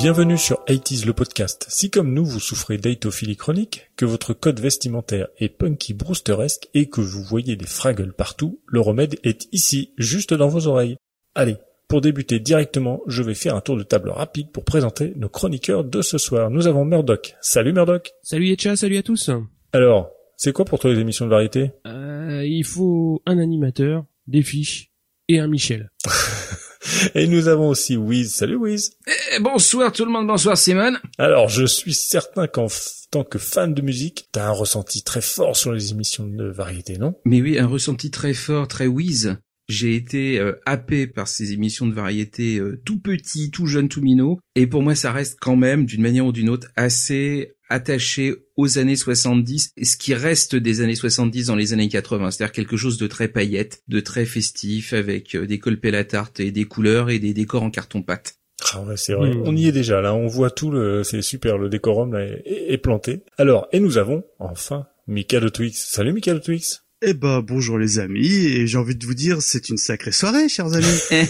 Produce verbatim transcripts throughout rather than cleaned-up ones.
Bienvenue sur eighties le podcast. Si comme nous vous souffrez d'hétophilie chronique, que votre code vestimentaire est punky brewsteresque et que vous voyez des fraggles partout, le remède est ici, juste dans vos oreilles. Allez, pour débuter directement, je vais faire un tour de table rapide pour présenter nos chroniqueurs de ce soir. Nous avons Murdoch. Salut Murdoch. Salut Etcha, salut à tous. Alors, c'est quoi pour toi les émissions de variété ? Euh, il faut un animateur, des fiches et un Michel. Et nous avons aussi Wiz. Salut Wiz. Eh, bonsoir tout le monde, bonsoir Simone. Alors, je suis certain qu'en f- tant que fan de musique, t'as un ressenti très fort sur les émissions de variété, non ? Mais oui, un ressenti très fort, très whiz. J'ai été euh, happé par ces émissions de variété euh, tout petit, tout jeune, tout minot. Et pour moi, ça reste quand même, d'une manière ou d'une autre, assez attaché aux années soixante-dix, et ce qui reste des années soixante-dix dans les années quatre-vingts, c'est-à-dire quelque chose de très paillette, de très festif, avec euh, des colpés à la tarte et des couleurs et des décors en carton-pâte. Ah ouais, c'est vrai. Mmh. On y est déjà, là. On voit tout le, c'est super, le décorum, là, est, est planté. Alors, et nous avons, enfin, Mika de Twix. Salut Mika de Twix. Eh ben, bonjour les amis, et j'ai envie de vous dire, c'est une sacrée soirée, chers amis.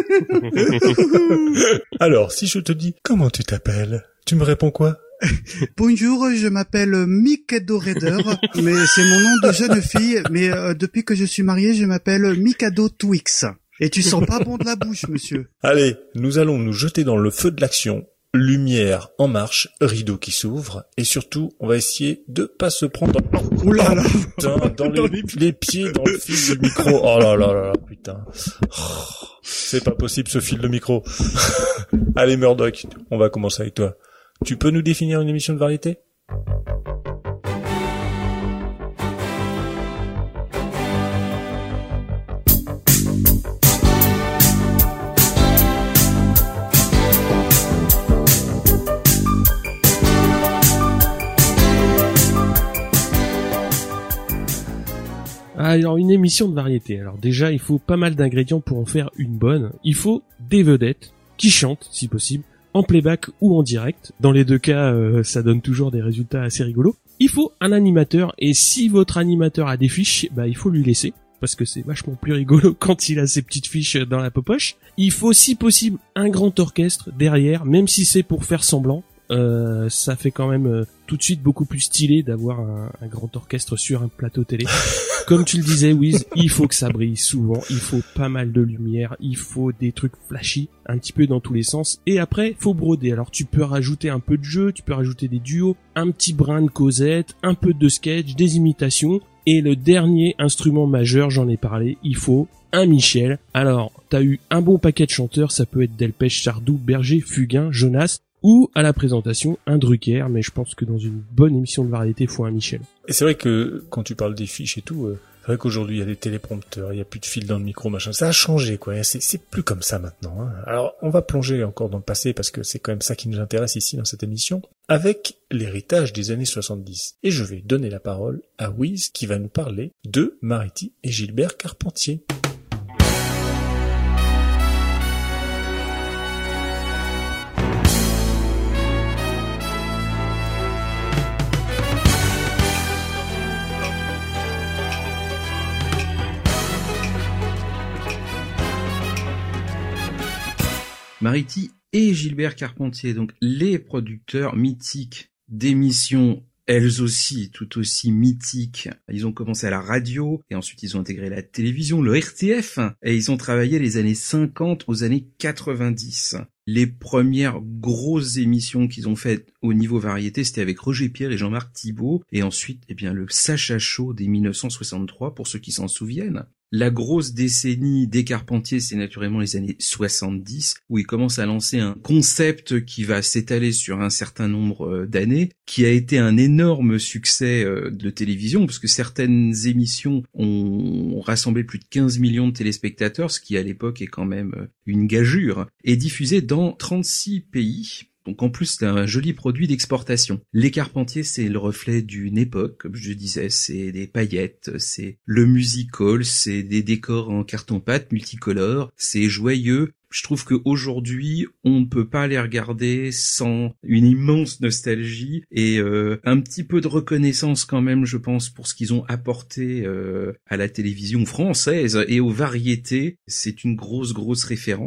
Alors, si je te dis, comment tu t'appelles ? Tu me réponds quoi ? Bonjour, je m'appelle Mikado Raider, mais c'est mon nom de jeune fille, mais euh, depuis que je suis marié, je m'appelle Mikado Twix. Et tu sens pas bon de la bouche, monsieur. Allez, nous allons nous jeter dans le feu de l'action. Lumière en marche, rideau qui s'ouvre, et surtout, on va essayer de pas se prendre dans, Ouh là là. putain, dans les, les pieds dans le fil du micro. Oh là là là là, putain. Oh, c'est pas possible ce fil de micro. Allez Murdoch, on va commencer avec toi. Tu peux nous définir une émission de variété ? Alors, une émission de variété. Alors déjà, il faut pas mal d'ingrédients pour en faire une bonne. Il faut des vedettes qui chantent, si possible, en playback ou en direct. Dans les deux cas, euh, ça donne toujours des résultats assez rigolos. Il faut un animateur, et si votre animateur a des fiches, bah il faut lui laisser, parce que c'est vachement plus rigolo quand il a ses petites fiches dans la popoche. Il faut, si possible, un grand orchestre derrière, même si c'est pour faire semblant. Euh, ça fait quand même euh, tout de suite beaucoup plus stylé d'avoir un, un grand orchestre sur un plateau télé. Comme tu le disais, Wiz, il faut que ça brille souvent, il faut pas mal de lumière, il faut des trucs flashy, un petit peu dans tous les sens, et après, faut broder. Alors tu peux rajouter un peu de jeu, tu peux rajouter des duos, un petit brin de causette, un peu de sketch, des imitations, et le dernier instrument majeur, j'en ai parlé, il faut un Michel. Alors, t'as eu un bon paquet de chanteurs, ça peut être Delpech, Sardou, Berger, Fugain, Jonas, ou à la présentation un Drucker, mais je pense que dans une bonne émission de variété, il faut un Michel. Et c'est vrai que quand tu parles des fiches et tout, euh, c'est vrai qu'aujourd'hui il y a des téléprompteurs, il y a plus de fil dans le micro, machin. Ça a changé, quoi. C'est, c'est plus comme ça maintenant. Hein. Alors on va plonger encore dans le passé parce que c'est quand même ça qui nous intéresse ici dans cette émission, avec l'héritage des années soixante-dix. Et je vais donner la parole à Wiz qui va nous parler de Mariti et Gilbert Carpentier. Mariti et Gilbert Carpentier, donc les producteurs mythiques d'émissions, elles aussi, tout aussi mythiques. Ils ont commencé à la radio, et ensuite ils ont intégré la télévision, le R T F, et ils ont travaillé les années cinquante aux années quatre-vingt-dix. Les premières grosses émissions qu'ils ont faites au niveau variété, c'était avec Roger Pierre et Jean-Marc Thibault, et ensuite, eh bien, le Sacha Show dès mille neuf cent soixante-trois, pour ceux qui s'en souviennent. La grosse décennie des Carpentiers, c'est naturellement les années soixante-dix, où ils commencent à lancer un concept qui va s'étaler sur un certain nombre d'années, qui a été un énorme succès de télévision, parce que certaines émissions ont rassemblé plus de quinze millions de téléspectateurs, ce qui à l'époque est quand même une gageure, et diffusé dans trente-six pays. Donc en plus, c'est un joli produit d'exportation. Les Carpentiers, c'est le reflet d'une époque, comme je disais, c'est des paillettes, c'est le musical, c'est des décors en carton-pâte multicolores, c'est joyeux. Je trouve qu'aujourd'hui, on ne peut pas les regarder sans une immense nostalgie et euh, un petit peu de reconnaissance quand même, je pense, pour ce qu'ils ont apporté euh, à la télévision française et aux variétés. C'est une grosse, grosse référence.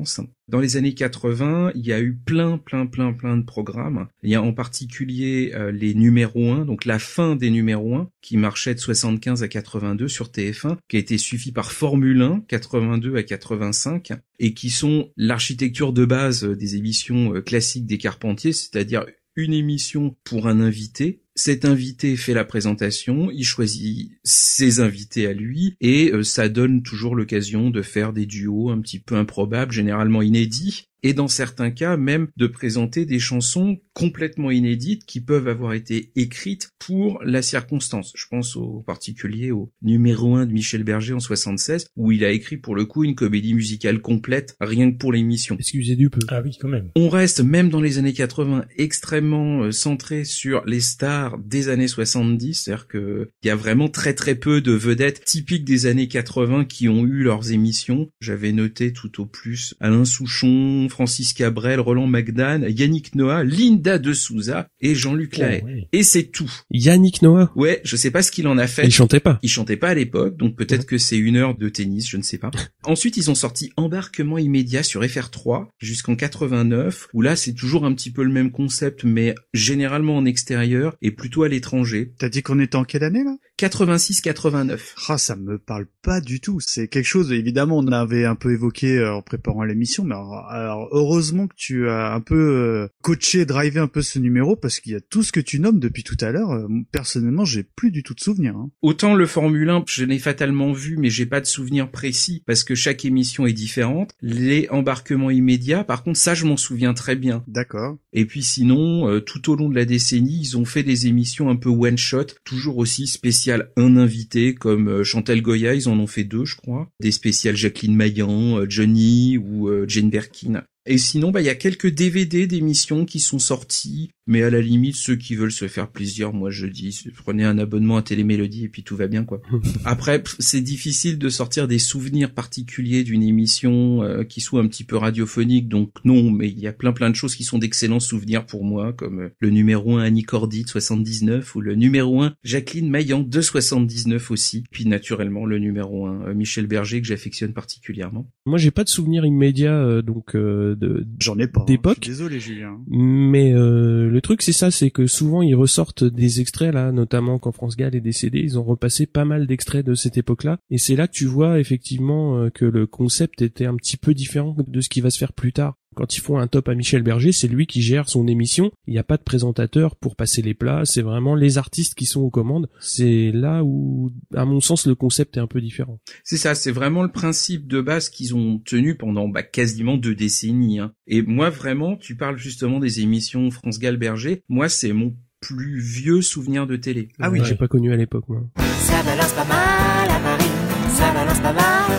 Dans les années quatre-vingts, il y a eu plein, plein, plein, plein de programmes. Il y a en particulier euh, les numéros un, donc la fin des numéros un, qui marchait de soixante-quinze à quatre-vingt-deux sur T F un, qui a été suivi par Formule un, quatre-vingt-deux à quatre-vingt-cinq, et qui sont l'architecture de base des émissions classiques des Carpentiers, c'est-à-dire une émission pour un invité. Cet invité fait la présentation, il choisit ses invités à lui, et euh, ça donne toujours l'occasion de faire des duos un petit peu improbables, généralement inédits, et dans certains cas même de présenter des chansons complètement inédites qui peuvent avoir été écrites pour la circonstance. Je pense au particulier au numéro un de Michel Berger en soixante-seize, où il a écrit pour le coup une comédie musicale complète, rien que pour l'émission. Excusez du peu. Ah oui, quand même. On reste, même dans les années quatre-vingts, extrêmement euh, centré sur les stars des années soixante-dix, c'est-à-dire que il y a vraiment très très peu de vedettes typiques des années quatre-vingts qui ont eu leurs émissions. J'avais noté tout au plus Alain Souchon, Francis Cabrel, Roland Magdan, Yannick Noah, Linda de Souza et Jean-Luc Lahaye. Oh, oui. Et c'est tout. Yannick Noah. Ouais, je sais pas ce qu'il en a fait. Il chantait pas. Il chantait pas à l'époque, donc peut-être Ouais. que c'est une heure de tennis, je ne sais pas. Ensuite, ils ont sorti Embarquement immédiat sur F R trois jusqu'en quatre-vingt-neuf, où là, c'est toujours un petit peu le même concept, mais généralement en extérieur et plutôt à l'étranger. T'as dit qu'on était en quelle année, là? quatre-vingt-six quatre-vingt-neuf. Ah, ça me parle pas du tout. C'est quelque chose, évidemment, on avait un peu évoqué euh, en préparant l'émission, mais alors, alors, heureusement que tu as un peu euh, coaché, drivé un peu ce numéro, parce qu'il y a tout ce que tu nommes depuis tout à l'heure. Euh, personnellement, j'ai plus du tout de souvenirs. Hein. Autant le Formule un, je l'ai fatalement vu, mais j'ai pas de souvenir précis, parce que chaque émission est différente. Les embarquements immédiats, par contre, ça, je m'en souviens très bien. D'accord. Et puis sinon, euh, tout au long de la décennie, ils ont fait des émissions un peu one-shot, toujours aussi spéciales. Un invité, comme euh, Chantal Goya, ils en ont fait deux, je crois. Des spéciales Jacqueline Maillan, euh, Johnny ou euh, Jane Birkin. Et sinon, bah, il y a quelques D V D d'émissions qui sont sortis, mais à la limite, ceux qui veulent se faire plaisir, moi je dis, prenez un abonnement à Télémélodie et puis tout va bien, quoi. Après, c'est difficile de sortir des souvenirs particuliers d'une émission euh, qui soit un petit peu radiophonique, donc non, mais il y a plein plein de choses qui sont d'excellents souvenirs pour moi, comme euh, le numéro un Annie Cordy de soixante-dix-neuf, ou le numéro un Jacqueline Maillan de soixante-dix-neuf aussi, puis naturellement le numéro un euh, Michel Berger que j'affectionne particulièrement. Moi, j'ai pas de souvenir immédiat, euh, donc euh, de J'en ai pas. d'époque. Hein. Je suis désolé, Julien. Mais euh, le truc c'est ça, c'est que souvent ils ressortent des extraits là, notamment quand France Gall est décédé, ils ont repassé pas mal d'extraits de cette époque-là, et c'est là que tu vois effectivement euh, que le concept était un petit peu différent de ce qui va se faire plus tard. Quand ils font un top à Michel Berger, c'est lui qui gère son émission. Il n'y a pas de présentateur pour passer les plats. C'est vraiment les artistes qui sont aux commandes. C'est là où, à mon sens, le concept est un peu différent. C'est ça, c'est vraiment le principe de base qu'ils ont tenu pendant bah, quasiment deux décennies. Hein. Et moi, vraiment, tu parles justement des émissions France Gall Berger. Moi, c'est mon plus vieux souvenir de télé. Ah oui, Ouais. j'ai pas connu à l'époque, moi. Ça balance pas mal à Paris, ça balance pas mal.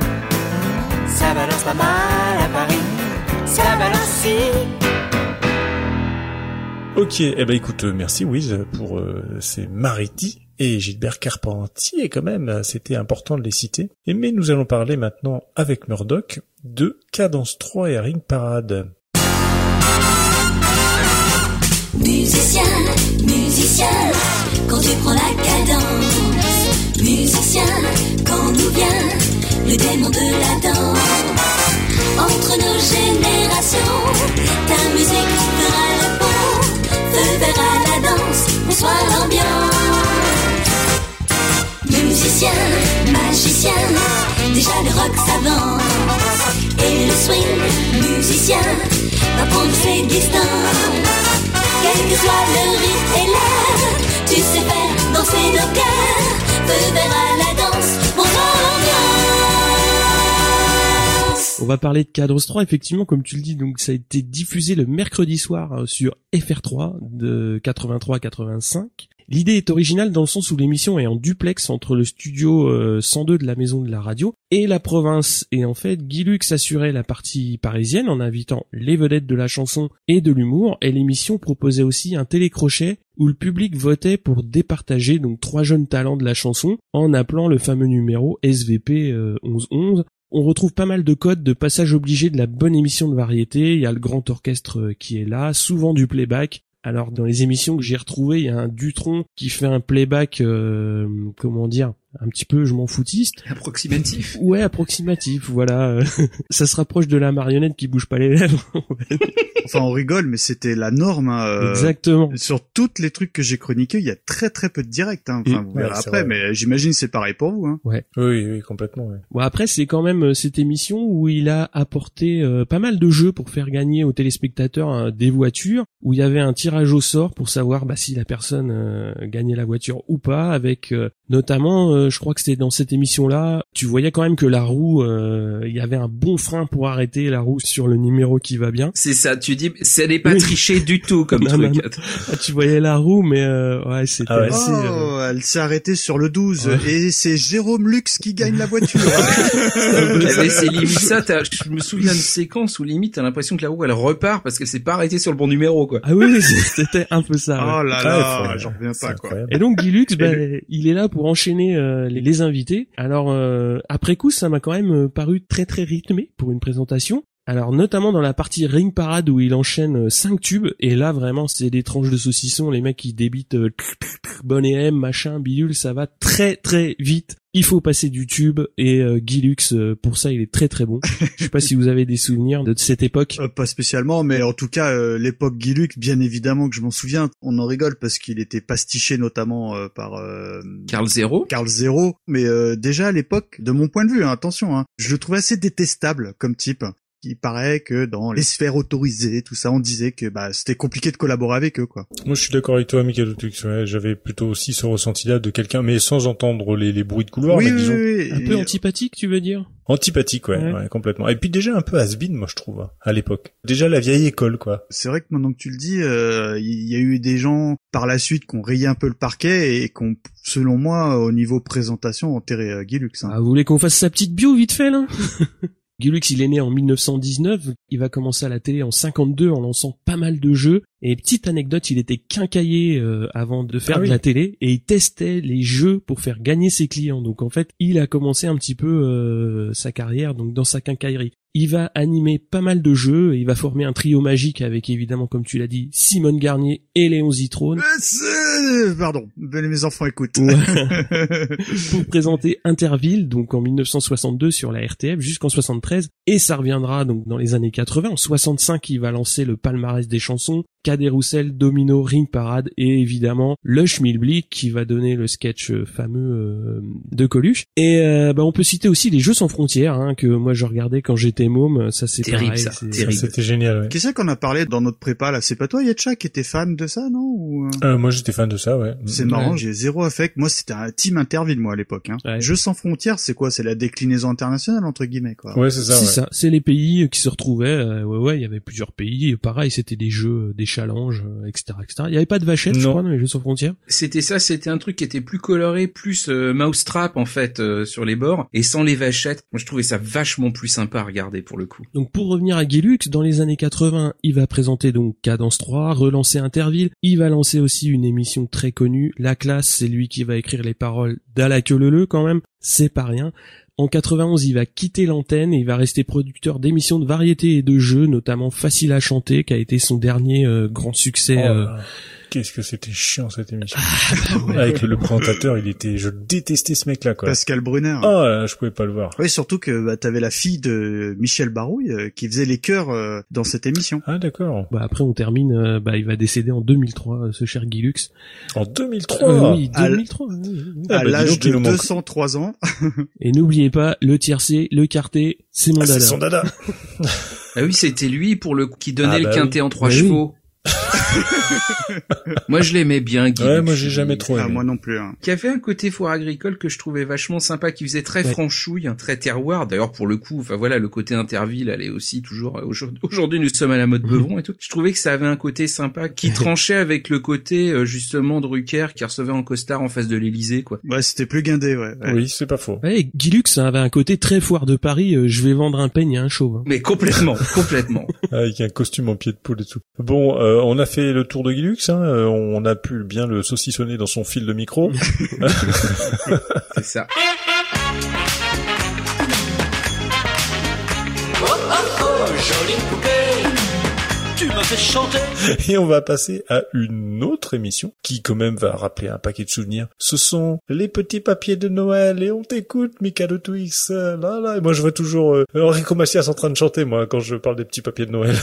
Ça balance pas mal à Paris, ça balance si. Ok, eh ben écoute, euh, merci Wiz pour euh, ces Mariti et Gilbert Carpentier quand même, c'était important de les citer. Et mais nous allons parler maintenant avec Murdoch de Cadence trois et Ring Parade. Musicien, musicien, quand tu prends la cadence. Musicien, quand nous vient le démon de la danse. Entre nos générations, ta musique fera le pont. Feu vert à la danse, bonsoir l'ambiance. Musicien, magicien, déjà le rock s'avance. Et le swing, musicien, va prendre ses distances. Quel que soit le rythme et l'air, tu sais faire danser nos cœurs. Feu vert à la danse, bonsoir l'ambiance. On va parler de Cadence trois, effectivement, comme tu le dis, donc ça a été diffusé le mercredi soir euh, sur F R trois de quatre-vingt-trois à quatre-vingt-cinq. L'idée est originale dans le sens où l'émission est en duplex entre le studio euh, cent deux de la Maison de la Radio et la province. Et en fait, Guy Lux assurait la partie parisienne en invitant les vedettes de la chanson et de l'humour, et l'émission proposait aussi un télécrochet où le public votait pour départager donc trois jeunes talents de la chanson en appelant le fameux numéro S V P euh, onze onze. On retrouve pas mal de codes de passage obligé de la bonne émission de variété. Il y a le grand orchestre qui est là, souvent du playback. Alors dans les émissions que j'ai retrouvées, il y a un Dutronc qui fait un playback, euh, comment dire, un petit peu je m'en foutiste. Approximatif. Ouais, approximatif, voilà. Ça se rapproche de la marionnette qui bouge pas les lèvres. Enfin, on rigole, mais c'était la norme. Hein, euh, Exactement. Sur toutes les trucs que j'ai chroniqués, il y a très très peu de direct. Hein. Enfin, Mmh. vous verrez Ouais, c'est après, vrai. mais j'imagine c'est pareil pour vous. Hein. Ouais. Oui, oui, complètement. Ouais. Bon, après, c'est quand même euh, cette émission où il a apporté euh, pas mal de jeux pour faire gagner aux téléspectateurs euh, des voitures, où il y avait un tirage au sort pour savoir bah, si la personne euh, gagnait la voiture ou pas, avec euh, notamment, euh, je crois que c'était dans cette émission-là, tu voyais quand même que la roue, euh, il y avait un bon frein pour arrêter la roue sur le numéro qui va bien. C'est ça, tu dis, ce n'est pas Oui. triché du tout comme Non, truc. non, non. Ah, tu voyais la roue, mais euh, ouais, c'était Ah ouais. assez... euh, Oh, elle s'est arrêtée sur le douze Ouais. et c'est Jérôme Lux qui gagne la voiture. Ah, mais c'est limite ça, t'as- je me souviens d'une séquence où limite t'as l'impression que la roue elle repart parce qu'elle s'est pas arrêtée sur le bon numéro quoi. Ah oui, c'était un peu ça. ouais. Oh là Ah, là, faut- j'en reviens c'est pas quoi. incroyable. Et donc Guy Lux, bah, il est là pour enchaîner euh, les, les invités. Alors euh, après coup, ça m'a quand même euh, paru très très rythmé pour une présentation. Alors notamment dans la partie Ring Parade où il enchaîne euh, cinq tubes et là vraiment c'est des tranches de saucisson, les mecs qui débitent euh, bon et M, machin, bidule, ça va très très vite. Il faut passer du tube et euh, Guy Lux euh, pour ça il est très très bon. Je sais pas si vous avez des souvenirs de cette époque. Euh, pas spécialement, mais en tout cas, euh, l'époque Guy Lux, bien évidemment que je m'en souviens. On en rigole parce qu'il était pastiché notamment euh, par euh, Carl Zero. Carl Zero. Mais euh, déjà à l'époque, de mon point de vue, hein, attention, hein, je le trouvais assez détestable comme type. Il paraît que dans les sphères autorisées, tout ça, on disait que bah c'était compliqué de collaborer avec eux, quoi. Moi, je suis d'accord avec toi, Michael Tux. Ouais, j'avais plutôt aussi ce ressenti-là de quelqu'un, mais sans entendre les, les bruits de couloir, oui, mais oui, disons oui, Un et- peu antipathique, tu veux dire? antipathique, ouais, Ouais. ouais, complètement. Et puis déjà un peu has-been, moi, je trouve, hein, à l'époque. Déjà la vieille école, quoi. C'est vrai que maintenant que tu le dis, euh, il y a eu des gens par la suite qui ont rayé un peu le parquet et qui ont, selon moi, au niveau présentation, enterré euh, Guy Lux. Hein. Ah, vous voulez qu'on fasse sa petite bio vite fait là? Guy Lux, il est né en mille neuf cent dix-neuf, il va commencer à la télé en cinquante-deux en lançant pas mal de jeux. Et petite anecdote, il était quincailler euh, avant de faire Ah de oui. la télé et il testait les jeux pour faire gagner ses clients. Donc en fait, il a commencé un petit peu euh, sa carrière donc dans sa quincaillerie. Il va animer pas mal de jeux et il va former un trio magique avec évidemment, comme tu l'as dit, Simone Garnier et Léon Zitrone. Euh, c'est- Pardon, mes enfants écoutent. Ouais. Pour présenter Interville, donc en mille neuf cent soixante-deux sur la R T F jusqu'en soixante-treize, et ça reviendra donc dans les années quatre-vingts. En soixante-cinq, il va lancer le palmarès des chansons, Cadet Roussel, Domino, Ring Parade, et évidemment le Schmilblick qui va donner le sketch euh, fameux euh, de Coluche. Et euh, bah, on peut citer aussi les Jeux sans frontières, hein, que moi je regardais quand j'étais môme. Ça c'est Terrible, pareil, ça, c'est- terrible. Ça, c'était génial, ouais. Qu'est-ce que c'est qu'on a parlé dans notre prépa là? C'est pas toi, Yetcha, qui était fan de ça, non? Ou... euh, Euh, moi, j'étais fan de ça, ouais. C'est marrant, j'ai zéro affect. Moi, c'était un team Interville, moi, à l'époque. Hein. Ouais. Jeux sans frontières, c'est quoi? C'est la déclinaison internationale, entre guillemets, quoi. Ouais, c'est ça, C'est ouais. ça, c'est les pays qui se retrouvaient. euh, ouais, ouais, il y avait plusieurs pays. Et pareil, c'était des jeux, des challenges, euh, et cetera, et cetera. Il y avait pas de vachette, je Non. crois, dans les Jeux sans frontières. C'était ça, c'était un truc qui était plus coloré, plus euh, mousetrap en fait euh, sur les bords et sans les vachettes. Moi je trouvais ça vachement plus sympa à regarder pour le coup. Donc pour revenir à Guy Lux, dans les années quatre-vingts, il va présenter donc Cadence trois, relancer Interville. Il va lancer aussi une émission très connue, La Classe. C'est lui qui va écrire les paroles d'À la queue leu leu quand même. C'est pas rien. En quatre-vingt-onze, il va quitter l'antenne et il va rester producteur d'émissions de variété et de jeux, notamment Facile à chanter, qui a été son dernier euh, grand succès. Oh euh, là là. Qu'est-ce que c'était chiant, cette émission. ouais. Avec le, le présentateur, il était, je détestais ce mec-là, quoi. Pascal Brunner. Oh là là, je pouvais pas le voir. Oui, surtout que bah, t'avais la fille de Michel Barouille euh, qui faisait les chœurs euh, dans cette émission. Ah, d'accord. Bah après on termine, euh, bah il va décéder en deux mille trois, euh, ce cher Guy Lux. En deux mille trois. Euh, oui, à l- deux mille trois. oui, oui, oui. Ah, à bah, dis l'âge donc, il de nous manque. deux cent trois ans. Et n'oubliez pas, le tiercé, le quarté, c'est mon Ah, c'est dada. son dada. Ah oui, c'était lui pour le qui donnait Ah le bah quintet en trois Bah chevaux. Moi je l'aimais bien Guy Ouais, Lux. moi, j'ai jamais trop Ah, aimé. moi non plus. Hein. Qui avait un côté foire agricole que je trouvais vachement sympa, qui faisait très Ouais. franchouille, très terroir. D'ailleurs, pour le coup, enfin voilà, le côté Interville, elle est aussi toujours, aujourd'hui, aujourd'hui, nous sommes à la mode Mhm. Beuvron et tout. Je trouvais que ça avait un côté sympa, qui tranchait avec le côté, euh, justement, Drucker, qui recevait en costard en face de l'Élysée, quoi. Ouais, c'était plus guindé, ouais. ouais. Oui, c'est pas faux. Ouais, Guy Lux avait un côté très foire de Paris, euh, je vais vendre un peigne à un chauve. hein. Mais complètement, complètement. Avec un costume en pied de poule et tout. Bon, euh, on a fait le tour de Guy Lux, hein. euh, On a pu bien le saucissonner dans son fil de micro. C'est ça. Oh oh oh, jolie poupée, Tu me fais chanter. Et on va passer à une autre émission qui quand même va rappeler un paquet de souvenirs. Ce sont les petits papiers de Noël et on t'écoute, Mikado Twix. Là, là. Et moi je vois toujours euh, Enrico Macias en train de chanter, moi, quand je parle des petits papiers de Noël.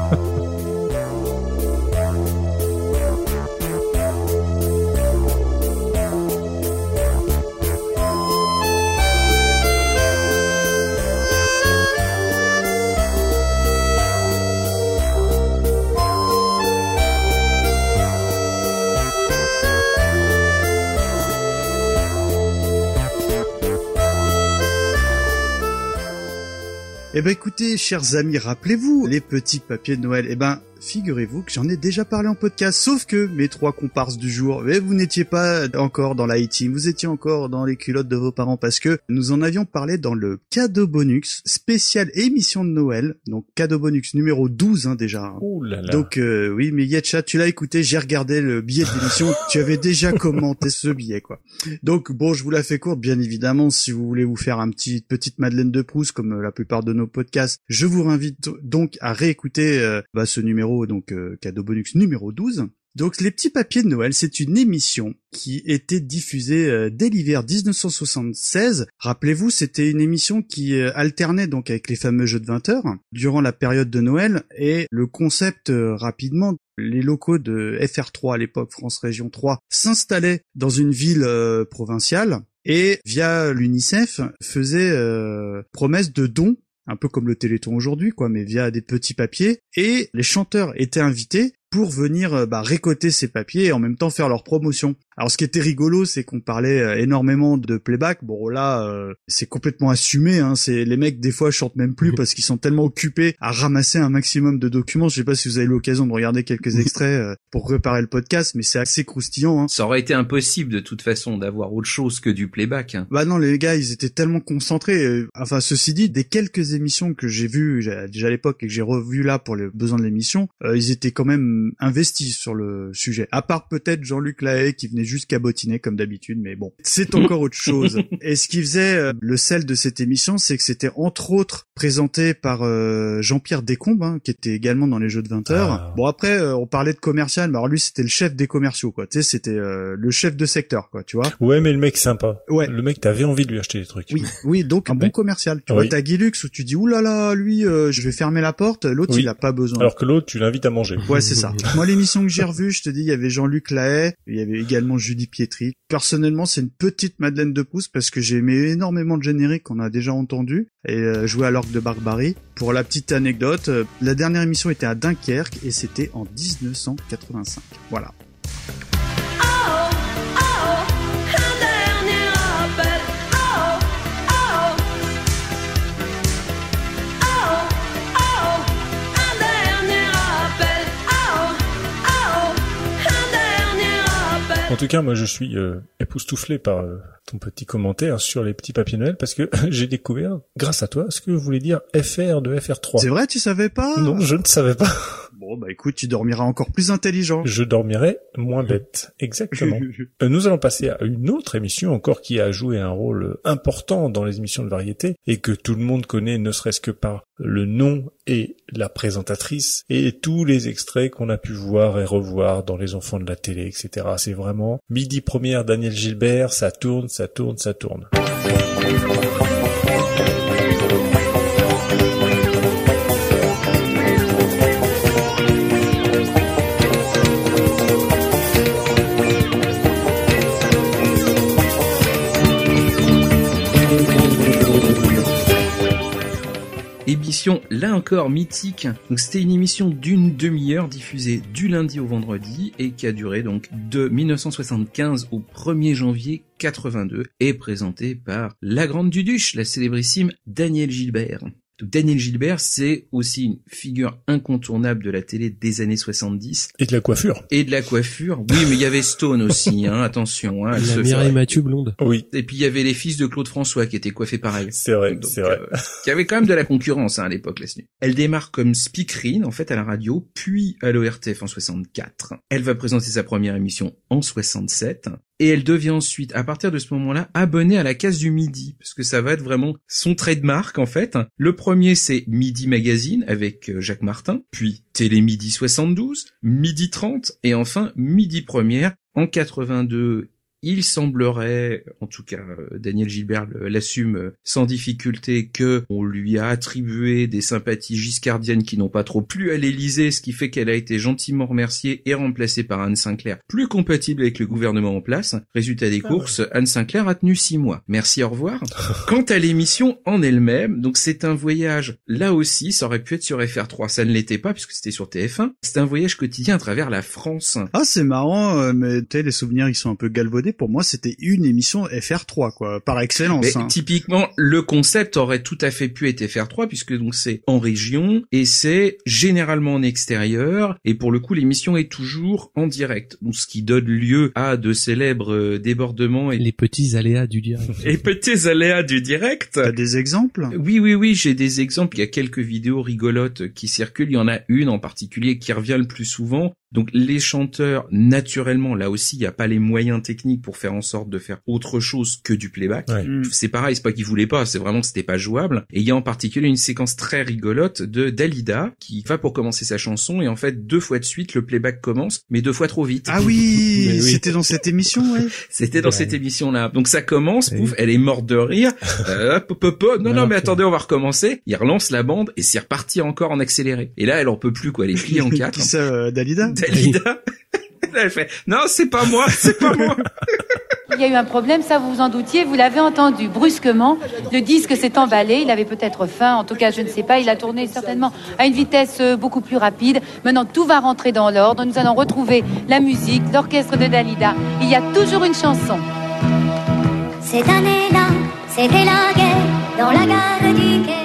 Eh ben écoutez, chers amis, rappelez-vous les petits papiers de Noël. Eh ben, figurez-vous que j'en ai déjà parlé en podcast, sauf que mes trois comparses du jour, mais vous n'étiez pas encore dans l'I-Team, vous étiez encore dans les culottes de vos parents, parce que nous en avions parlé dans le cadeau bonus spécial émission de Noël, donc cadeau bonus numéro douze hein, déjà. Ouh là là. Donc euh, oui, mais Yetcha, tu l'as écouté, j'ai regardé le billet de l'émission, tu avais déjà commenté ce billet quoi. Donc bon, je vous la fais courte, bien évidemment, si vous voulez vous faire un petit petite Madeleine de Proust comme la plupart de nos podcasts, je vous invite donc à réécouter euh, bah, ce numéro donc euh, cadeau bonus numéro douze. Donc les petits papiers de Noël, c'est une émission qui était diffusée euh, dès l'hiver dix-neuf cent soixante-seize. Rappelez-vous, c'était une émission qui euh, alternait donc avec les fameux jeux de vingt heures durant la période de Noël, et le concept euh, rapidement, les locaux de F R trois à l'époque, France Région trois, s'installaient dans une ville euh, provinciale et via l'UNICEF faisaient euh, promesse de dons, un peu comme le Téléthon aujourd'hui, quoi, mais via des petits papiers. Et les chanteurs étaient invités pour venir bah, récolter ces papiers et en même temps faire leur promotion. Alors ce qui était rigolo, c'est qu'on parlait euh, énormément de playback. Bon là, euh, c'est complètement assumé. Hein. C'est les mecs des fois chantent même plus parce qu'ils sont tellement occupés à ramasser un maximum de documents. Je sais pas si vous avez eu l'occasion de regarder quelques extraits euh, pour préparer le podcast, mais c'est assez croustillant. Hein. Ça aurait été impossible de toute façon d'avoir autre chose que du playback. Hein. Bah non, les gars, ils étaient tellement concentrés. Euh, enfin, ceci dit, des quelques émissions que j'ai vues déjà à l'époque et que j'ai revues là pour les besoins de l'émission, euh, ils étaient quand même investis sur le sujet. À part peut-être Jean-Luc Lahaye qui venait juste cabotiner comme d'habitude, mais bon, c'est encore autre chose. Et ce qui faisait euh, le sel de cette émission, c'est que c'était entre autres présenté par euh, Jean-Pierre Descombes, hein, qui était également dans les jeux de vingt heures. Ah. Bon après, euh, on parlait de commercial, mais alors lui c'était le chef des commerciaux, quoi. Tu sais, c'était euh, le chef de secteur, quoi, tu vois. Ouais, mais le mec sympa. Ouais. Le mec, t'avais envie de lui acheter des trucs. Oui, oui, donc un bon commercial. Tu oui. vois, t'as Guy Lux où tu dis oulala, lui, euh, je vais fermer la porte. L'autre, oui. il a pas besoin. Alors que l'autre, tu l'invites à manger. Ouais, c'est ça. Moi, l'émission que j'ai revue, je te dis, il y avait Jean-Luc Lahaye, il y avait également Julie Pietri. Personnellement, c'est une petite Madeleine de Proust parce que j'ai aimé énormément de génériques qu'on a déjà entendus et euh, joué à l'orgue de Barbarie. Pour la petite anecdote, euh, la dernière émission était à Dunkerque et c'était en dix-neuf cent quatre-vingt-cinq. Voilà. En tout cas, moi, je suis euh, époustouflé par euh, ton petit commentaire sur les petits papiers Noël parce que j'ai découvert, grâce à toi, ce que voulait dire F R de F R trois. C'est vrai, tu savais pas? Non, je ne savais pas. Bon, bah écoute, tu dormiras encore plus intelligent. Je dormirai moins bête, exactement. euh, nous allons passer à une autre émission encore qui a joué un rôle important dans les émissions de variété et que tout le monde connaît ne serait-ce que par le nom et la présentatrice et tous les extraits qu'on a pu voir et revoir dans Les Enfants de la télé, et cetera. C'est vraiment Midi Première, Daniel Gilbert, ça tourne, ça tourne, ça tourne. Émission, là encore, mythique. Donc, c'était une émission d'une demi-heure diffusée du lundi au vendredi et qui a duré donc de mille neuf cent soixante-quinze au premier janvier quatre-vingt-deux et présentée par la grande Duduche, la célébrissime Daniel Gilbert. Donc Daniel Gilbert, c'est aussi une figure incontournable de la télé des années soixante-dix. Et de la coiffure. Et de la coiffure. Oui, mais il y avait Stone aussi, hein, attention. Hein, la Mireille Mathieu blonde. Oui. Et puis il y avait les fils de Claude François qui étaient coiffés pareil. C'est vrai, donc, c'est vrai. Euh, qui avait quand même de la concurrence hein, à l'époque là-dessus. Elle démarre comme speakerine en fait à la radio, puis à l'O R T F en soixante-quatre. Elle va présenter sa première émission en soixante-sept. et elle devient ensuite, à partir de ce moment-là, abonnée à la case du midi, parce que ça va être vraiment son trademark en fait. Le premier c'est Midi Magazine avec Jacques Martin, puis Télé Midi soixante-douze, Midi trente et enfin Midi Première. En quatre-vingt-deux, il semblerait, en tout cas Daniel Gilbert l'assume sans difficulté, que on lui a attribué des sympathies giscardiennes qui n'ont pas trop plu à l'Élysée, ce qui fait qu'elle a été gentiment remerciée et remplacée par Anne Sinclair, plus compatible avec le gouvernement en place. Résultat des courses, Anne Sinclair a tenu six mois. Merci, au revoir. Quant à l'émission en elle-même, donc c'est un voyage, là aussi, ça aurait pu être sur F R trois, ça ne l'était pas puisque c'était sur T F un. C'est un voyage quotidien à travers la France. Ah, c'est marrant, mais tu sais, les souvenirs, ils sont un peu galvaudés. Pour moi, c'était une émission F R trois, quoi, par excellence. Mais hein. Typiquement, le concept aurait tout à fait pu être F R trois, puisque donc c'est en région, et c'est généralement en extérieur, et pour le coup, l'émission est toujours en direct. Donc, ce qui donne lieu à de célèbres débordements et Les petits aléas du direct. et petits aléas du direct. T'as des exemples? Oui, oui, oui, j'ai des exemples. Il y a quelques vidéos rigolotes qui circulent. Il y en a une en particulier qui revient le plus souvent. Donc les chanteurs, naturellement, là aussi, il n'y a pas les moyens techniques pour faire en sorte de faire autre chose que du playback. Ouais. Mm. C'est pareil, c'est pas qu'ils voulaient pas, c'est vraiment que c'était pas jouable. Et il y a en particulier une séquence très rigolote de Dalida qui va pour commencer sa chanson et en fait deux fois de suite le playback commence, mais deux fois trop vite. Ah oui, Mais oui. c'était dans cette émission, ouais. C'était dans Ouais. cette émission-là. Donc ça commence, Oui. pouf, elle est morte de rire. Euh, hop, hop, hop, hop. Non, non, Alors mais que- attendez, on va recommencer. Il relance la bande et c'est reparti encore en accéléré. Et là, elle en peut plus, quoi. Elle est pliée en quatre. Qui ça, euh, Dalida? Dalida. Elle fait, non, c'est pas moi, c'est pas moi. Il y a eu un problème, ça vous vous en doutiez, vous l'avez entendu brusquement, le disque s'est emballé, il avait peut-être faim, en tout cas je ne sais pas, il a tourné certainement à une vitesse euh, beaucoup plus rapide. Maintenant tout va rentrer dans l'ordre, nous allons retrouver la musique, l'orchestre de Dalida. Il y a toujours une chanson. Cette année-là, c'était la guerre dans la gare du Quai.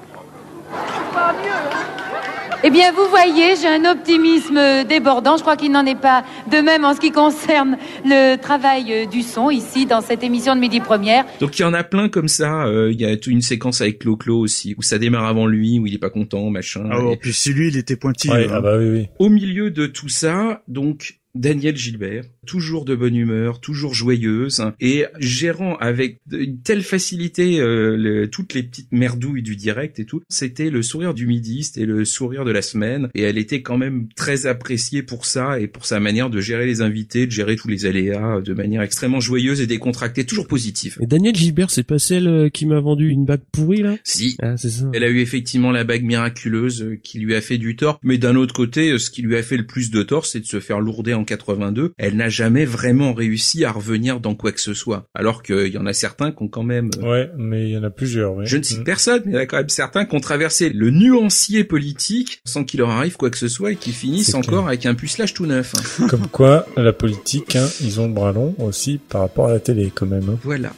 Eh bien vous voyez, j'ai un optimisme débordant, je crois qu'il n'en est pas de même en ce qui concerne le travail euh, du son ici dans cette émission de Midi Première. Donc il y en a plein comme ça. Euh, Il y a toute une séquence avec Clo-Clo aussi, où ça démarre avant lui, où il est pas content, machin. Ah, Et en plus, celui, il était pointilleux. Ouais, hein. ah bah oui, oui. Au milieu de tout ça, donc Daniel Gilbert, toujours de bonne humeur, toujours joyeuse, hein, et gérant avec une telle facilité euh, le, toutes les petites merdouilles du direct et tout. C'était le sourire du midi, c'était le sourire de la semaine, et elle était quand même très appréciée pour ça et pour sa manière de gérer les invités, de gérer tous les aléas de manière extrêmement joyeuse et décontractée, toujours positive. Et Daniel Gilbert, c'est pas celle euh, qui m'a vendu une bague pourrie, là? Si. Ah, c'est ça. Elle a eu effectivement la bague miraculeuse euh, qui lui a fait du tort, mais d'un autre côté, euh, ce qui lui a fait le plus de tort, c'est de se faire lourder en quatre-vingt-deux. Elle n'a jamais vraiment réussi à revenir dans quoi que ce soit, alors qu'il y en a certains qui ont quand même... euh, Ouais, mais il y en a plusieurs, ouais. Je ne cite Mm. personne, mais il y en a quand même certains qui ont traversé le nuancier politique sans qu'il leur arrive quoi que ce soit et qui finissent C'est encore clair. avec un pucelage tout neuf. hein. Comme quoi, la politique, hein, ils ont le bras long aussi par rapport à la télé, quand même. hein. Voilà.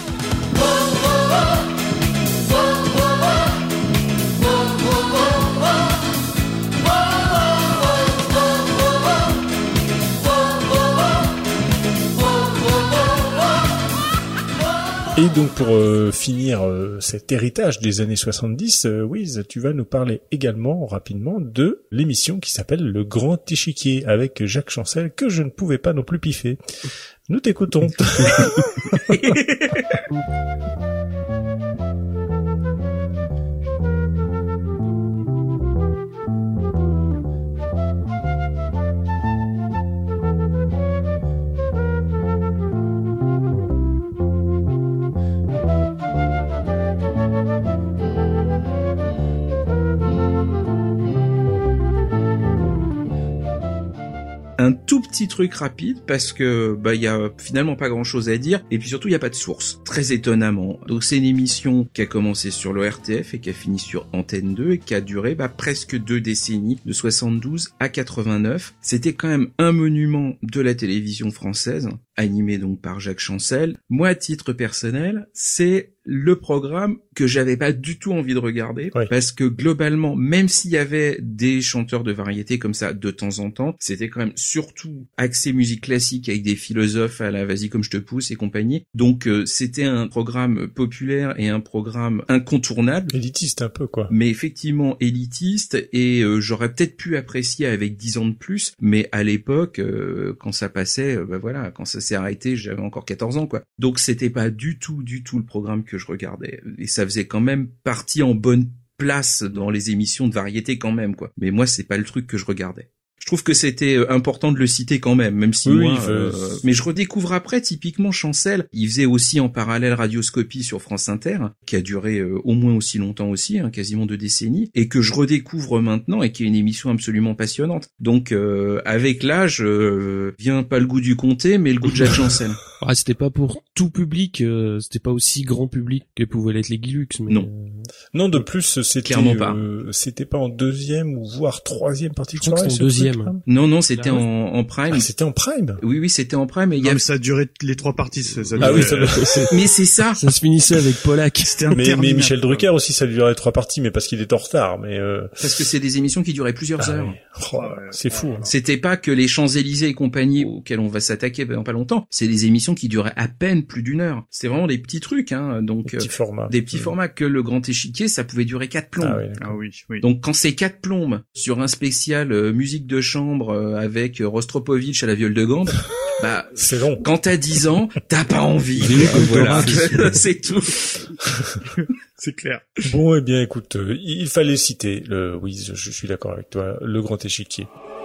Et donc pour euh, finir euh, cet héritage des années soixante-dix, euh, Wiz, tu vas nous parler également rapidement de l'émission qui s'appelle Le Grand Échiquier avec Jacques Chancel que je ne pouvais pas non plus piffer. Nous t'écoutons. Un tout petit truc rapide parce que bah il y a finalement pas grand chose à dire et puis surtout il y a pas de source, très étonnamment. Donc c'est une émission qui a commencé sur l'O R T F et qui a fini sur Antenne deux et qui a duré bah, presque deux décennies, de soixante-douze à quatre-vingt-neuf. C'était quand même un monument de la télévision française, animé donc par Jacques Chancel. Moi à titre personnel, c'est le programme que j'avais pas du tout envie de regarder Oui. parce que globalement, même s'il y avait des chanteurs de variété comme ça de temps en temps, c'était quand même surtout axé musique classique avec des philosophes à la vas-y comme je te pousse et compagnie. Donc euh, c'était un programme populaire et un programme incontournable. Élitiste un peu, quoi. Mais effectivement élitiste et euh, j'aurais peut-être pu apprécier avec dix ans de plus, mais à l'époque euh, quand ça passait, euh, bah voilà, quand ça s'est arrêté, j'avais encore quatorze ans, quoi. Donc c'était pas du tout, du tout le programme que je regardais. Et ça faisait quand même partie en bonne place dans les émissions de variété quand même, quoi. Mais moi, c'est pas le truc que je regardais. Je trouve que c'était important de le citer quand même, même si oui, moi... veut... Euh, mais je redécouvre après, typiquement, Chancel. Il faisait aussi en parallèle Radioscopie sur France Inter, qui a duré euh, au moins aussi longtemps aussi, hein, quasiment deux décennies, et que je redécouvre maintenant, et qui est une émission absolument passionnante. Donc, euh, avec l'âge, euh, vient pas le goût du comté, mais le goût de Jacques Chancel. Ah, c'était pas pour tout public, euh, c'était pas aussi grand public que pouvaient l'être les Guilux, mais... Non. Euh... Non, de plus, c'était... Clairement pas. Euh, c'était pas en deuxième, ou voire troisième partie de Je crois que c'était en deuxième. Truc, non, non, c'était Ah ouais. en, en prime. ah, c'était en prime. Oui, oui, c'était en prime. Et il y Non, a... mais ça a duré les trois parties. Ça, ça Ah durait, oui, ça euh, doit- Mais c'est ça. Ça se finissait avec Pollack. C'était mais, mais interminable. Michel Drucker aussi, ça lui durait trois parties, mais parce qu'il est en retard, mais euh... Parce que c'est des émissions qui duraient plusieurs ah heures. oui. Oh, c'est fou. Hein. C'était pas que les Champs-Élysées et compagnie auxquels on va s'attaquer dans pas longtemps. C'est des émissions qui duraient à peine plus d'une heure. C'était vraiment des petits trucs, hein. Donc, Des petits euh, formats. des petits Ouais. formats que le Grand Échiquier, ça pouvait durer quatre plombes. Ah oui, Ah oui, oui. Donc quand c'est quatre plombes sur un spécial euh, musique de chambre euh, avec euh, Rostropovitch à la viole de gambe, bah c'est long. quand t'as dix ans, t'as pas envie. Il est où, Voilà, Cottora, c'est tout. C'est clair. Bon, eh bien, écoute, euh, il fallait citer le, oui, je, je suis d'accord avec toi, le Grand Échiquier.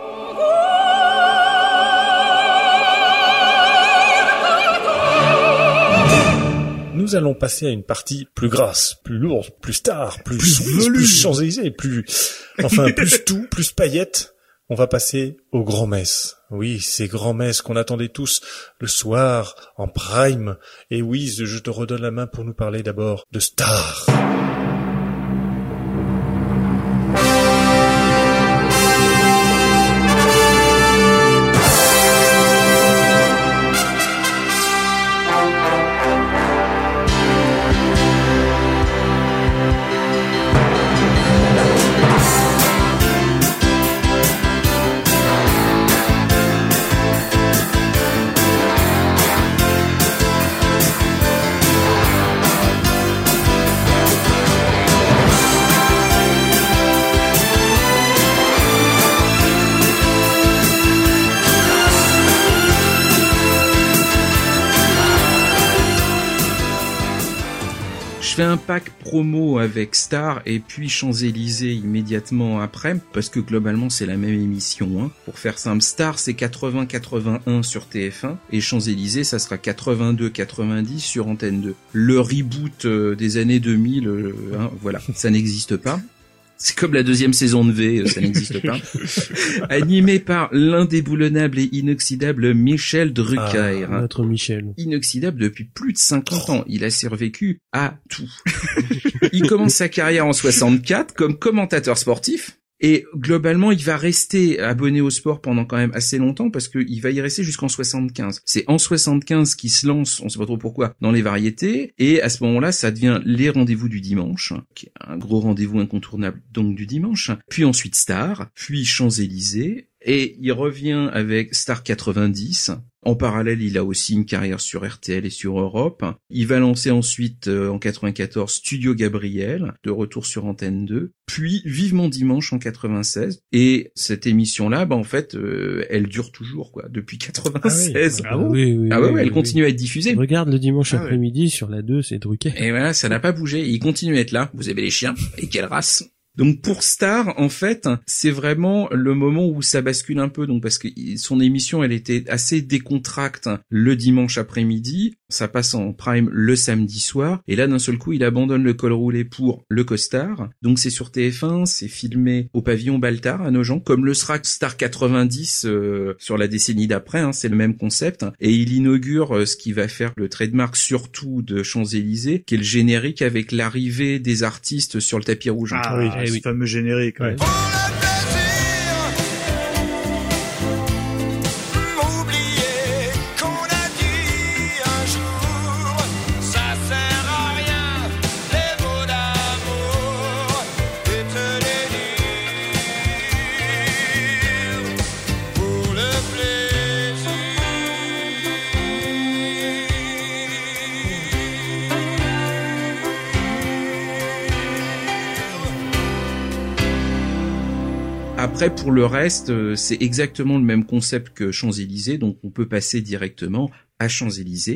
Nous allons passer à une partie plus grasse, plus lourde, plus star, plus, Plus Suisse, velue. plus Champs-Élysées, plus, enfin, plus tout, plus paillettes. On va passer aux grands-messes. Oui, ces grands-messes qu'on attendait tous le soir, en prime. Et oui, je te redonne la main pour nous parler d'abord de Star. Je fais un pack promo avec Star et puis Champs-Élysées immédiatement après, parce que globalement c'est la même émission. Hein. Pour faire simple, Star c'est quatre-vingts quatre-vingt-un sur T F un et Champs-Élysées ça sera quatre-vingt-deux quatre-vingt-dix sur Antenne deux. Le reboot euh, des années deux mille, euh, hein, voilà, ça n'existe pas. C'est comme la deuxième saison de V, ça n'existe pas. Animé par l'indéboulonnable et inoxydable Michel Drucker. Ah, notre Michel. Inoxydable depuis plus de cinquante ans. Il a survécu à tout. Il commence sa carrière en soixante-quatre comme commentateur sportif. Et globalement, il va rester abonné au sport pendant quand même assez longtemps parce qu'il va y rester jusqu'en soixante-quinze. C'est en soixante-quinze qu'il se lance, on sait pas trop pourquoi, dans les variétés. Et à ce moment-là, ça devient les rendez-vous du dimanche, qui est un gros rendez-vous incontournable donc du dimanche. Puis ensuite Star, puis Champs-Élysées. Et il revient avec Star quatre-vingt-dix. En parallèle, il a aussi une carrière sur R T L et sur Europe. Il va lancer ensuite, euh, en quatre-vingt-quatorze, Studio Gabriel, de retour sur Antenne deux. Puis, Vivement Dimanche en quatre-vingt-seize. Et cette émission-là, bah, en fait, euh, elle dure toujours, quoi, depuis quatre-vingt-seize. Ah oui, oui, Ah ouais, oui, ouais, elle oui. continue à être diffusée. Regarde le dimanche Ah ouais. après-midi sur la deux, c'est Drucker. Et voilà, ça n'a pas bougé. Il continue à être là. Vous avez les chiens. Et quelle race! Donc pour Star, en fait, c'est vraiment le moment où ça bascule un peu, donc parce que son émission, elle était assez décontracte le dimanche après-midi, ça passe en prime le samedi soir, et là d'un seul coup, il abandonne le col roulé pour le costard. Donc c'est sur T F un, c'est filmé au pavillon Baltard à Nogent, comme le sera Star quatre-vingt-dix euh, sur la décennie d'après, hein, c'est le même concept, et il inaugure euh, ce qui va faire le trademark surtout de Champs-Élysées, qui est le générique avec l'arrivée des artistes sur le tapis rouge. Ah oui, ce oui. fameux générique. Ouais. M'oublier qu'on a dit un jour, ça sert à rien, les mots d'amour, et te les dire pour le Après, pour le reste, euh, c'est exactement le même concept que Champs-Élysées, donc on peut passer directement à Champs-Élysées.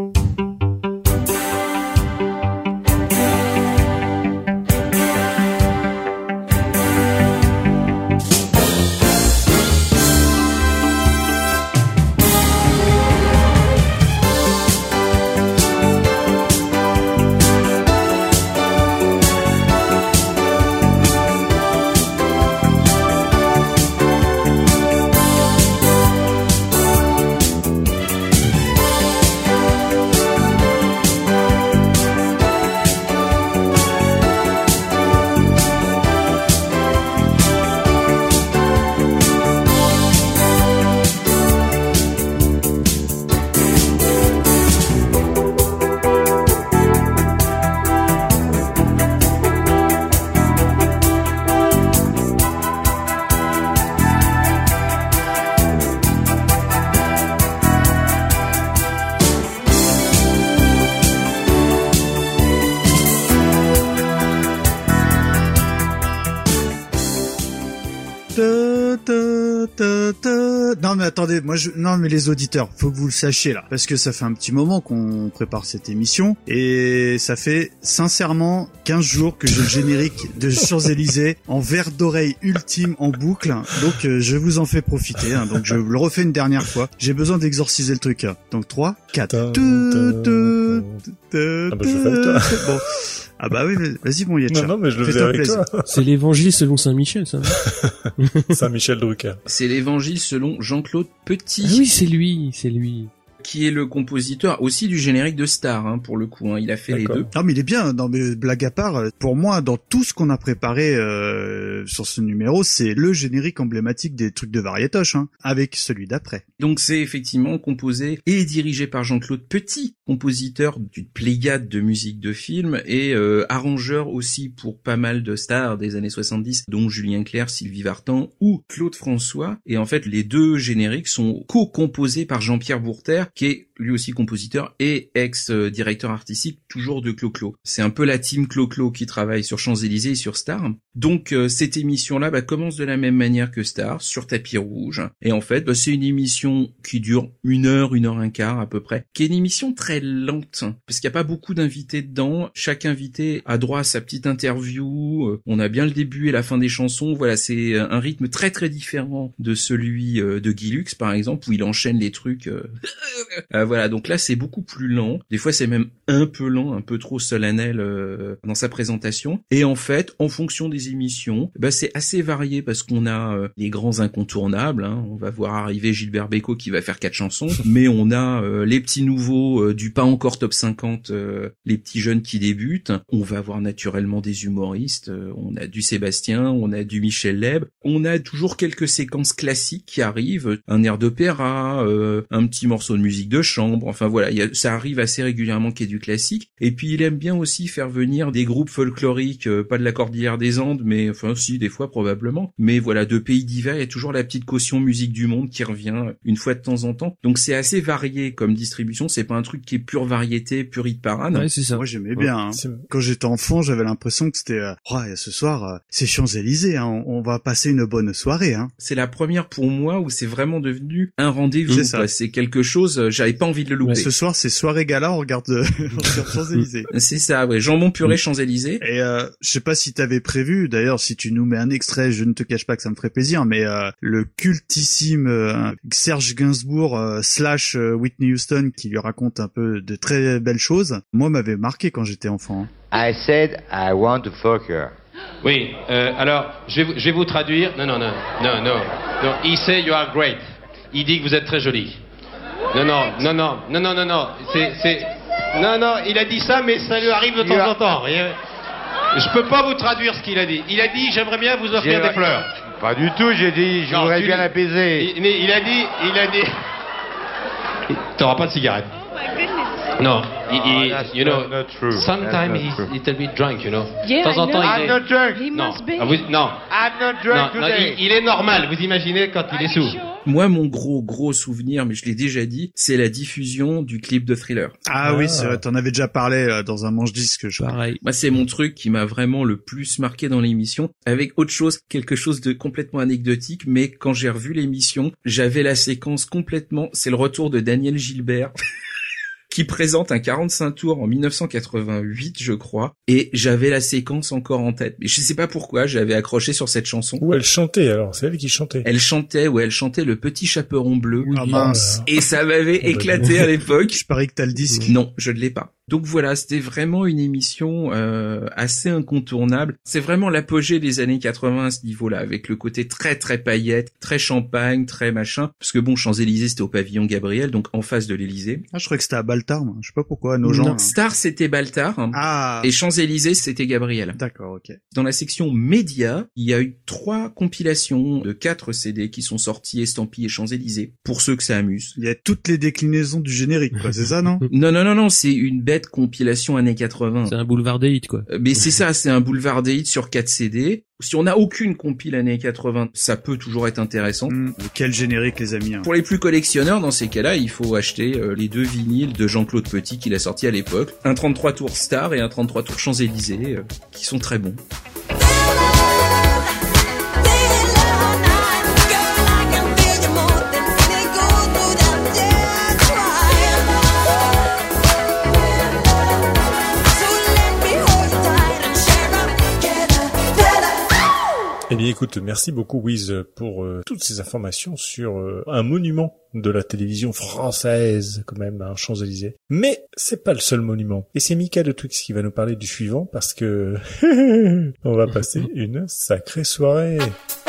Non mais attendez, moi je non mais les auditeurs, faut que vous le sachiez là, parce que ça fait un petit moment qu'on prépare cette émission et ça fait sincèrement quinze jours que j'ai le générique de Champs-Élysées en verre d'oreille ultime en boucle. Donc euh, je vous en fais profiter hein, donc je le refais une dernière fois. J'ai besoin d'exorciser le truc. Hein. Donc trois, quatre. Ah bah je fais avec toi. Bon. Ah bah oui, vas-y mon Yetcha. Non non mais je le faisais avec plaisir. toi. C'est l'évangile selon Saint Michel, ça. Saint-Michel Drucker. C'est l'évangile selon Jean-Claude Petit. Ah oui, c'est lui, c'est lui. Qui est le compositeur aussi du générique de Star, hein, pour le coup. Hein. Il a fait D'accord. les deux. Non mais il est bien, non mais blague à part, pour moi dans tout ce qu'on a préparé euh, sur ce numéro, c'est le générique emblématique des trucs de Variétoche, hein, avec celui d'après. Donc c'est effectivement composé et dirigé par Jean-Claude Petit, compositeur d'une pléiade de musique de film et euh, arrangeur aussi pour pas mal de stars des années soixante-dix, dont Julien Clerc, Sylvie Vartan ou Claude François. Et en fait, les deux génériques sont co-composés par Jean-Pierre Bourter, qui est lui aussi compositeur et ex-directeur artistique toujours de Clo-Clo. C'est un peu la team Clo-Clo qui travaille sur Champs-Élysées et sur Star. Donc euh, cette émission-là bah, commence de la même manière que Star, sur tapis rouge. Et en fait, bah, c'est une émission qui dure une heure, une heure un quart à peu près, qui est une émission très lente, parce qu'il n'y a pas beaucoup d'invités dedans. Chaque invité a droit à sa petite interview. Euh, on a bien le début et la fin des chansons. Voilà, c'est un rythme très très différent de celui euh, de Guy Lux, par exemple, où il enchaîne les trucs... Euh... Euh, voilà, donc là c'est beaucoup plus lent. Des fois c'est même un peu lent, un peu trop solennel euh, dans sa présentation. Et en fait, en fonction des émissions, bah c'est assez varié parce qu'on a euh, les grands incontournables. Hein. On va voir arriver Gilbert Bécaud qui va faire quatre chansons, mais on a euh, les petits nouveaux euh, du pas encore top cinquante, euh, les petits jeunes qui débutent. On va avoir naturellement des humoristes. Euh, on a du Sébastien, on a du Michel Leb. On a toujours quelques séquences classiques qui arrivent, un air d'opéra, euh, un petit morceau de musique de chambre, enfin voilà, y a, ça arrive assez régulièrement qu'il y ait du classique. Et puis il aime bien aussi faire venir des groupes folkloriques, euh, pas de la Cordillère des Andes, mais enfin si, des fois probablement. Mais voilà, de pays divers, il y a toujours la petite caution musique du monde qui revient une fois de temps en temps. Donc c'est assez varié comme distribution, c'est pas un truc qui est pure variété, pure hit parade. Ouais, c'est ça. Moi j'aimais bien. C'est- Hein. Quand j'étais enfant, j'avais l'impression que c'était euh, oh, et ce soir, euh, c'est Champs-Élysées, hein, on, on va passer une bonne soirée. Hein. C'est la première pour moi où c'est vraiment devenu un rendez-vous. C'est ça. quoi. C'est quelque chose, euh, j'avais pas envie de le louper. Ce soir, c'est soirée gala, on regarde euh, sur Champs-Élysées. C'est ça, ouais. Jambon puré Champs-Élysées. Et euh, je sais pas si t'avais prévu, d'ailleurs, si tu nous mets un extrait, je ne te cache pas que ça me ferait plaisir, mais euh, le cultissime euh, Serge Gainsbourg euh, slash euh, Whitney Houston qui lui raconte un peu de très belles choses, moi m'avait marqué quand j'étais enfant. I said I want to fuck her. Oui, euh, alors, je vais, vous- je vais vous traduire. Non, non, non, non, non. Non, he say you are great. Il dit que vous êtes très jolie. Non, non, non, non, non, non, non, non. C'est, c'est... Non, non, il a dit ça, mais ça lui arrive de temps You en temps. rien. Je peux pas vous traduire ce qu'il a dit. Il a dit, j'aimerais bien vous offrir J'ai- des fleurs. Pas du tout, j'ai dit, je Non, voudrais tu bien dis- l'apaiser. Il, il a dit, il a dit... T'auras pas de cigarette. Non, il, il- that's you know, not- not true. sometimes That's not he's true. a little bit drunk, you know. Yeah, de temps en I temps, know. il I'm est... not drunk. He Non, must be. ah, vous- non, I'm not non, drunk non, today. il, il est normal. Vous imaginez quand il est sous. Moi, mon gros gros souvenir, mais je l'ai déjà dit, c'est la diffusion du clip de Thriller. Ah, Ah. oui, c'est vrai, t'en avais déjà parlé euh, dans un manche-disque, je crois. Pareil. Moi, c'est mon truc qui m'a vraiment le plus marqué dans l'émission, avec autre chose, quelque chose de complètement anecdotique, mais quand j'ai revu l'émission, j'avais la séquence complètement, c'est le retour de Daniel Gilbert. qui présente un quarante-cinq tours en dix-neuf cent quatre-vingt-huit, je crois, et j'avais la séquence encore en tête. Mais je sais pas pourquoi, j'avais accroché sur cette chanson. Où elle chantait alors, c'est elle qui chantait. Elle chantait, ouais, elle chantait Le Petit Chaperon Bleu. Ah mince. Et ça m'avait Oh, éclaté bah, à l'époque. Je parie que t'as le disque. Non, je ne l'ai pas. Donc voilà, c'était vraiment une émission euh, assez incontournable. C'est vraiment l'apogée des années quatre-vingts à ce niveau-là, avec le côté très très paillettes, très champagne, très machin. Parce que bon, Champs-Élysées, c'était au pavillon Gabriel, donc en face de l'Élysée. Ah, je croyais que c'était à Baltar, moi. Je sais pas pourquoi, à nos gens. Non, hein. Star, c'était Baltar. Hein, Ah. et Champs-Élysées, c'était Gabriel. D'accord, ok. Dans la section médias, il y a eu trois compilations de quatre C D qui sont sortis estampillés Champs-Élysées, pour ceux que ça amuse. Il y a toutes les déclinaisons du générique, quoi. C'est ça, non? Non, non, non, non, c'est une bête compilation années quatre-vingts. C'est un boulevard des hits, quoi. Euh, Mais c'est ça, c'est un boulevard des hits sur quatre C D. Si on n'a aucune compile années quatre-vingts, ça peut toujours être intéressant. Mmh. Quel générique, les amis. Hein. Pour les plus collectionneurs, dans ces cas-là, il faut acheter euh, les deux vinyles de Jean-Claude Petit qu'il a sorti à l'époque. Un trente-trois tours Star et un trente-trois tours Champs-Élysées, euh, qui sont très bons. Eh bien écoute, merci beaucoup Wiz pour euh, toutes ces informations sur euh, un monument de la télévision française quand même, hein, Champs-Élysées. Mais c'est pas le seul monument. Et c'est Mika de Twix qui va nous parler du suivant parce que on va passer une sacrée soirée.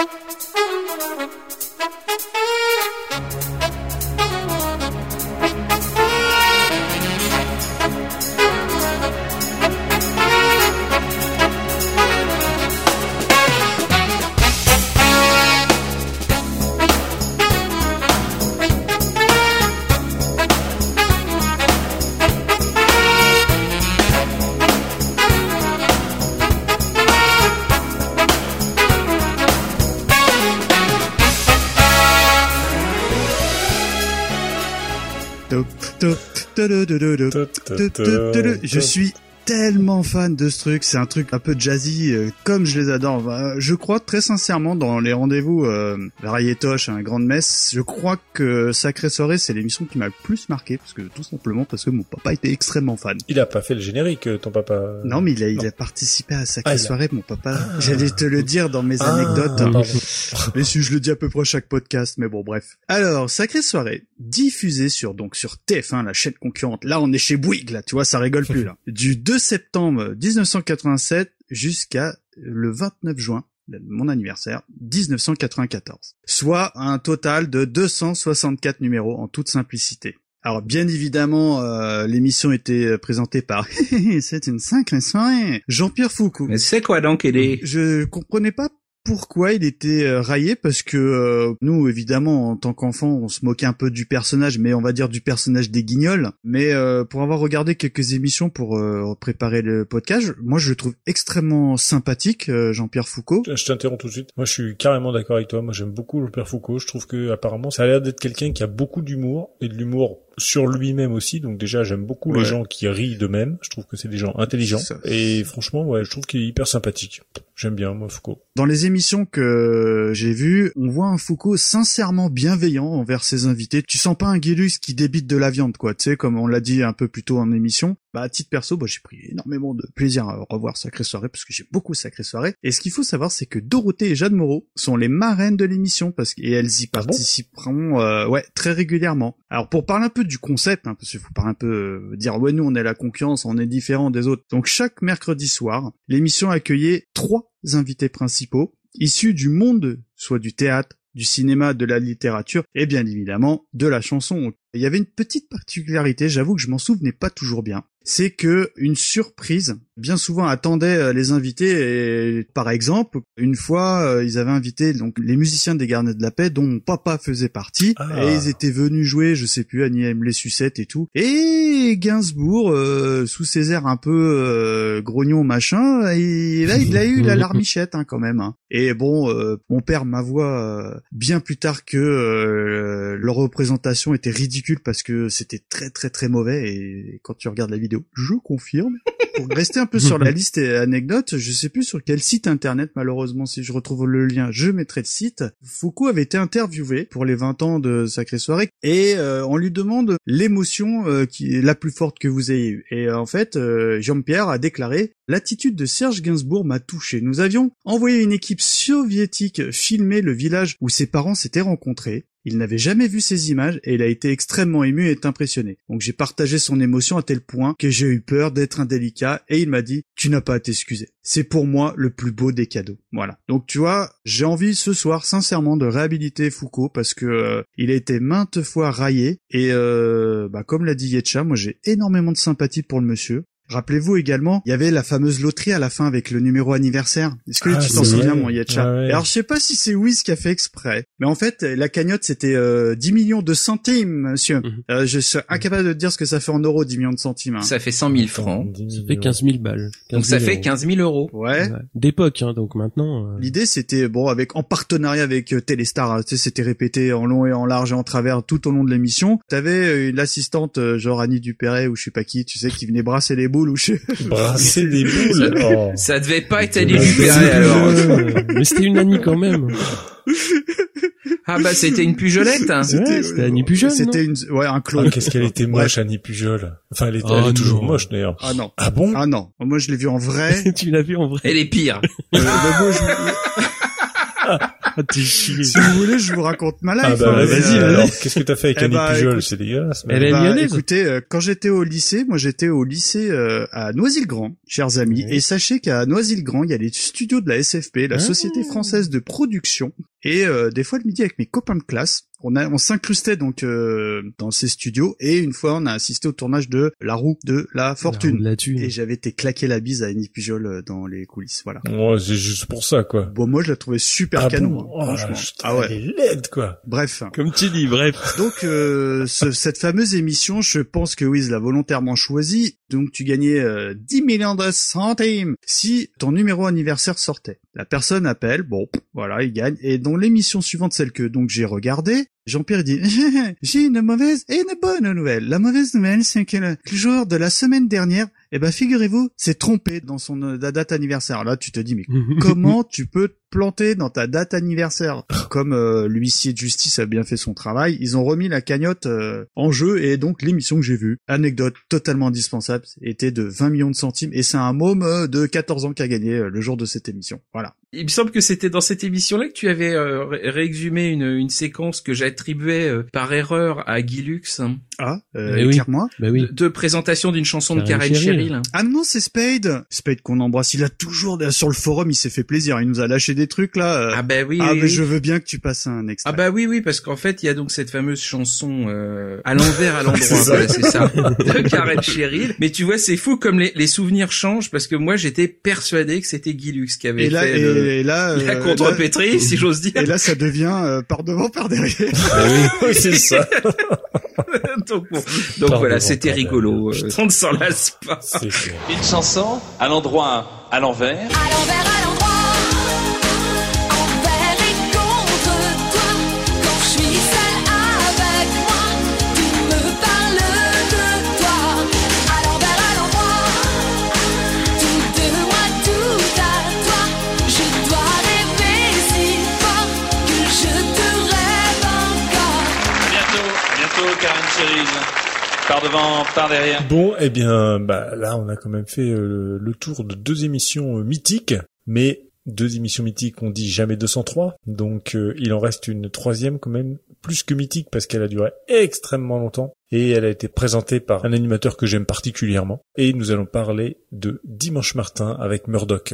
Je suis tellement fan de ce truc, c'est un truc un peu jazzy, euh, comme je les adore. Bah, je crois très sincèrement dans les rendez-vous euh, variétoches, hein, grande messe, je crois que Sacrée Soirée c'est l'émission qui m'a le plus marqué, parce que tout simplement parce que mon papa était extrêmement fan. Il a pas fait le générique, ton papa. Non, mais il a, il non. a participé à Sacrée Ah, Soirée, mon papa. Ah. J'allais te le dire dans mes Ah, anecdotes. pardon. Mais si je le dis à peu près à chaque podcast, mais bon, bref. Alors, Sacrée Soirée, diffusée sur, donc, sur T F un, la chaîne concurrente. Là, on est chez Bouygues, là, tu vois, ça rigole plus, là. Du deux septembre dix-neuf cent quatre-vingt-sept jusqu'à le vingt-neuf juin, mon anniversaire, dix-neuf cent quatre-vingt-quatorze. Soit un total de deux cent soixante-quatre numéros en toute simplicité. Alors bien évidemment, euh, l'émission était présentée par c'est une sacrée soirée, Jean-Pierre Foucault. Mais c'est quoi donc, il est... Je comprenais pas pourquoi il était euh, raillé, parce que euh, nous, évidemment, en tant qu'enfants, on se moquait un peu du personnage, mais on va dire du personnage des Guignols. Mais euh, pour avoir regardé quelques émissions pour euh, préparer le podcast, moi, je le trouve extrêmement sympathique, euh, Jean-Pierre Foucault. Je t'interromps tout de suite. Moi, je suis carrément d'accord avec toi. Moi, j'aime beaucoup Jean-Pierre Foucault. Je trouve que, apparemment, ça a l'air d'être quelqu'un qui a beaucoup d'humour, et de l'humour sur lui-même aussi. Donc déjà, j'aime beaucoup Ouais. les gens qui rient d'eux-mêmes. Je trouve que c'est des gens intelligents. Ça. Et franchement, ouais, je trouve qu'il est hyper sympathique. J'aime bien, moi, Foucault. Dans les émissions que j'ai vues, on voit un Foucault sincèrement bienveillant envers ses invités. Tu sens pas un Guilux qui débite de la viande, quoi. Tu sais, comme on l'a dit un peu plus tôt en émission. Bah, à titre perso, bah, j'ai pris énormément de plaisir à revoir Sacrée Soirée, parce que j'ai beaucoup Sacrée Soirée. Et ce qu'il faut savoir, c'est que Dorothée et Jeanne Moreau sont les marraines de l'émission, parce que, et elles y Ah bon participeront, euh, ouais, très régulièrement. Alors, pour parler un peu du concept, hein, parce qu'il faut parler un peu, euh, dire, ouais, nous, on est la concurrence, on est différent des autres. Donc, chaque mercredi soir, l'émission accueillait trois invités principaux, issus du monde, soit du théâtre, du cinéma, de la littérature, et bien évidemment, de la chanson. Il y avait une petite particularité, j'avoue que je m'en souvenais pas toujours bien. C'est que une surprise, bien souvent, attendait euh, les invités. Et, par exemple, une fois, euh, ils avaient invité donc les musiciens des Garnets de la Paix, dont mon papa faisait partie, Ah. et ils étaient venus jouer, je sais plus, Annie aime les sucettes et tout. Et Gainsbourg, euh, sous ses airs un peu euh, grognon machin, et là, il a eu la larmichette hein, quand même. Hein. Et bon, euh, mon père m'avoua euh, bien plus tard que euh, leur représentation était ridicule parce que c'était très très très mauvais. Et quand tu regardes la vidéo, je confirme. Pour rester un peu sur la liste et anecdotes. Je sais plus sur quel site internet, malheureusement, si je retrouve le lien, je mettrai le site. Foucault avait été interviewé pour les vingt ans de Sacrée Soirée et euh, on lui demande l'émotion euh, qui est la plus forte que vous ayez eue. Et euh, en fait, euh, Jean-Pierre a déclaré: l'attitude de Serge Gainsbourg m'a touché. Nous avions envoyé une équipe soviétique filmer le village où ses parents s'étaient rencontrés. Il n'avait jamais vu ces images et il a été extrêmement ému et est impressionné. Donc j'ai partagé son émotion à tel point que j'ai eu peur d'être indélicat et il m'a dit: tu n'as pas à t'excuser. C'est pour moi le plus beau des cadeaux. Voilà. Donc tu vois, j'ai envie ce soir sincèrement de réhabiliter Foucault parce que euh, il a été maintes fois raillé et euh, bah, comme l'a dit Yetcha, moi j'ai énormément de sympathie pour le monsieur. Rappelez-vous également, il y avait la fameuse loterie à la fin avec le numéro anniversaire. Est-ce que ah, tu t'en souviens, mon Yetcha? ah, ouais. Alors je sais pas si c'est Wiz qui a fait exprès, mais en fait la cagnotte c'était euh, dix millions de centimes, monsieur. Mm-hmm. Euh, je suis incapable de te dire ce que ça fait en euros, dix millions de centimes. Hein. Ça fait cent mille francs. Ça fait quinze mille balles. Donc ça fait quinze mille euros. Ouais. Ouais. D'époque, hein, donc maintenant. Euh... L'idée c'était bon avec en partenariat avec euh, Téléstar. Hein, tu sais, c'était répété en long et en large et en travers tout au long de l'émission. T'avais une assistante euh, genre Annie Dupéret ou je sais pas qui, tu sais, qui venait brasser les boules ou je brasser des boules. Ça, oh. ça devait pas être Annie Dupéret alors. Mais c'était une Annie quand même. Ah bah c'était une Pujolette. Hein. C'était, ouais, c'était Annie Pujol. C'était une, ouais, un clone. Ah, qu'est-ce qu'elle était moche, Annie Pujol. Enfin, elle, était, oh, elle est toujours moche d'ailleurs. Ah non. Ah bon? Ah non. Moi je l'ai vue en vrai. Tu l'as vue en vrai. Elle est pire. Euh, bah, moi, je... Ah, t'es chier. Si vous voulez, je vous raconte ma life. Ah bah hein, vas-y, euh, alors qu'est-ce que t'as fait avec eh Annie bah, Pujol? écoute, C'est dégueulasse. Elle est bah, lyonnaise. Écoutez, euh, quand j'étais au lycée, moi j'étais au lycée euh, à Noisy-le-Grand, chers amis, Oui. et sachez qu'à Noisy-le-Grand, il y a les studios de la S F P, la Ah. Société Française de Production, et euh, des fois le midi avec mes copains de classe, on a, on s'incrustait donc euh, dans ces studios, et une fois on a assisté au tournage de La Roue de la Fortune. La thune. Et j'avais été claquer la bise à Annie Pujol euh, dans les coulisses, voilà. Ouais, c'est juste pour ça, quoi. Bon, moi je la trouvais super Ah canon, bon hein, oh, franchement. putain, Ah ouais. elle est laide, quoi. Bref. Comme tu dis, bref. Donc euh, ce- cette fameuse émission, je pense que Wiz l'a volontairement choisie. Donc tu gagnais euh, dix millions de centimes si ton numéro anniversaire sortait. La personne appelle, bon, voilà, il gagne. Et dans l'émission suivante, celle que donc j'ai regardée, Jean-Pierre dit « J'ai une mauvaise et une bonne nouvelle. La mauvaise nouvelle, c'est que le, le joueur de la semaine dernière, eh ben figurez-vous, s'est trompé dans son euh, la date anniversaire. » Là, tu te dis « Mais comment tu peux te planter dans ta date anniversaire ?» Comme euh, l'huissier de justice a bien fait son travail, ils ont remis la cagnotte euh, en jeu et donc l'émission que j'ai vue, anecdote totalement indispensable, était de vingt millions de centimes et c'est un môme euh, de quatorze ans qui a gagné euh, le jour de cette émission. Voilà. Il me semble que c'était dans cette émission-là que tu avais euh, ré- réexhumé une, une séquence que j'attribuais euh, par erreur à Guy Lux, hein, Ah, euh, Eh oui. éclaire-moi. Bah oui. de, de présentation d'une chanson de Karen Karen Cheryl. Cheryl. Ah non, c'est Spade. Spade qu'on embrasse. Il a toujours, sur le forum, il s'est fait plaisir. Il nous a lâché des trucs, là. euh. Ah bah oui, Ah, oui, mais oui. je veux bien que tu passes un extrait. Ah bah oui, oui, parce qu'en fait, il y a donc cette fameuse chanson euh, à l'envers, à l'endroit, C'est ça. voilà, c'est ça, de Karen Cheryl. Mais tu vois, c'est fou comme les, les souvenirs changent, parce que moi, j'étais persuadé que c'était Guy Lux qui avait et là, fait et, le, et là, la euh, contrepétrie, là- si j'ose dire. Et là, ça devient euh, par devant, par derrière. Oui, c'est ça. donc bon, donc Par voilà, devant, c'était par rigolo. derrière. Euh, on ne s'en lasse pas. C'est sûr. Une chanson à l'endroit, à l'envers. À l'envers, à l'endroit, envers et contre toi. Quand je suis seule avec moi, tu me parles de toi. À l'envers, à l'endroit, tout de moi, tout à toi. Je dois rêver si fort que je te rêve encore. Bientôt, bientôt, Karen Cheryl. Par devant, par derrière. Bon, eh bien, bah là, on a quand même fait euh, le tour de deux émissions euh, mythiques, mais deux émissions mythiques, on dit jamais deux cent trois, donc euh, il en reste une troisième quand même, plus que mythique, parce qu'elle a duré extrêmement longtemps, et elle a été présentée par un animateur que j'aime particulièrement, et nous allons parler de Dimanche Martin avec Murdoch.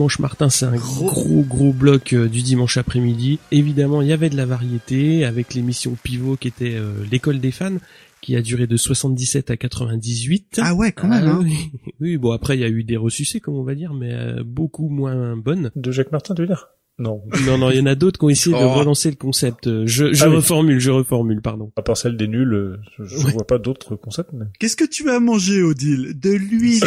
Dimanche Martin, c'est un gros gros, gros bloc euh, du dimanche après-midi. Évidemment, il y avait de la variété avec l'émission pivot qui était euh, l'école des fans, qui a duré de soixante-dix-sept à quatre-vingt-dix-huit. Ah ouais, quand même. Ah, hein. oui. oui, bon après il y a eu des ressucés comme on va dire, mais euh, beaucoup moins bonnes. De Jacques Martin, tu veux dire? Non. Non, non, il y en a d'autres qui ont essayé de Oh. relancer le concept. Je, je Ah oui. reformule, je reformule, pardon. À part celle des nuls, euh, je, je Ouais. vois pas d'autres concepts. Mais... Qu'est-ce que tu as mangé, Odile? De l'huile.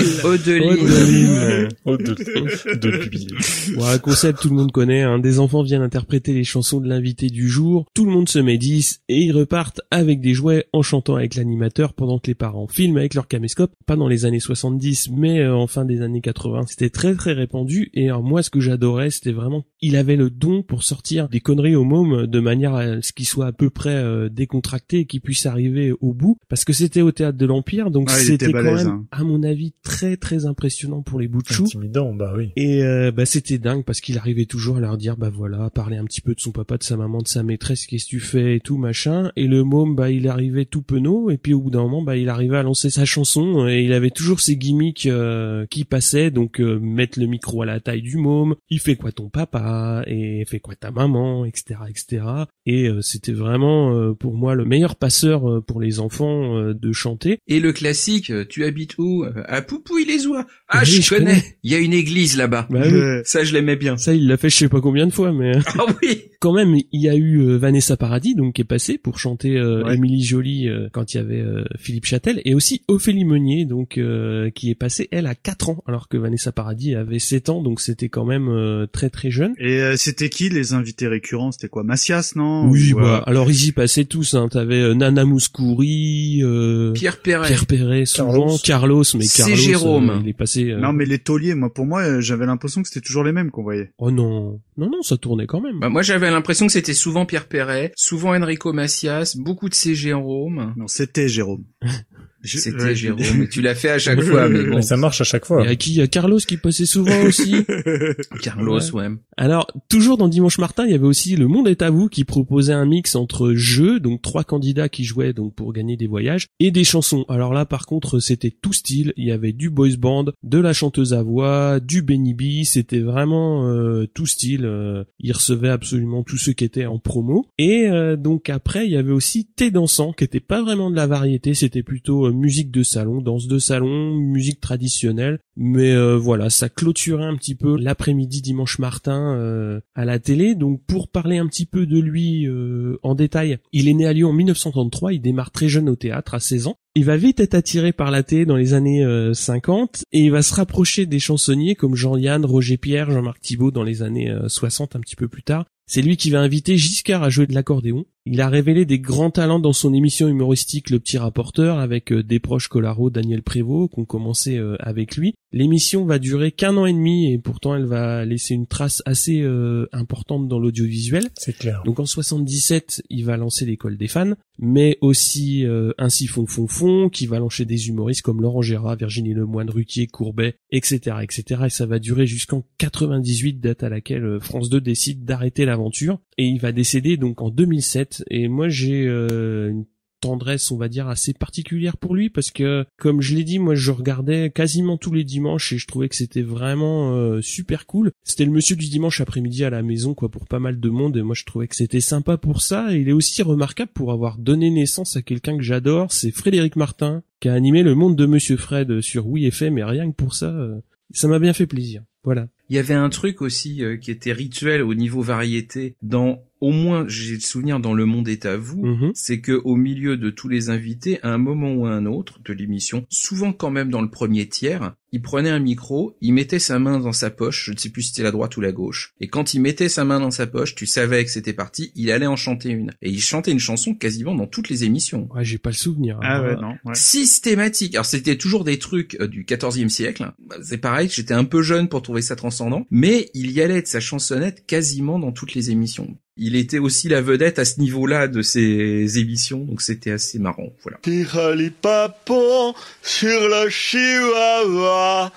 Odeline. Oh, de, de l'huile. Bon, un concept, tout le monde connaît, hein. Des enfants viennent interpréter les chansons de l'invité du jour, tout le monde se met dix, et ils repartent avec des jouets en chantant avec l'animateur pendant que les parents filment avec leur caméscope. Pas dans les années soixante-dix, mais euh, en fin des années quatre-vingts. C'était très très répandu, et alors, moi ce que j'adorais, c'était vraiment, il avait le don pour sortir des conneries au môme de manière à ce qu'il soit à peu près euh, décontracté et qu'il puisse arriver au bout, parce que c'était au Théâtre de l'Empire, donc Ah, il c'était était quand balèze, même, hein. à mon avis, très très impressionnant pour les bouts de chou. Intimidant, bah oui. Et euh, bah c'était dingue parce qu'il arrivait toujours à leur dire bah voilà, parler un petit peu de son papa, de sa maman, de sa maîtresse, qu'est-ce que tu fais et tout machin. Et le môme bah il arrivait tout penaud et puis au bout d'un moment bah il arrivait à lancer sa chanson et il avait toujours ses gimmicks euh, qui passaient, donc euh, mettre le micro à la taille du môme, il fait quoi ton papa et fait quoi ta maman, et cetera, et cetera. Et euh, c'était vraiment euh, pour moi le meilleur passeur euh, pour les enfants euh, de chanter. Et le classique, euh, tu habites où? Euh, À Poupouille-les-Oies. Ah, Oui, je, je connais. connais. Il y a une église là-bas. Bah oui. Euh, Ça, je l'aimais bien. Ça il l'a fait je sais pas combien de fois mais Ah oui. quand même, il y a eu euh, Vanessa Paradis, donc qui est passée pour chanter euh, Ouais. Émilie Joly euh, quand il y avait euh, Philippe Châtel, et aussi Ophélie Meunier, donc euh, qui est passée elle à quatre ans, alors que Vanessa Paradis avait sept ans, donc c'était quand même euh, très très jeune. Et euh, c'était qui les invités récurrents? C'était quoi? Macias, non? Oui, Ou, bah euh, alors ils y passaient tous. Hein. T'avais euh, Nana Mouskouri, euh, Pierre Perret. Pierre Perret, souvent Carlos. Carlos, mais C'est Carlos, Jérôme. euh, il est passé. euh, Non, mais les tauliers, moi, pour moi, euh, j'avais l'impression que c'était toujours les mêmes qu'on voyait. Oh non, non non, ça tournait quand même. Bah, moi, j'avais l'impression que c'était souvent Pierre Perret, souvent Enrico Macias, beaucoup de C. Jérôme. Non, c'était Jérôme. Je- C'était ouais, Jérôme. Et tu l'as fait à chaque fois, mais bon. Mais ça marche à chaque fois. Il y a qui? Il y a Carlos qui passait souvent aussi. Carlos, ouais. Alors, toujours dans Dimanche Martin, il y avait aussi Le Monde est à vous qui proposait un mix entre jeux, donc trois candidats qui jouaient donc pour gagner des voyages, et des chansons. Alors là, par contre, c'était tout style. Il y avait du boys band, de la chanteuse à voix, du Benny B. C'était vraiment euh, tout style. Euh, ils recevaient absolument tous ceux qui étaient en promo. Et euh, donc après, il y avait aussi Thé dansant, qui était pas vraiment de la variété. C'était plutôt euh, musique de salon, danse de salon, musique traditionnelle. Mais euh, voilà, ça clôturait un petit peu l'après-midi Dimanche Martin euh, à la télé. Donc pour parler un petit peu de lui euh, en détail, il est né à Lyon en mille neuf cent trente-trois, il démarre très jeune au théâtre, à seize ans. Il va vite être attiré par la télé dans les années euh, cinquante et il va se rapprocher des chansonniers comme Jean-Yann, Roger Pierre, Jean-Marc Thibault dans les années euh, soixante, un petit peu plus tard. C'est lui qui va inviter Giscard à jouer de l'accordéon. Il a révélé des grands talents dans son émission humoristique Le Petit Rapporteur avec euh, des proches Collaro, Daniel Prévost qui ont commencé euh, avec lui. L'émission va durer qu'un an et demi et pourtant elle va laisser une trace assez euh, importante dans l'audiovisuel. C'est clair. Donc en soixante-dix-sept, il va lancer l'école des fans, mais aussi euh, Ainsi font font font, qui va lancer des humoristes comme Laurent Gérard, Virginie Lemoine, Ruquier, Courbet, et cetera, et cetera. Et ça va durer jusqu'en quatre-vingt-dix-huit, date à laquelle euh, France deux décide d'arrêter l'aventure. Et il va décéder donc en deux mille sept. Et moi j'ai euh, une tendresse, on va dire, assez particulière pour lui parce que, comme je l'ai dit, moi je regardais quasiment tous les dimanches et je trouvais que c'était vraiment euh, super cool. C'était le monsieur du dimanche après-midi à la maison, quoi, pour pas mal de monde, et moi je trouvais que c'était sympa pour ça. Et il est aussi remarquable pour avoir donné naissance à quelqu'un que j'adore, c'est Frédéric Martin, qui a animé Le Monde de Monsieur Fred sur Oui F M, et rien que pour ça, euh, ça m'a bien fait plaisir. Voilà. Il y avait un truc aussi euh, qui était rituel au niveau variété dans, au moins j'ai le souvenir dans Le Monde est à vous, Mhm. c'est que au milieu de tous les invités, à un moment ou à un autre de l'émission, souvent quand même dans le premier tiers, il prenait un micro, il mettait sa main dans sa poche, je ne sais plus si c'était la droite ou la gauche, et quand il mettait sa main dans sa poche, tu savais que c'était parti, il allait en chanter une. Et il chantait une chanson quasiment dans toutes les émissions. Ouais, j'ai pas le souvenir. Ah ouais, Voilà. non. Ouais. Systématique. Alors c'était toujours des trucs euh, du quatorzième siècle. Bah, c'est pareil, j'étais un peu jeune pour trouver ça transcendant, mais il y allait de sa chansonnette quasiment dans toutes les émissions. Il était aussi la vedette à ce niveau-là de ses émissions, donc c'était assez marrant. Voilà. Tire les papons sur le chihuahua.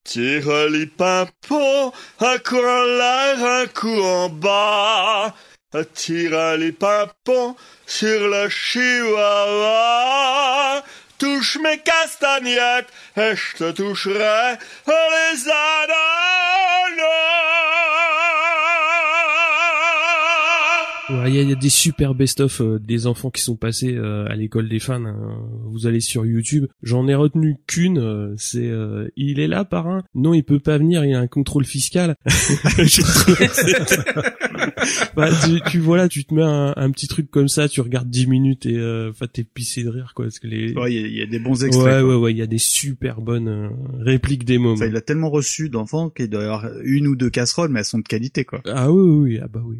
Tire les papons, un coup en l'air, un coup en bas. Tire les papons sur le chihuahua. touche mes castagnettes et je te toucherai les ananas. Il y, a, il y a des super best-of euh, des enfants qui sont passés euh, à l'école des fans. Hein. Vous allez sur YouTube. J'en ai retenu qu'une. Euh, c'est euh, il est là, parrain. Non, il peut pas venir. Il y a un contrôle fiscal. J'ai trouvé cette... bah, tu, tu voilà, tu te mets un, un petit truc comme ça. Tu regardes dix minutes et enfin euh, t'es pissé de rire quoi. Parce que les. Ouais, il y, a, il y a des bons extraits. Ouais, quoi. ouais, ouais. Il y a des super bonnes euh, répliques des moments. Enfin, il a tellement reçu d'enfants qu'il doit y avoir une ou deux casseroles, mais elles sont de qualité quoi. Ah oui, oui, ah bah oui.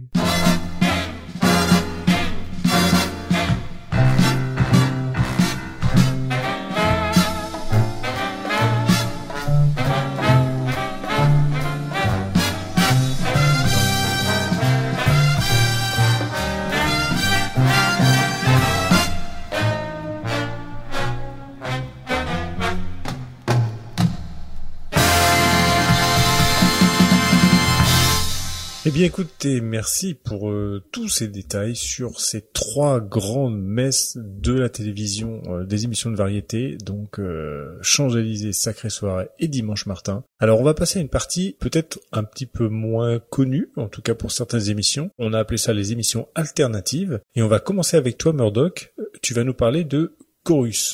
Eh bien écoutez, merci pour euh, tous ces détails sur ces trois grandes messes de la télévision, euh, des émissions de variété, donc euh, Champs-Élysées, Sacrée Soirée et Dimanche Martin. Alors on va passer à une partie peut-être un petit peu moins connue, en tout cas pour certaines émissions. On a appelé ça les émissions alternatives, et on va commencer avec toi Murdoch. Tu vas nous parler de Chorus.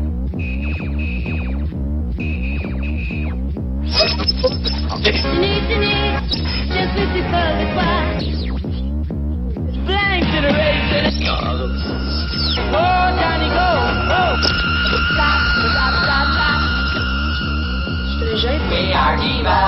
Je suis si folle de toi. Blank generation. Oh, Johnny, go. Oh. Stop, stop, stop, stop. Je te l'ai déjà fait. We are Devo.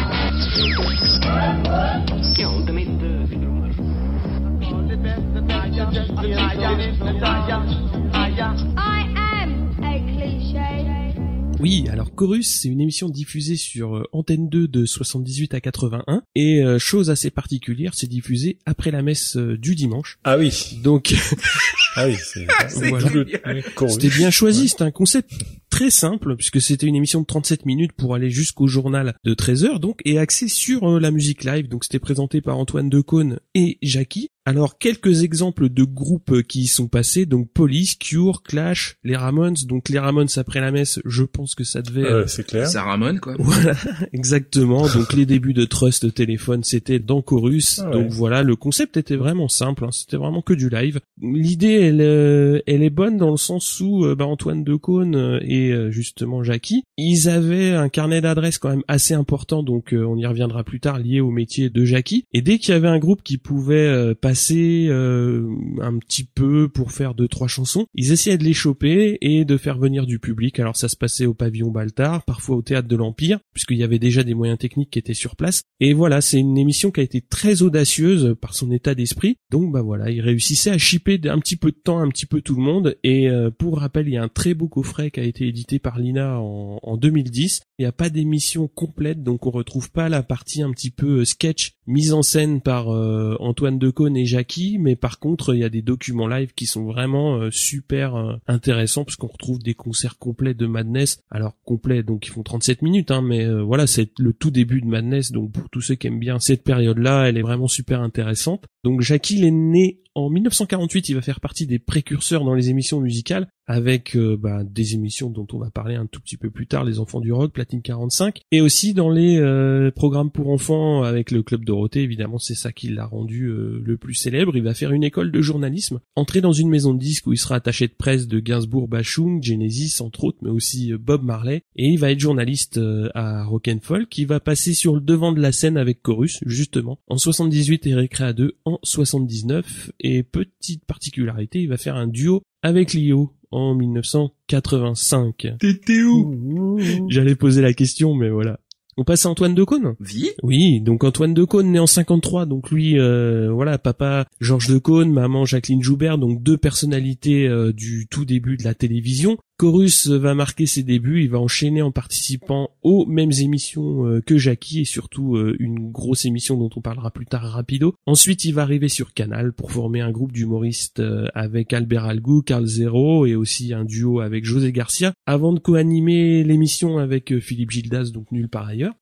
I am a cliché. Oui, alors Chorus, c'est une émission diffusée sur euh, Antenne deux de soixante-dix-huit à quatre-vingt-un et euh, chose assez particulière, c'est diffusé après la messe euh, du dimanche. Ah oui. Donc ah oui, c'est, c'est voilà. C'était bien choisi, ouais. C'était un concept très simple puisque c'était une émission de trente-sept minutes pour aller jusqu'au journal de treize heures donc et axé sur euh, la musique live. Donc c'était présenté par Antoine Decaune et Jackie. Alors, quelques exemples de groupes qui y sont passés, donc Police, Cure, Clash, les Ramones, donc les Ramones après la messe, je pense que ça devait... Euh, c'est clair. Ça Ramone, quoi. Voilà, exactement, donc les débuts de Trust Téléphone, c'était dans Chorus, ah ouais. Donc voilà, le concept était vraiment simple, hein, c'était vraiment que du live. L'idée, elle, euh, elle est bonne dans le sens où euh, bah, Antoine Decaune et euh, justement Jackie, ils avaient un carnet d'adresses quand même assez important, donc euh, on y reviendra plus tard, lié au métier de Jackie, et dès qu'il y avait un groupe qui pouvait euh, passer euh, un petit peu pour faire deux trois chansons, ils essayaient de les choper et de faire venir du public. Alors ça se passait au pavillon Baltard, parfois au théâtre de l'Empire, puisqu'il y avait déjà des moyens techniques qui étaient sur place. Et voilà, c'est une émission qui a été très audacieuse par son état d'esprit. Donc bah voilà, ils réussissaient à shipper un petit peu de temps, un petit peu tout le monde. Et euh, pour rappel, il y a un très beau coffret qui a été édité par Lina en, en deux mille dix. Il n'y a pas d'émission complète, donc on retrouve pas la partie un petit peu sketch mise en scène par euh, Antoine Decaune et Jackie, mais par contre il y a des documents live qui sont vraiment euh, super euh, intéressants parce qu'on retrouve des concerts complets de Madness. Alors complets, donc ils font trente-sept minutes, hein, mais euh, voilà, c'est le tout début de Madness, donc pour tous ceux qui aiment bien cette période-là, elle est vraiment super intéressante. Donc Jackie, il est né en mille neuf cent quarante-huit, il va faire partie des précurseurs dans les émissions musicales avec euh, bah, des émissions dont on va parler un tout petit peu plus tard, les Enfants du Rock, Platine quarante-cinq, et aussi dans les euh, programmes pour enfants avec le Club Dorothée, évidemment c'est ça qui l'a rendu euh, le plus célèbre. Il va faire une école de journalisme, entrer dans une maison de disques où il sera attaché de presse de Gainsbourg, Bashung, Genesis entre autres, mais aussi euh, Bob Marley, et il va être journaliste euh, à Rock and Folk, il va passer sur le devant de la scène avec Chorus, justement, en soixante-dix-huit et Récréa deux en soixante-dix-neuf, et petite particularité, il va faire un duo avec Lio en mille neuf cent quatre-vingt-cinq. T'étais où? J'allais poser la question, mais voilà. On passe à Antoine Decaune. Oui. Oui, donc Antoine Decaune, né en cinquante-trois, donc lui, euh, voilà, papa Georges Decaune, maman Jacqueline Joubert, donc deux personnalités euh, du tout début de la télévision. Chorus va marquer ses débuts, il va enchaîner en participant aux mêmes émissions euh, que Jackie et surtout euh, une grosse émission dont on parlera plus tard, Rapido. Ensuite, il va arriver sur Canal pour former un groupe d'humoristes euh, avec Albert Algou, Carl Zero et aussi un duo avec José Garcia, avant de co-animer l'émission avec euh, Philippe Gildas, donc Nul par ailleurs.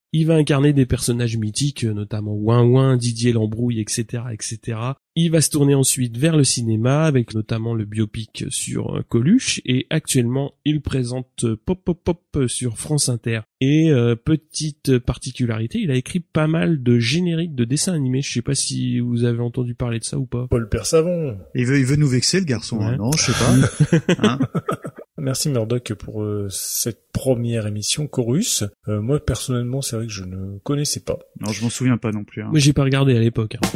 Il va incarner des personnages mythiques, notamment Ouin Ouin, Didier l'Embrouille, et cetera, et cetera. Il va se tourner ensuite vers le cinéma, avec notamment le biopic sur Coluche, et actuellement, il présente Pop Pop Pop sur France Inter. Et euh, petite particularité, il a écrit pas mal de génériques de dessins animés. Je sais pas si vous avez entendu parler de ça ou pas. Paul Persavon. Il veut, il veut nous vexer, le garçon. Ouais. Hein, non, je sais pas. Hein. Merci Murdoch pour euh, cette première émission Chorus. Euh, moi personnellement, c'est vrai que je ne connaissais pas. Non, je m'en souviens pas non plus. Hein. Moi, j'ai pas regardé à l'époque. Hein.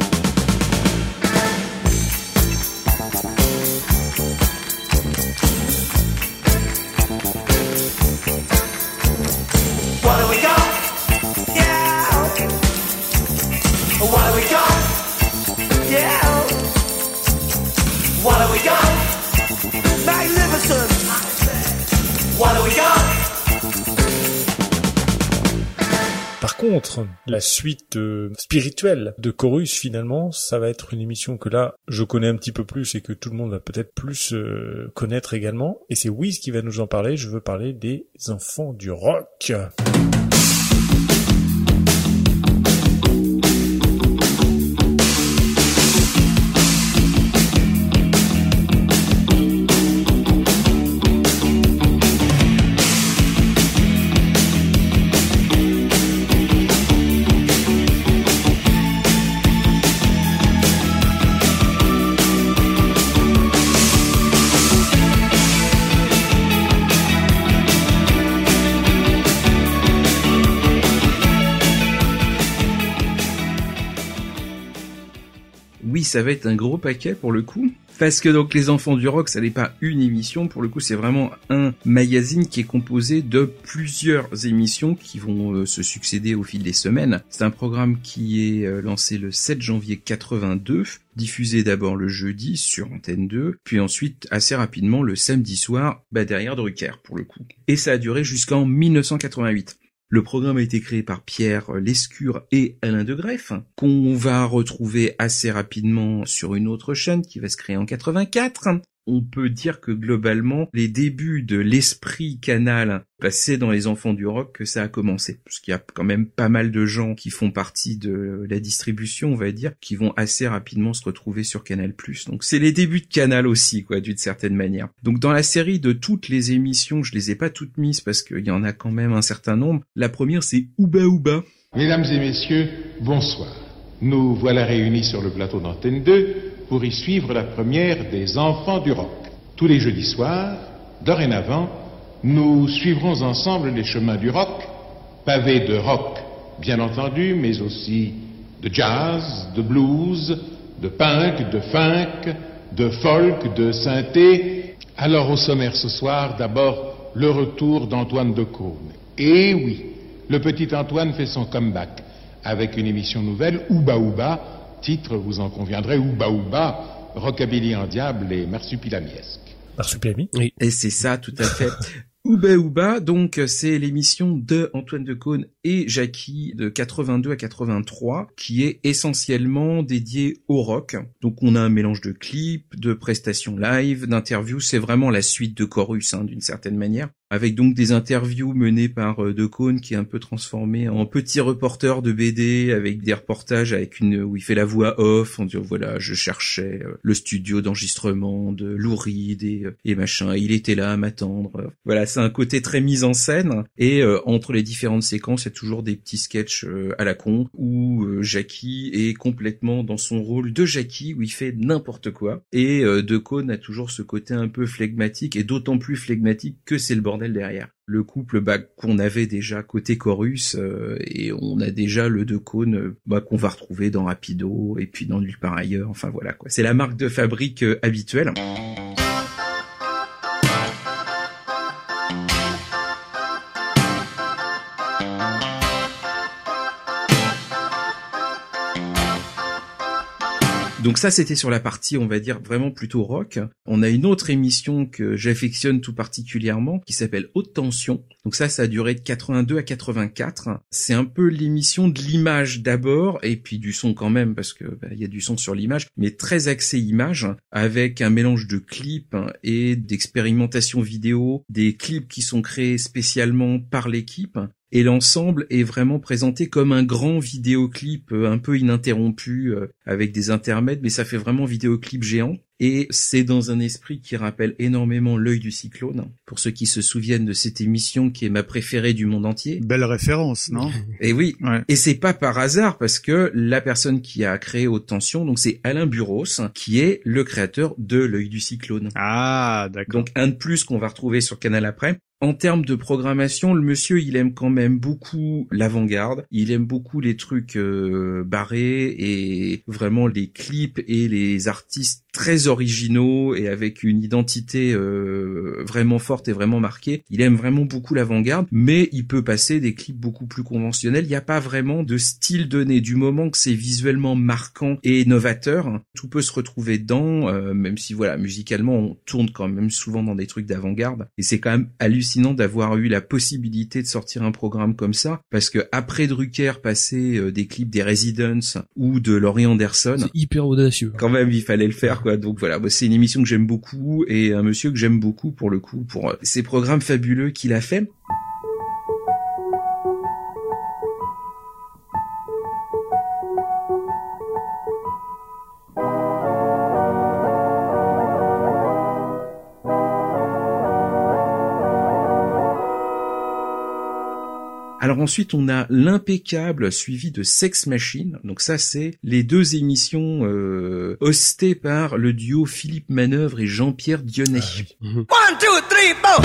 What do we got? Yeah. What do we got? Yeah. What do we got? Magnificent. What do we got? Par contre, la suite euh, spirituelle de Chorus, finalement, ça va être une émission que là, je connais un petit peu plus et que tout le monde va peut-être plus euh, connaître également. Et c'est Wiz qui va nous en parler. Je veux parler des enfants du rock. Oui, ça va être un gros paquet pour le coup. Parce que donc les enfants du rock, ça n'est pas une émission, pour le coup c'est vraiment un magazine qui est composé de plusieurs émissions qui vont euh, se succéder au fil des semaines. C'est un programme qui est euh, lancé le sept janvier quatre-vingt-deux, diffusé d'abord le jeudi sur Antenne deux, puis ensuite assez rapidement le samedi soir, bah derrière Drucker pour le coup. Et ça a duré jusqu'en mille neuf cent quatre-vingt-huit. Le programme a été créé par Pierre Lescure et Alain de Greff, qu'on va retrouver assez rapidement sur une autre chaîne qui va se créer en quatre-vingt-quatre. On peut dire que globalement, les débuts de l'esprit Canal passé dans les enfants du rock, que ça a commencé. Parce qu'il y a quand même pas mal de gens qui font partie de la distribution, on va dire, qui vont assez rapidement se retrouver sur Canal+. Donc c'est les débuts de Canal aussi, quoi, d'une certaine manière. Donc dans la série de toutes les émissions, je les ai pas toutes mises parce qu'il y en a quand même un certain nombre. La première, c'est Ouba Ouba. Mesdames et messieurs, bonsoir. Nous voilà réunis sur le plateau d'Antenne deux pour y suivre la première des enfants du rock. Tous les jeudis soirs, dorénavant, nous suivrons ensemble les chemins du rock, pavés de rock, bien entendu, mais aussi de jazz, de blues, de punk, de funk, de folk, de synthé. Alors au sommaire ce soir, d'abord, le retour d'Antoine Decaune. Et oui, le petit Antoine fait son comeback avec une émission nouvelle, Ouba Ouba, titre, vous en conviendrez, Ouba Ouba, Rockabilly en diable et marsupilamiesque. Marsupilami ? Oui. Et c'est ça, tout à fait. Ouba Ouba, donc, c'est l'émission de Antoine Decaune et Jackie de quatre-vingt-deux à quatre-vingt-trois, qui est essentiellement dédiée au rock. Donc, on a un mélange de clips, de prestations live, d'interviews. C'est vraiment la suite de Chorus, hein, d'une certaine manière. Avec donc des interviews menées par euh, Decaune, qui est un peu transformé en petit reporter de B D, avec des reportages avec une où il fait la voix off, en disant voilà, je cherchais euh, le studio d'enregistrement de Lou Reed et, euh, et machin, il était là à m'attendre. Voilà, c'est un côté très mise en scène, et euh, entre les différentes séquences, il y a toujours des petits sketchs euh, à la con, où euh, Jackie est complètement dans son rôle de Jackie, où il fait n'importe quoi, et euh, Decaune a toujours ce côté un peu flegmatique, et d'autant plus flegmatique que c'est le bordel derrière. Le couple bah, qu'on avait déjà côté Chorus, euh, et on a déjà le Decaune euh, bah, qu'on va retrouver dans Rapido et puis dans Nulle part ailleurs, enfin voilà quoi. C'est la marque de fabrique euh, habituelle. Donc ça, c'était sur la partie, on va dire, vraiment plutôt rock. On a une autre émission que j'affectionne tout particulièrement, qui s'appelle Haute Tension. Donc ça, ça a duré de quatre-vingt-deux à quatre-vingt-quatre. C'est un peu l'émission de l'image d'abord, et puis du son quand même, parce que bah, y a du son sur l'image, mais très axé image, avec un mélange de clips et d'expérimentation vidéo, des clips qui sont créés spécialement par l'équipe, et l'ensemble est vraiment présenté comme un grand vidéoclip euh, un peu ininterrompu euh, avec des intermèdes, mais ça fait vraiment vidéoclip géant. Et c'est dans un esprit qui rappelle énormément L'œil du cyclone. Pour ceux qui se souviennent de cette émission qui est ma préférée du monde entier. Belle référence, non? Et oui. Ouais. Et c'est pas par hasard parce que la personne qui a créé Haute Tension, donc c'est Alain Buros, qui est le créateur de L'œil du cyclone. Ah, d'accord. Donc un de plus qu'on va retrouver sur Canal après. En termes de programmation, le monsieur, il aime quand même beaucoup l'avant-garde. Il aime beaucoup les trucs euh, barrés et vraiment les clips et les artistes très originaux et avec une identité euh, vraiment forte et vraiment marquée. Il aime vraiment beaucoup l'avant-garde, mais il peut passer des clips beaucoup plus conventionnels. Il n'y a pas vraiment de style donné. Du moment que c'est visuellement marquant et novateur, tout peut se retrouver dedans, euh, même si voilà, musicalement, on tourne quand même souvent dans des trucs d'avant-garde. Et c'est quand même hallucinant d'avoir eu la possibilité de sortir un programme comme ça, parce que après Drucker, passer euh, des clips des Residents ou de Laurie Anderson, c'est hyper audacieux. Quand même, il fallait le faire, quoi. Donc voilà, bah, c'est une émission que j'aime beaucoup et un monsieur que j'aime beaucoup pour le coup, pour euh, ces programmes fabuleux qu'il a fait. Alors ensuite, on a l'impeccable suivi de Sex Machine. Donc ça, c'est les deux émissions euh, hostées par le duo Philippe Manœuvre et Jean-Pierre Dionnet. One, two, three, four.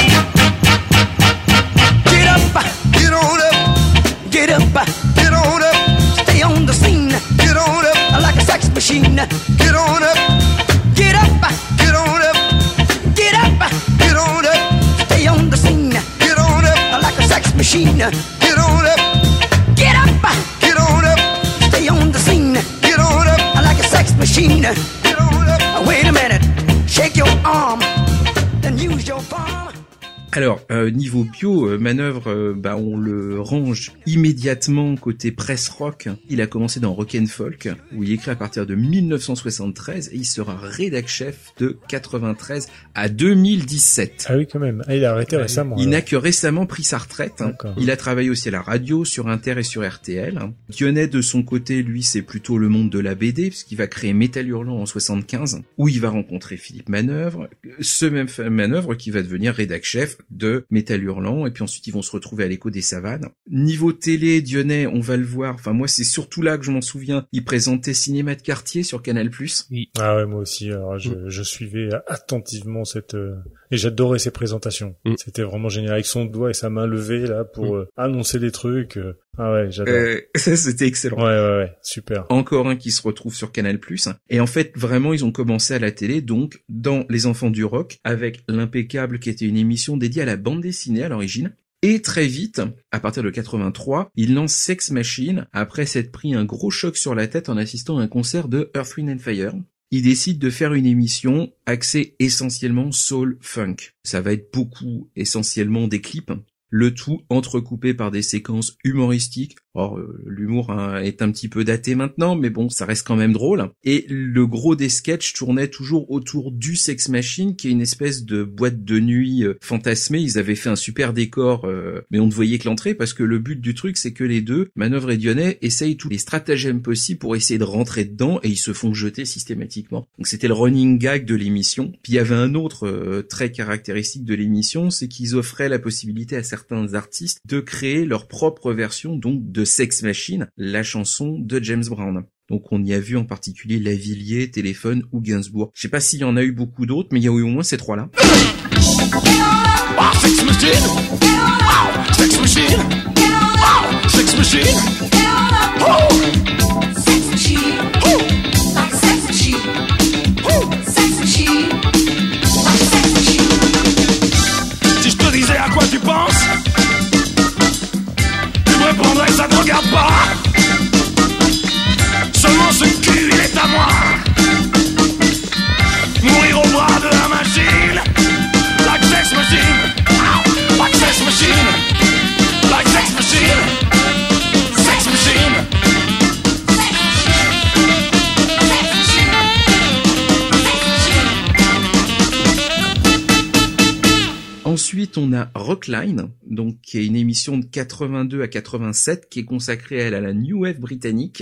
Get up, get on up, get up, get on up. Stay on the scene, get on up like a sex machine. Get on up, get up, get on up, get up, get on up. Stay on the scene, get on up like a sex machine. Get on up, get up, get on up. Stay on the scene, get on up like a sex machine. Get on up. Wait a minute, shake your arm, then use your palm. Alors, euh, niveau bio, euh, Manœuvre, euh, bah, on le range immédiatement côté press rock. Il a commencé dans Rock and Folk, où il écrit à partir de mille neuf cent soixante-treize, et il sera rédac-chef de quatre-vingt-treize à deux mille dix-sept. Ah oui, quand même. Ah, il a arrêté récemment. Il alors. n'a que récemment pris sa retraite. D'accord. Il a travaillé aussi à la radio, sur Inter et sur R T L. Dionnet, de son côté, lui, c'est plutôt le monde de la B D, puisqu'il va créer Métal Hurlant en soixante-quinze, où il va rencontrer Philippe Manœuvre, ce même Manœuvre qui va devenir rédac-chef de Métal Hurlant, et puis ensuite ils vont se retrouver à l'Écho des Savanes. Niveau télé, Dionnet, on va le voir, enfin moi c'est surtout là que je m'en souviens, il présentait Cinéma de quartier sur Canal plus. Oui. Ah ouais, moi aussi, alors je, mm. je suivais attentivement cette... Euh... Et j'adorais ses présentations. Mm. C'était vraiment génial, avec son doigt et sa main levée là pour mm. euh, annoncer des trucs. Euh... Ah ouais, j'adore. Euh, ça c'était excellent. Ouais, ouais, ouais, super. Encore un qui se retrouve sur Canal plus. Et en fait, vraiment, ils ont commencé à la télé, donc, dans Les Enfants du Rock, avec l'impeccable qui était une émission dédiée à la bande dessinée à l'origine. Et très vite, à partir de quatre-vingt-trois, il lance Sex Machine, après s'être pris un gros choc sur la tête en assistant à un concert de Earth, Wind and Fire. Il décide de faire une émission axée essentiellement soul funk. Ça va être beaucoup, essentiellement des clips. Le tout entrecoupé par des séquences humoristiques. Or, euh, l'humour hein, est un petit peu daté maintenant, mais bon, ça reste quand même drôle. Et le gros des sketchs tournait toujours autour du Sex Machine, qui est une espèce de boîte de nuit euh, fantasmée. Ils avaient fait un super décor, euh, mais on ne voyait que l'entrée, parce que le but du truc, c'est que les deux, Manœuvre et Dionnet, essayent tous les stratagèmes possibles pour essayer de rentrer dedans, et ils se font jeter systématiquement. Donc c'était le running gag de l'émission. Puis il y avait un autre euh, trait caractéristique de l'émission, c'est qu'ils offraient la possibilité à certains artistes de créer leur propre version, donc de Sex Machine, la chanson de James Brown. Donc on y a vu en particulier Lavilliers, Téléphone ou Gainsbourg. Je sais pas s'il y en a eu beaucoup d'autres, mais il y a eu au moins ces trois-là. Wow, Sex Machine! Wow, Sex Machine! Wow, Sex Machine! Oh! Sex Machine! Oh! Like a sex machine! Oh! Sex Machine! Like a sex machine! Si je te disais à quoi tu penses, tu me répondrais que ça te regarde pas. Seulement ce cul, il est à moi. Mourir au bras de la machine. Like sex machine. Ow. Like sex machine. Like sex machine. Sex machine. Ensuite, on a Rockline, donc qui est une émission de quatre-vingt-deux à quatre-vingt-sept qui est consacrée elle à la New Wave britannique.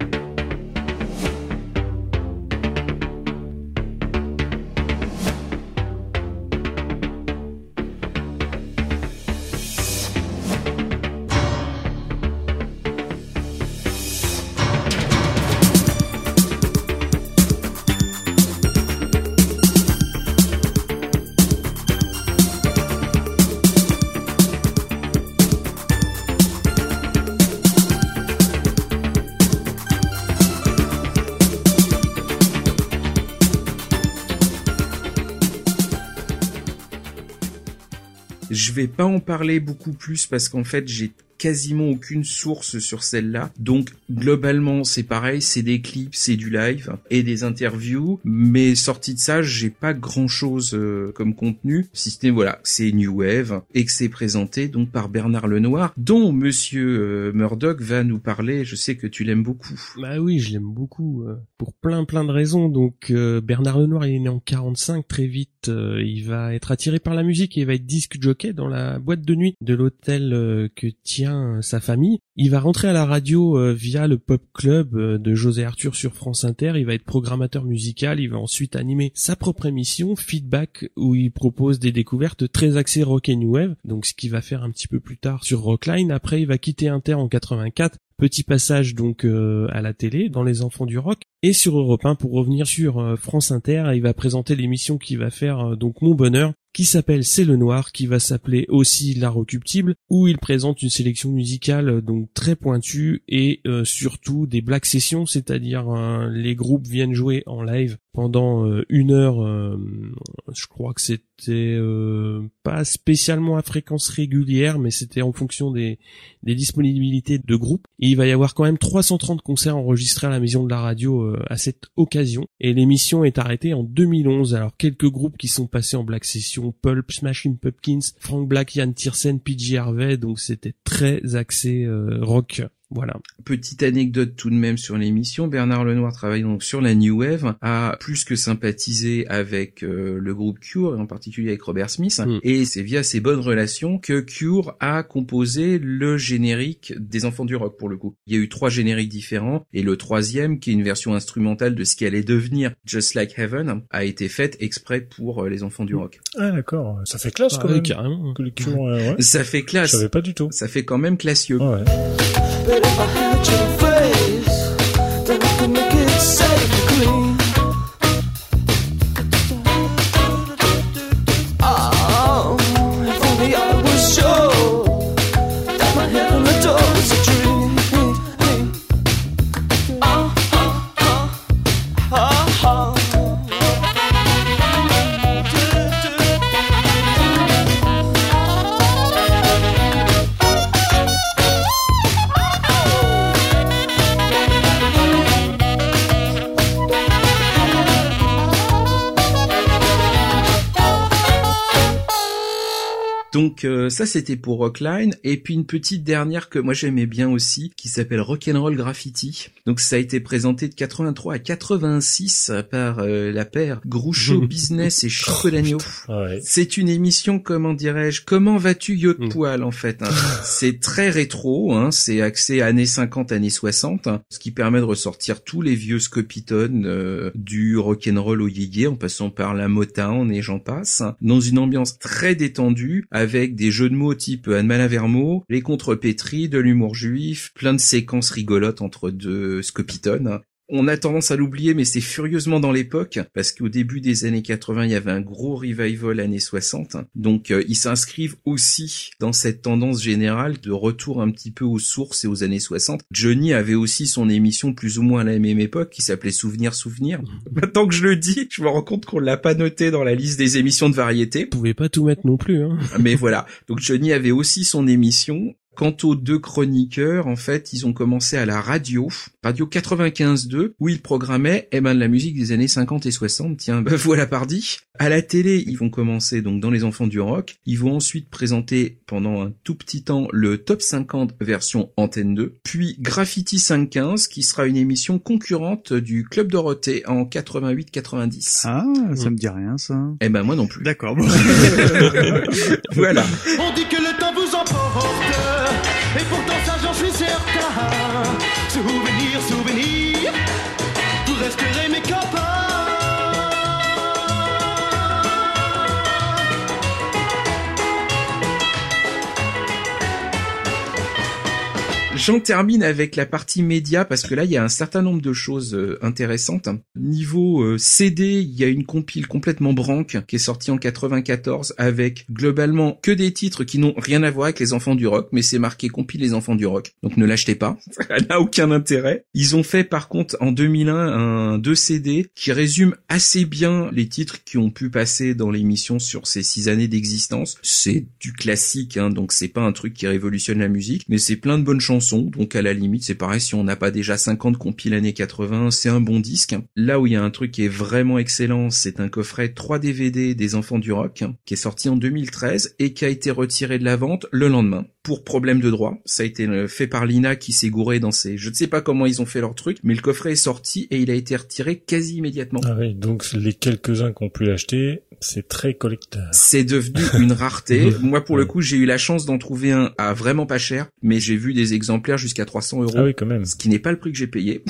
Je vais pas en parler beaucoup plus parce qu'en fait j'ai quasiment aucune source sur celle-là. Donc globalement c'est pareil, c'est des clips, c'est du live et des interviews, mais sorti de ça, j'ai pas grand-chose euh, comme contenu, si ce n'est voilà, c'est New Wave et que c'est présenté donc par Bernard Lenoir, dont monsieur euh, Murdoch va nous parler. Je sais que tu l'aimes beaucoup. Bah oui, je l'aime beaucoup euh, pour plein plein de raisons. Donc euh, Bernard Lenoir, il est né en quarante-cinq, très vite euh, il va être attiré par la musique et il va être disc jockey dans la boîte de nuit de l'hôtel euh, que tient sa famille. Il va rentrer à la radio euh, via le Pop Club euh, de José Arthur sur France Inter. Il va être programmateur musical. Il va ensuite animer sa propre émission Feedback où il propose des découvertes très axées rock et new wave. Donc ce qu'il va faire un petit peu plus tard sur Rockline. Après, il va quitter Inter en quatre-vingt-quatre. Petit passage donc euh, à la télé dans Les Enfants du Rock et sur Europe un pour revenir sur euh, France Inter. Il va présenter l'émission qu'il va faire euh, donc Mon Bonheur, qui s'appelle C'est le Noir, qui va s'appeler aussi La Recuptible, où il présente une sélection musicale donc très pointue et euh, surtout des black sessions, c'est-à-dire euh, les groupes viennent jouer en live pendant euh, une heure. Euh, je crois que c'était euh, pas spécialement à fréquence régulière, mais c'était en fonction des, des disponibilités de groupes. Et il va y avoir quand même trois cent trente concerts enregistrés à la Maison de la Radio euh, à cette occasion. Et l'émission est arrêtée en deux mille onze. Alors quelques groupes qui sont passés en black session: Pulp, Smashing Pumpkins, Frank Black, Yann Tiersen, P J Harvey. Donc c'était très axé euh, rock. Voilà. Petite anecdote tout de même sur l'émission, Bernard Lenoir travaille donc sur la New Wave, a plus que sympathisé avec euh, le groupe Cure, et en particulier avec Robert Smith, mm. et c'est via ces bonnes relations que Cure a composé le générique des Enfants du Rock pour le coup. Il y a eu trois génériques différents, et le troisième, qui est une version instrumentale de ce qui allait devenir Just Like Heaven, a été faite exprès pour euh, les Enfants du Rock. Ah d'accord, ça fait classe ah, quand oui, même. Carrément. Que les Cure, euh, ouais. Ça fait classe. Je savais pas du tout. Ça fait quand même classieux. Ah ouais. But if I had your face, then I could make it safe and clean. Oh, if only I was sure that my head on the door was a dream. Oh, oh, oh, oh, oh. Donc euh, ça c'était pour Rockline, et puis une petite dernière que moi j'aimais bien aussi qui s'appelle Rock'n'Roll Graffiti. Donc ça a été présenté de quatre-vingt-trois à quatre-vingt-six par euh, la paire Groucho Business et Chico-Dagno. Ah ouais. C'est une émission, comment dirais-je, comment vas-tu yo de poil en fait, hein. C'est très rétro, hein, c'est axé années cinquante, années soixante, hein, ce qui permet de ressortir tous les vieux Scopitone euh, du rock'n'roll au yéyé en passant par la Motown et j'en passe, dans une ambiance très détendue avec des jeux de mots type Anne Malavermo, les contrepétries, de l'humour juif, plein de séquences rigolotes entre deux Scopitone. On a tendance à l'oublier, mais c'est furieusement dans l'époque, parce qu'au début des années quatre-vingts, il y avait un gros revival années soixante. Donc, euh, ils s'inscrivent aussi dans cette tendance générale de retour un petit peu aux sources et aux années soixante. Johnny avait aussi son émission plus ou moins à la même époque, qui s'appelait Souvenir, Souvenir. Maintenant que je le dis, je me rends compte qu'on l'a pas noté dans la liste des émissions de variété. Vous pouvez pas tout mettre non plus, hein. Mais voilà. Donc, Johnny avait aussi son émission. Quant aux deux chroniqueurs, en fait, ils ont commencé à la radio Radio quatre-vingt-quinze deux, où ils programmaient, eh ben, de la musique des années cinquante et soixante. Tiens, ben, voilà pardi. À la télé, ils vont commencer donc dans Les Enfants du Rock. Ils vont ensuite présenter pendant un tout petit temps le Top cinquante version Antenne deux. Puis Graffiti cinq quinze, qui sera une émission concurrente du Club Dorothée en quatre-vingt-huit quatre-vingt-dix. Ah, ça me dit rien, ça. Eh ben, moi non plus. D'accord, bon. Voilà. On dit que le temps vous emporte, et pourtant ça j'en suis certain. Souvenir, souvenir, vous resterez mes copains. J'en termine avec la partie média parce que là il y a un certain nombre de choses euh, intéressantes. Niveau euh, C D, il y a une compile complètement branque qui est sortie en quatre-vingt-quatorze avec globalement que des titres qui n'ont rien à voir avec les Enfants du Rock, mais c'est marqué compile les Enfants du Rock. Donc ne l'achetez pas, ça n'a aucun intérêt. Ils ont fait par contre en deux mille un un deux C D qui résume assez bien les titres qui ont pu passer dans l'émission sur ces six années d'existence. C'est du classique, hein, donc c'est pas un truc qui révolutionne la musique, mais c'est plein de bonnes chansons. Donc à la limite, c'est pareil, si on n'a pas déjà cinquante compiles années quatre-vingts, c'est un bon disque. Là où il y a un truc qui est vraiment excellent, c'est un coffret trois D V D des Enfants du Rock, qui est sorti en deux mille treize et qui a été retiré de la vente le lendemain. Pour problème de droit, ça a été fait par l'I N A qui s'est gouré dans ses... Je ne sais pas comment ils ont fait leur truc, mais le coffret est sorti et il a été retiré quasi immédiatement. Ah oui, donc les quelques-uns qui ont pu l'acheter, c'est très collecteur. C'est devenu une rareté. Moi, pour le coup, j'ai eu la chance d'en trouver un à vraiment pas cher, mais j'ai vu des exemplaires jusqu'à trois cents euros. Ah oui, quand même. Ce qui n'est pas le prix que j'ai payé.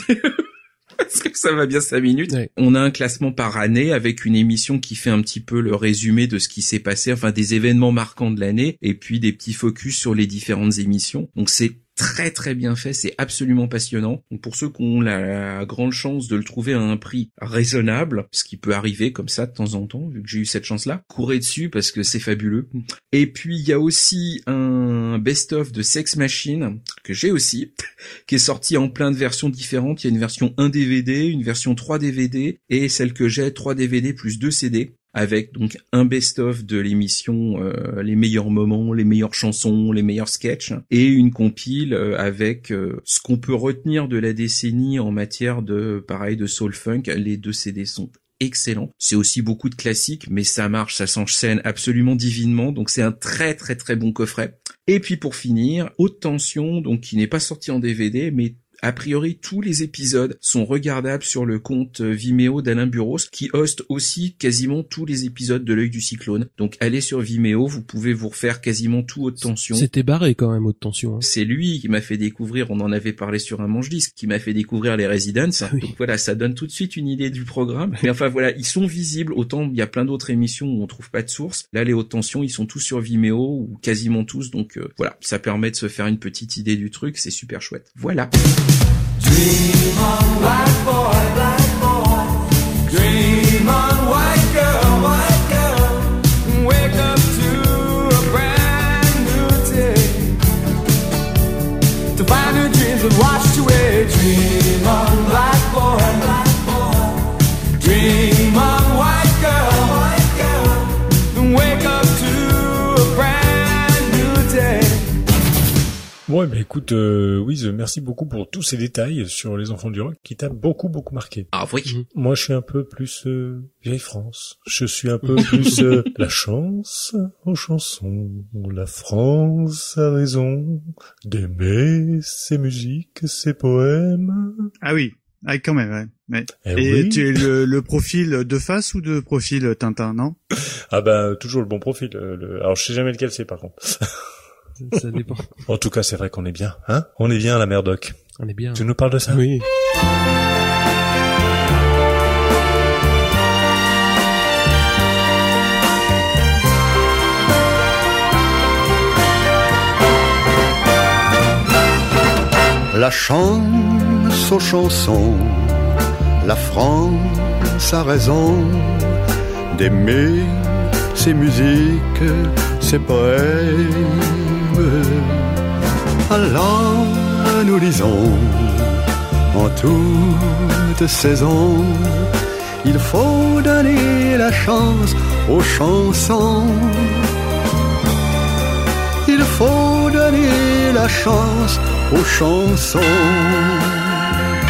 Parce que ça va bien cinq minutes. Ouais. On a un classement par année avec une émission qui fait un petit peu le résumé de ce qui s'est passé, enfin des événements marquants de l'année, et puis des petits focus sur les différentes émissions. Donc c'est très très bien fait, c'est absolument passionnant. Donc pour ceux qui ont la grande chance de le trouver à un prix raisonnable, ce qui peut arriver comme ça de temps en temps, vu que j'ai eu cette chance-là, courez dessus parce que c'est fabuleux. Et puis il y a aussi un best-of de Sex Machine, que j'ai aussi, qui est sorti en plein de versions différentes. Il y a une version un D V D, une version trois D V D, et celle que j'ai, trois D V D plus deux C D. Avec donc un best-of de l'émission, euh, les meilleurs moments, les meilleures chansons, les meilleurs sketchs, et une compile euh, avec euh, ce qu'on peut retenir de la décennie en matière de, pareil, de soul funk. Les deux C D sont excellents. C'est aussi beaucoup de classiques, mais ça marche, ça s'enchaîne absolument divinement, donc c'est un très très très bon coffret. Et puis pour finir, Haute Tension, donc qui n'est pas sorti en D V D, mais a priori, tous les épisodes sont regardables sur le compte Vimeo d'Alain Buros, qui hoste aussi quasiment tous les épisodes de L'Œil du Cyclone. Donc allez sur Vimeo, vous pouvez vous refaire quasiment tout Haute Tension. C'était barré quand même, Haute Tension. Hein. C'est lui qui m'a fait découvrir, on en avait parlé sur un manche-disque, qui m'a fait découvrir les Residents. Ah oui. Donc voilà, ça donne tout de suite une idée du programme. Mais enfin voilà, ils sont visibles, autant il y a plein d'autres émissions où on trouve pas de source. Là, les Haute Tension, ils sont tous sur Vimeo, ou quasiment tous, donc euh, voilà, ça permet de se faire une petite idée du truc, c'est super chouette. Voilà. Dream on, black boy, black boy. Dream on, white girl, white girl. Wake up to a brand new day. To find your dreams and washed away. Dream on, black boy, black boy. Dream on, white girl, white girl. Wake up to a brand new day. Ouais, bah écoute, euh, Wiz, merci beaucoup pour tous ces détails sur les Enfants du Rock qui t'a beaucoup beaucoup marqué. Ah oui. Moi, je suis un peu plus euh, vieille France. Je suis un peu plus euh, la chance aux chansons. La France a raison d'aimer ses musiques, ses poèmes. Ah oui. Ah, quand même, ouais. ouais. Eh Et oui. tu es le, le profil de face ou de profil Tintin, non? Ah bah, toujours le bon profil. euh, Le... Alors, je sais jamais lequel c'est, par contre. Ça dépend. En tout cas, c'est vrai qu'on est bien, hein? On est bien à la Merdoc. On est bien. Tu nous parles de ça? Oui. La chance aux chansons, la France a raison d'aimer ses musiques, ses poèmes. Alors nous lisons en toute saison, il faut donner la chance aux chansons. Il faut donner la chance aux chansons.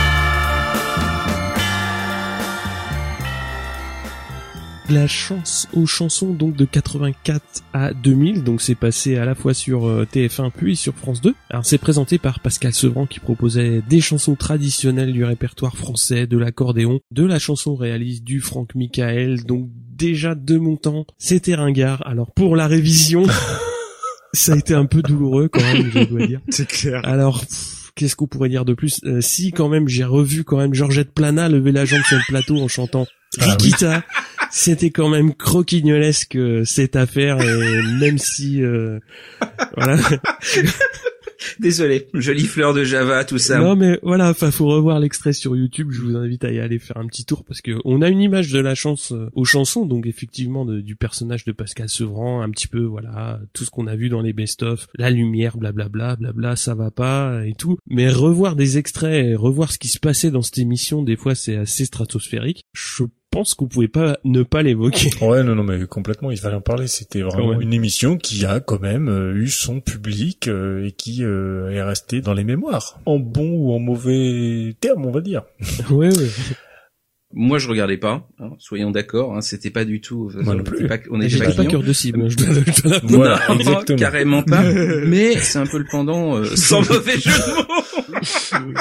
la chance aux chansons donc de quatre-vingt-quatre à deux mille, donc c'est passé à la fois sur euh, T F un puis sur France deux. Alors c'est présenté par Pascal Sevran qui proposait des chansons traditionnelles du répertoire français, de l'accordéon, de la chanson réaliste du Franck Michael, donc déjà de mon temps, c'était ringard. Alors pour la révision, ça a été un peu douloureux quand même, je dois dire. C'est clair. Alors... Pff, qu'est-ce qu'on pourrait dire de plus euh, Si quand même j'ai revu quand même Georgette Plana lever la jambe sur le plateau en chantant Rikita, ah, oui. C'était quand même croquignolesque euh, cette affaire et même si euh, voilà. Désolé, jolie fleur de Java, tout ça. Non mais voilà, enfin faut revoir l'extrait sur YouTube. Je vous invite à y aller faire un petit tour parce que on a une image de la chance euh, aux chansons, donc effectivement de, du personnage de Pascal Sevran, un petit peu voilà tout ce qu'on a vu dans les best-of, la lumière, blablabla, blabla, ça va pas et tout. Mais revoir des extraits, et revoir ce qui se passait dans cette émission, des fois c'est assez stratosphérique. Je pense qu'on pouvait pas ne pas l'évoquer. Ouais, non, non, mais complètement, il fallait en parler. C'était vraiment ouais. une émission qui a quand même euh, eu son public euh, et qui euh, est resté dans les mémoires, en bon ou en mauvais termes, on va dire. Ouais, ouais. Moi, je regardais pas. Hein, soyons d'accord. Hein, c'était pas du tout. Moi non plus. Pas, on était pas, pas cœur de cible. Je dois, je dois voilà, non, exactement. Carrément pas. Mais c'est un peu le pendant, euh, sans mauvais jeu de mots.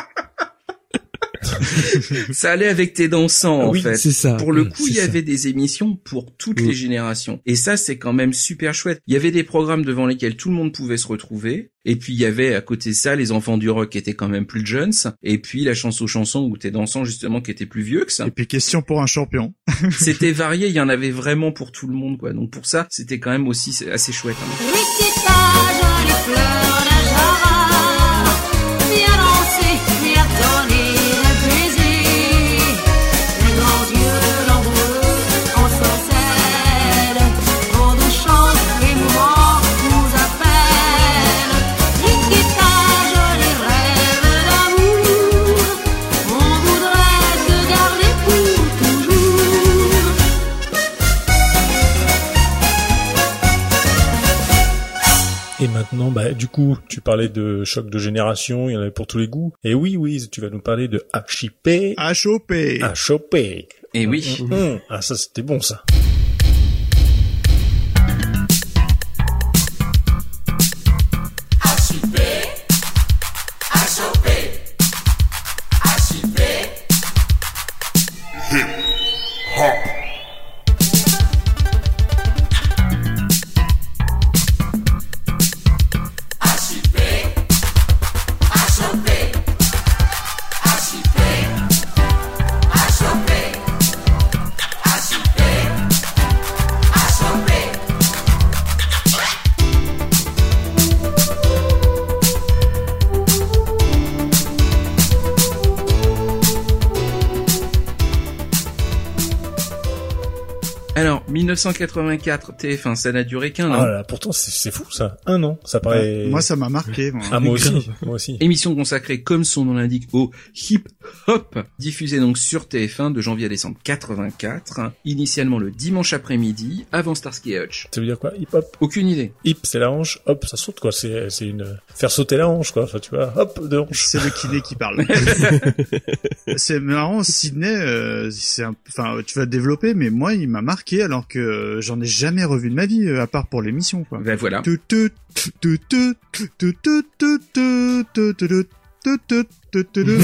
Ça allait avec tes dansants en oui, fait. C'est ça. Pour le coup, c'est il y ça. avait des émissions pour toutes oui. les générations. Et ça, c'est quand même super chouette. Il y avait des programmes devant lesquels tout le monde pouvait se retrouver. Et puis, il y avait à côté de ça les enfants du rock qui étaient quand même plus jeunes. Et puis, la chance aux chansons où t'es dansant justement qui était plus vieux que ça. Et puis, question pour un champion. C'était varié. Il y en avait vraiment pour tout le monde, quoi. Donc, pour ça, c'était quand même aussi assez chouette. Hein. Et maintenant, bah, du coup, tu parlais de choc de génération, il y en avait pour tous les goûts. Et oui, oui, tu vas nous parler de H I P. H O P. H O P. Et oui. Mmh. Ah, ça, c'était bon, ça. H I P. H O P. H I P. Hip Hop. Alors, dix-neuf cent quatre-vingt-quatre, T F un, ça n'a duré qu'un an. Ah là, pourtant, c'est, c'est fou, ça. Un an. Ça paraît... Ouais, moi, ça m'a marqué, moi. Ah, moi aussi. Moi aussi. Émission consacrée, comme son nom l'indique, au hip-hop. Diffusée donc sur T F un de janvier à décembre quatre-vingt-quatre. Initialement le dimanche après-midi, avant Starsky et Hutch. Ça veut dire quoi, hip-hop? Aucune idée. Hip, c'est la hanche. Hop, ça saute, quoi. C'est, c'est une, faire sauter la hanche, quoi. Enfin, tu vois, hop, de hanche. C'est le kiné qui parle. C'est marrant, Sydney, euh, c'est un, enfin, tu vas développer, mais moi, il m'a marqué alors que euh, j'en ai jamais revu de ma vie, euh, à part pour l'émission, quoi. Ben voilà. Tout, tout, tout, tout, tout, tout, tout, tout, tout, tout, tout, tout, tout, tout, tout.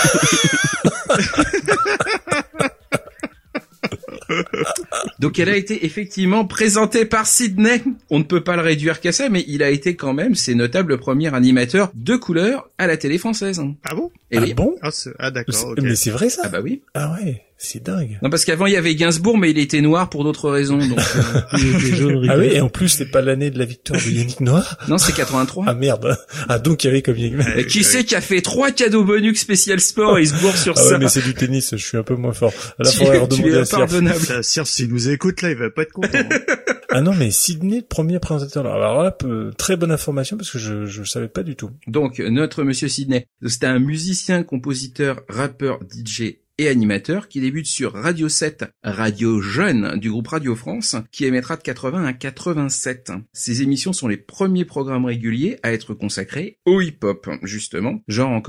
Donc elle a été effectivement présentée par Sydney. On ne peut pas le réduire qu'à ça, mais il a été quand même, c'est notable, le premier animateur de couleur à la télé française. Ah bon? Et ah oui. bon? Ah, ah d'accord. Okay. Mais c'est vrai ça? Ah bah oui. Ah ouais. C'est dingue. Non, parce qu'avant il y avait Gainsbourg, mais il était noir pour d'autres raisons. Donc, euh... il était jaune, ah oui, et en plus c'est pas l'année de la victoire de Yannick Noah. Non, c'est quatre-vingt-trois. Ah merde. Ah donc il y avait comme Yannick. Et qui c'est qui a fait trois cadeaux bonus spécial sport et il se bourre sur ah ça. Ouais, mais c'est du tennis, je suis un peu moins fort. Là, tu, faudrait tu es impardonnable. La Circe, s'il nous écoute là, il va pas être content. Ah non, mais Sydney, premier présentateur. Alors là, peu, très bonne information parce que je je savais pas du tout. Donc notre monsieur Sydney, c'était un musicien, compositeur, rappeur, D J et animateur qui débute sur Radio sept, radio jeune du groupe Radio France, qui émettra de quatre-vingts à quatre-vingt-sept. Ces émissions sont les premiers programmes réguliers à être consacrés au hip-hop, justement, genre encore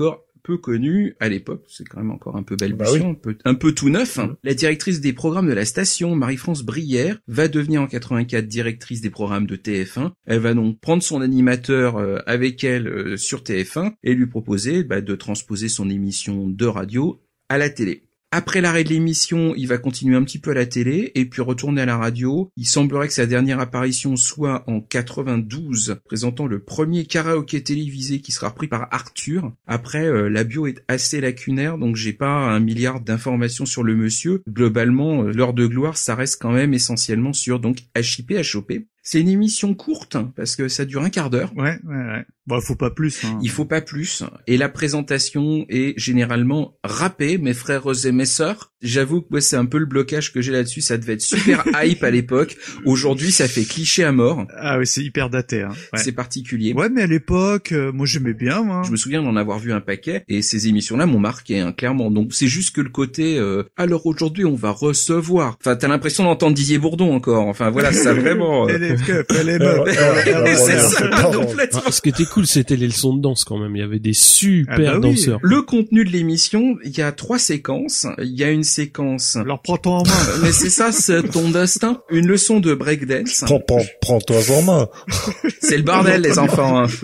peu connu à l'époque. C'est quand même encore un peu balbutiant, bah oui. un peu, un peu tout neuf. Mmh. La directrice des programmes de la station, Marie-France Brière, va devenir en quatre-vingt-quatre directrice des programmes de T F un. Elle va donc prendre son animateur euh, avec elle euh, sur T F un et lui proposer bah, de transposer son émission de radio à la télé. Après l'arrêt de l'émission, il va continuer un petit peu à la télé et puis retourner à la radio. Il semblerait que sa dernière apparition soit en quatre-vingt-douze, présentant le premier karaoké télévisé qui sera repris par Arthur. Après, euh, la bio est assez lacunaire, donc j'ai pas un milliard d'informations sur le monsieur. Globalement, euh, l'heure de gloire, ça reste quand même essentiellement sur donc H I P H O P. C'est une émission courte, parce que ça dure un quart d'heure. Ouais, ouais, ouais. Bon, faut pas plus, hein. Il faut pas plus. Et la présentation est généralement rappée, mes frères et mes sœurs. J'avoue que moi, c'est un peu le blocage que j'ai là-dessus. Ça devait être super hype à l'époque. Aujourd'hui, ça fait cliché à mort. Ah oui, c'est hyper daté, hein. Ouais. C'est particulier. Ouais, mais à l'époque, euh, moi, j'aimais bien, moi. Je me souviens d'en avoir vu un paquet, et ces émissions-là m'ont marqué, hein, clairement. Donc, c'est juste que le côté, euh, alors aujourd'hui, on va recevoir. Enfin, t'as l'impression d'entendre Didier Bourdon encore. Enfin, voilà, ça vraiment... Euh... Elle est meuf. C'est ça, complètement. Ah, ce qui était cool, c'était les leçons de danse quand même. Il y avait des super ah bah oui. danseurs. Le contenu de l'émission, il y a trois séquences. Il y a une séquence. Alors prends-toi en main. Mais c'est ça, c'est ton destin. Une leçon de breakdance. Prends, prends, prends-toi en main. C'est le bordel, les enfants. Hein.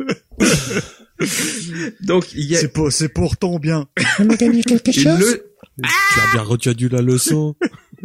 Donc il y a. C'est pour, c'est pour ton bien. On a gagné quelque chose. Le... Tu as bien retenu la leçon.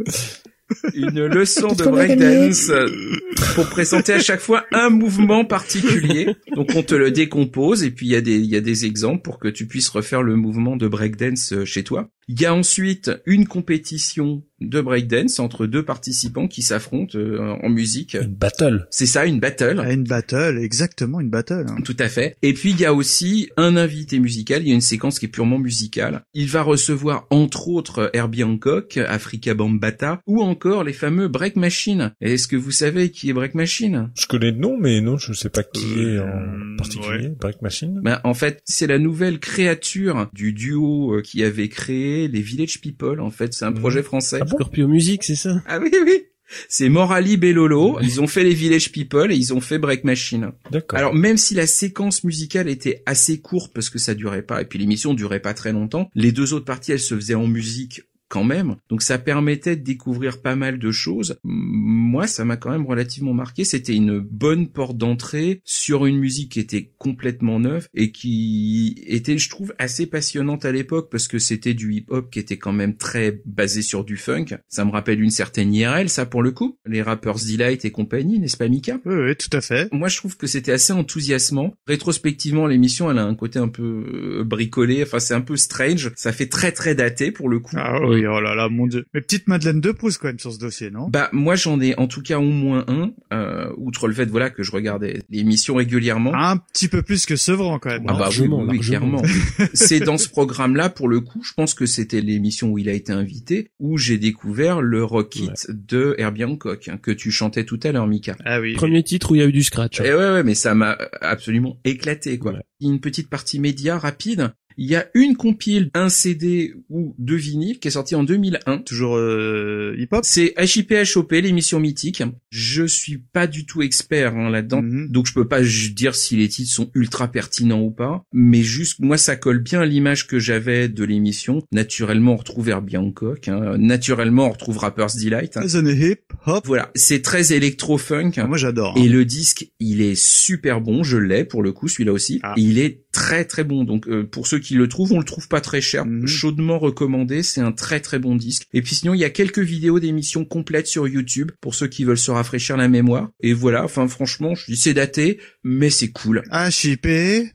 Une leçon de breakdance pour présenter à chaque fois un mouvement particulier. Donc on te le décompose et puis il y a des il y a des exemples pour que tu puisses refaire le mouvement de breakdance chez toi. Il y a ensuite une compétition de breakdance entre deux participants qui s'affrontent euh, en musique. Une battle. C'est ça, une battle. Ah, une battle, exactement, une battle. Hein. Tout à fait. Et puis il y a aussi un invité musical, il y a une séquence qui est purement musicale. Il va recevoir entre autres Herbie Hancock, Afrika Bambaataa ou encore les fameux Break Machine. Est-ce que vous savez qui est Break Machine? Je connais le nom, mais non, je sais pas qui euh, est en particulier. Ouais. Break Machine. Ben, en fait, c'est la nouvelle créature du duo qui avait créé les Village People. En fait, c'est un mmh. projet français. Ah bon Scorpio Music, c'est ça? Ah oui, oui. C'est Morali Bellolo. Ils ont fait les Village People et ils ont fait Break Machine. D'accord. Alors, même si la séquence musicale était assez courte parce que ça durait pas, et puis l'émission durait pas très longtemps, les deux autres parties, elles se faisaient en musique quand même. Donc ça permettait de découvrir pas mal de choses. Moi, ça m'a quand même relativement marqué. C'était une bonne porte d'entrée sur une musique qui était complètement neuve et qui était, je trouve, assez passionnante à l'époque parce que c'était du hip-hop qui était quand même très basé sur du funk. Ça me rappelle une certaine I R L, ça pour le coup. Les rappeurs Delight et compagnie, n'est-ce pas Mika? Oui, oui, tout à fait. Moi, je trouve que c'était assez enthousiasmant. Rétrospectivement, l'émission, elle a un côté un peu bricolé. Enfin, c'est un peu strange. Ça fait très très daté pour le coup. Ah oui. Oh là là, mon Dieu. Mais petite Madeleine de Proust quand même sur ce dossier, non? Bah moi j'en ai en tout cas au moins un, euh, outre le fait voilà que je regardais l'émission régulièrement. Un petit peu plus que Sevran quand même. Ah bah oui, oui, oui clairement. C'est dans ce programme-là pour le coup, je pense que c'était l'émission où il a été invité, où j'ai découvert le rock hit ouais. de Herbie Hancock hein, que tu chantais tout à l'heure, Mika. Ah oui. Premier titre où il y a eu du scratch. Et ouais ouais, mais ça m'a absolument éclaté quoi. Ouais. Une petite partie média rapide. Il y a une compile, un C D ou deux vinyles qui est sorti en deux mille un. Toujours euh, hip-hop. C'est H I P H O P, l'émission mythique. Je suis pas du tout expert hein, là-dedans, mm-hmm. donc je peux pas dire si les titres sont ultra pertinents ou pas. Mais juste, moi, ça colle bien à l'image que j'avais de l'émission. Naturellement, on retrouve Herbie Hancock. Hein. Naturellement, on retrouve Rapper's Delight. Hein. Hip-hop. Voilà, c'est très électro-funk. Ah, moi, j'adore. Et hein. le disque, il est super bon. Je l'ai pour le coup, celui-là aussi. Ah. Et il est très très bon. Donc euh, pour ceux qui le trouvent, on le trouve pas très cher. Mmh. Chaudement recommandé, c'est un très très bon disque. Et puis sinon, il y a quelques vidéos d'émissions complètes sur YouTube pour ceux qui veulent se rafraîchir la mémoire. Et voilà, enfin franchement, je dis c'est daté, mais c'est cool. H I P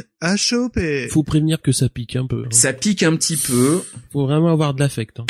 H O P. Faut prévenir que ça pique un peu. Hein. Ça pique un petit peu. Faut vraiment avoir de l'affect. Hein.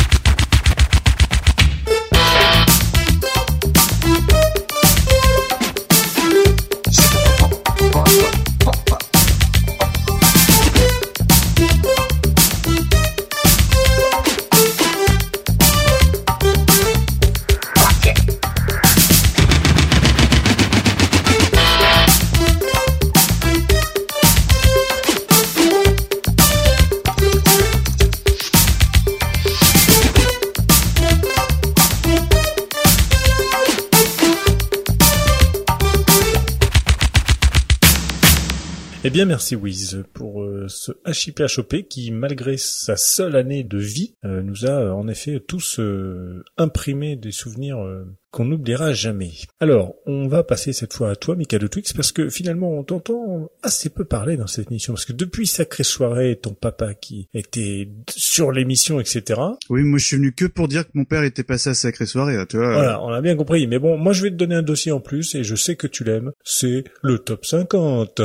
Eh bien, merci Wiz pour euh, ce H I P H O P qui, malgré sa seule année de vie, euh, nous a euh, en effet tous euh, imprimé des souvenirs euh, qu'on n'oubliera jamais. Alors, on va passer cette fois à toi, Mika de Twix, parce que finalement, on t'entend assez peu parler dans cette émission, parce que depuis Sacrée Soirée, ton papa qui était sur l'émission, et cetera. Oui, moi je suis venu que pour dire que mon père était passé à Sacrée Soirée, là, tu vois. Voilà, on a bien compris. Mais bon, moi je vais te donner un dossier en plus, et je sais que tu l'aimes, c'est le top cinquante.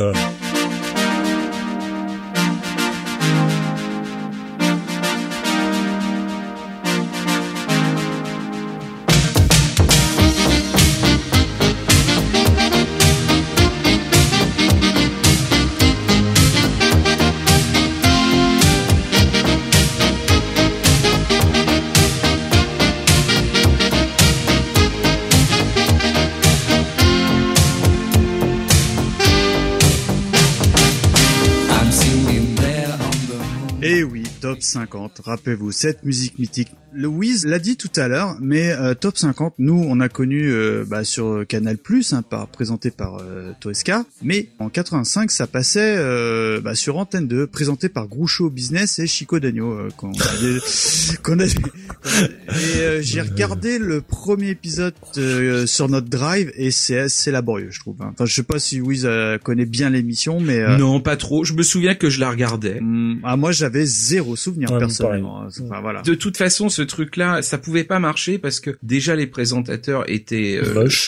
Top cinquante, rappelez-vous, cette musique mythique. Le Wiz l'a dit tout à l'heure, mais euh, Top cinquante, nous, on a connu euh, bah, sur Canal+, hein, par, présenté par euh, Toesca, mais en quatre-vingt-cinq, ça passait euh, bah, sur Antenne deux, présenté par Groucho Business et Chico Dagno, euh, qu'on avait, qu'on avait, et euh, j'ai regardé le premier épisode euh, sur notre drive, et c'est assez laborieux, je trouve. Hein. Enfin, je sais pas si Wiz euh, connaît bien l'émission, mais... Euh, non, pas trop. Je me souviens que je la regardais. Hum, ah, moi, j'avais zéro souvenir, ouais, personnellement. Enfin, voilà. De toute façon, ce truc-là, ça pouvait pas marcher parce que déjà les présentateurs étaient euh... moches.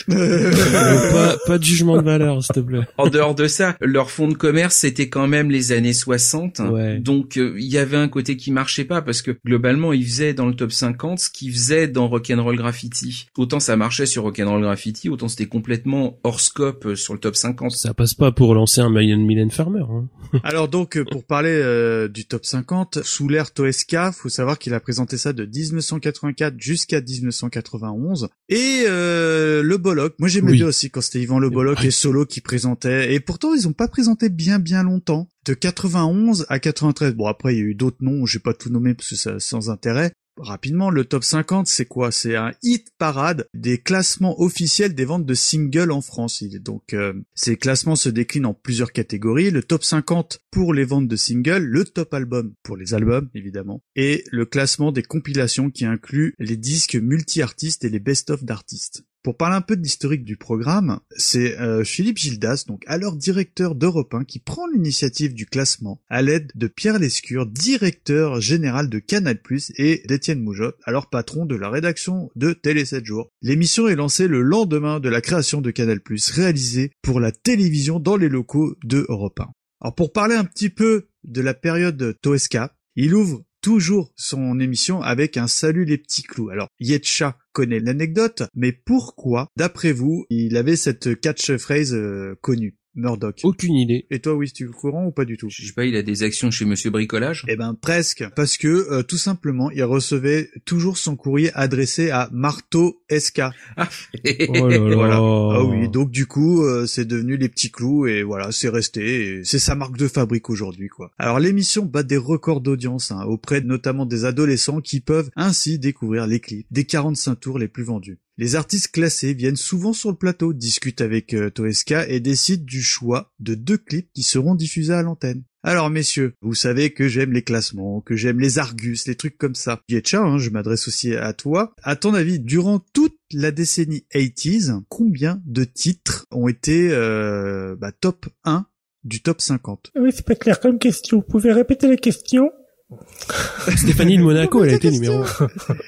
pas, pas de jugement de valeur, s'il te plaît. En dehors de ça, leur fonds de commerce, c'était quand même les années soixante. Ouais. Donc, il euh, y avait un côté qui marchait pas parce que globalement, ils faisaient dans le top cinquante ce qu'ils faisaient dans Rock'n'Roll Graffiti. Autant ça marchait sur Rock'n'Roll Graffiti, autant c'était complètement hors scope sur le top cinquante. Ça passe pas pour lancer un Million Million Farmer. Hein. Alors donc, pour parler euh, du top cinquante, sous l'ère Toesca, faut savoir qu'il a présenté ça de dix-neuf cent quatre-vingt-quatre jusqu'à dix-neuf cent quatre-vingt-onze. Et euh, le Bollock, moi j'aimais oui. bien aussi quand c'était Yvan Le Bollock et Solo qui présentaient. Et pourtant, ils ont pas présenté bien bien longtemps. De quatre-vingt-onze à quatre-vingt-treize. Bon, après, il y a eu d'autres noms, je vais pas tout nommer parce que c'est sans intérêt. Rapidement, le top cinquante, c'est quoi? C'est un hit parade des classements officiels des ventes de singles en France. Donc, euh, ces classements se déclinent en plusieurs catégories. Le top cinquante pour les ventes de singles, le top album pour les albums, évidemment, et le classement des compilations qui inclut les disques multi-artistes et les best-of d'artistes. Pour parler un peu de l'historique du programme, c'est euh, Philippe Gildas, donc alors directeur d'Europe un, qui prend l'initiative du classement à l'aide de Pierre Lescure, directeur général de Canal+, et d'Étienne Moujotte, alors patron de la rédaction de Télé sept jours. L'émission est lancée le lendemain de la création de Canal+, réalisée pour la télévision dans les locaux de Europe un. Alors pour parler un petit peu de la période Toesca, il ouvre toujours son émission avec un salut les petits clous. Alors, Yetcha connaît l'anecdote, mais pourquoi, d'après vous, il avait cette catchphrase euh, connue? Murdoch. Aucune idée. Et toi, oui, tu es au courant ou pas du tout? Je sais pas, il a des actions chez Monsieur Bricolage? Eh ben, presque. Parce que, euh, tout simplement, il recevait toujours son courrier adressé à Marteau S K. Ah. Oh là là. Voilà. Ah oui, donc du coup, euh, c'est devenu les petits clous et voilà, c'est resté. Et c'est sa marque de fabrique aujourd'hui, quoi. Alors, l'émission bat des records d'audience, hein, auprès notamment des adolescents qui peuvent ainsi découvrir les clips des quarante-cinq tours les plus vendus. Les artistes classés viennent souvent sur le plateau, discutent avec euh, Toesca et décident du choix de deux clips qui seront diffusés à l'antenne. Alors messieurs, vous savez que j'aime les classements, que j'aime les Argus, les trucs comme ça. Yetcha, hein, je m'adresse aussi à toi. À ton avis, durant toute la décennie quatre-vingt-dix, combien de titres ont été euh, bah, top un du top cinquante? Oui, c'est pas clair comme question. Vous pouvez répéter la question? Stéphanie de Monaco, elle a été numéro un.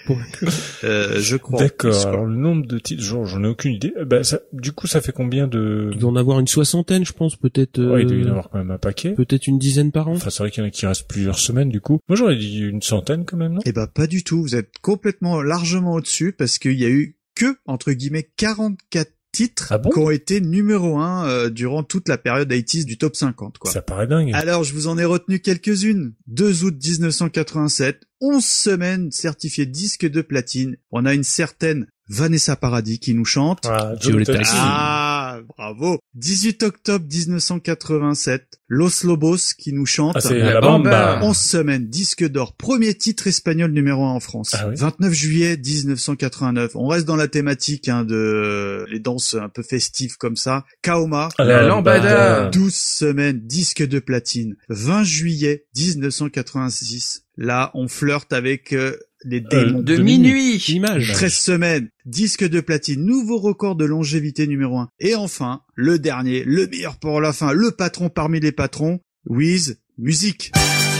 euh, je crois. D'accord. Alors le nombre de titres, genre, j'en ai aucune idée. Bah, ça, du coup, ça fait combien de... Il doit en avoir une soixantaine, je pense, peut-être. Euh... Ouais, il doit y en avoir quand même un paquet. Peut-être une dizaine par an. Enfin, c'est vrai qu'il y en a qui restent plusieurs semaines, du coup. Moi, j'aurais dit une centaine quand même, non? Eh ben, pas du tout. Vous êtes complètement largement au-dessus parce qu'il y a eu que, entre guillemets, quarante-quatre titres ah bon qui ont été numéro un euh, durant toute la période quatre-vingt-dix du top cinquante, quoi. Ça paraît dingue. Alors, je vous en ai retenu quelques-unes. deux août dix-neuf cent quatre-vingt-sept, onze semaines certifiées disque de platine. On a une certaine Vanessa Paradis qui nous chante. Ah, Joe le Taxi. Ah, bravo. dix-huit octobre dix-neuf cent quatre-vingt-sept, Los Lobos qui nous chante. Ah, c'est la Bamba. onze semaines, disque d'or, premier titre espagnol numéro un en France. Ah oui. vingt-neuf juillet dix-neuf cent quatre-vingt-neuf. On reste dans la thématique hein, de les danses un peu festives comme ça. Kaoma, Ah, La la lambada. douze semaines, disque de platine. vingt juillet dix-neuf cent quatre-vingt-six. Là, on flirte avec euh, les démons. De de minuit. Image. treize semaines, disque de platine, nouveau record de longévité numéro un. Et enfin, le dernier, le meilleur pour la fin, le patron parmi les patrons, Wiz, musique.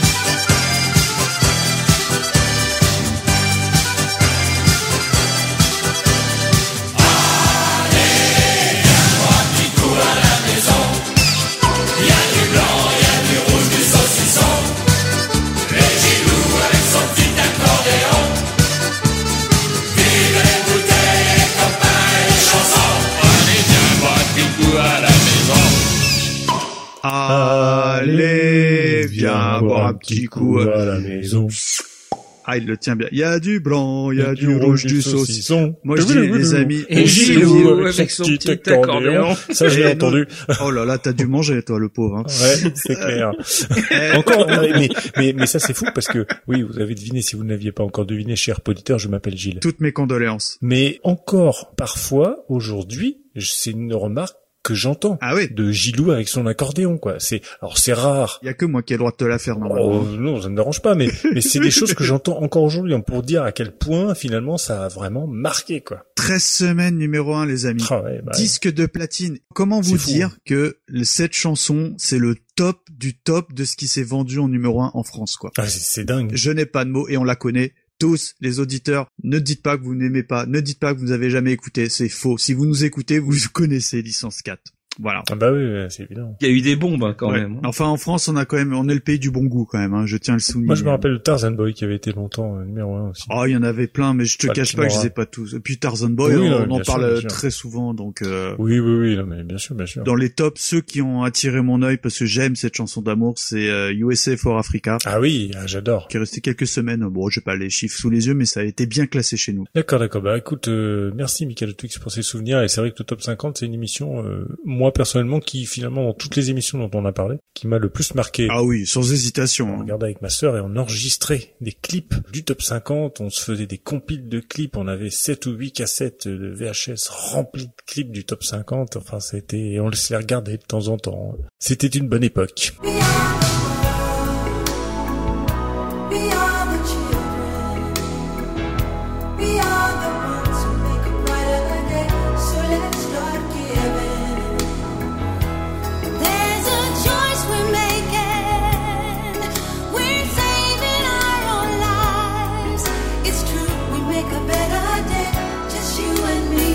Allez, viens boire un petit coup à la maison. Ah, il le tient bien. Il y a du blanc, il y a du rouge, du saucisson. Moi, je dis, les amis. Et Gilou avec son petit accordéon. Ça, je l'ai Et entendu. Oh là là, t'as dû manger, toi, le pauvre. Hein. Ouais, c'est clair. Encore, mais, mais, mais ça, c'est fou parce que, oui, vous avez deviné, si vous ne l'aviez pas encore deviné, cher auditeur, je m'appelle Gilles. Toutes mes condoléances. Mais encore, parfois, aujourd'hui, c'est une remarque que j'entends. Ah oui. De Gilou avec son accordéon, quoi. C'est, alors c'est rare. Il y a que moi qui ai le droit de te la faire, normalement. Oh, non, ça ne me dérange pas, mais, mais c'est des choses que j'entends encore aujourd'hui, hein, pour dire à quel point, finalement, ça a vraiment marqué, quoi. treize semaines numéro un, les amis. Ah ouais, bah, Disque de platine. Comment vous C'est fou, dire hein. que le- cette chanson, c'est le top du top de ce qui s'est vendu en numéro un en France, quoi. ah, c'est, c'est dingue. Je n'ai pas de mots et on la connaît tous, les auditeurs. Ne dites pas que vous n'aimez pas, ne dites pas que vous n'avez jamais écouté, c'est faux. Si vous nous écoutez, vous connaissez Licence quatre. Voilà. Ah bah oui, ouais, c'est évident. Il y a eu des bombes hein, quand Ouais. même. hein. Enfin, en France, on a quand même, on est le pays du bon goût quand même. Hein, je tiens à le souligner. Moi, je me rappelle de Tarzan Boy qui avait été longtemps euh, numéro un aussi. Oh, il y en avait plein, mais je te Pas le cache pas que je Kimura. les ai pas tous. Et puis Tarzan Boy, Oui, on, non, on en bien sûr, parle bien sûr. très souvent, donc euh, Oui, oui, oui, non, mais bien sûr, bien sûr. dans les tops, ceux qui ont attiré mon œil parce que j'aime cette chanson d'amour, c'est euh, U S A for Africa, Ah oui, ah, j'adore. qui est resté quelques semaines. Bon, j'ai pas les chiffres sous les yeux, mais ça a été bien classé chez nous. D'accord, d'accord. Bah écoute, euh, merci Michael Twix pour ces souvenirs. Et c'est vrai que le Top cinquante, c'est une émission, euh, moi personnellement, qui finalement, dans toutes les émissions dont on a parlé, qui m'a le plus marqué. Ah oui, sans On hésitation. hein. regardait avec ma sœur et on enregistrait des clips du Top cinquante. On se faisait des compiles de clips. On avait sept ou huit cassettes de V H S remplies de clips du Top cinquante. Enfin, c'était, et on se les regardait de temps en temps. C'était une bonne époque. We are the children. We are the ones who make a brighter day. So let's start giving. There's a choice we're making. We're saving our own lives. It's true, we make a better day. Just you and me.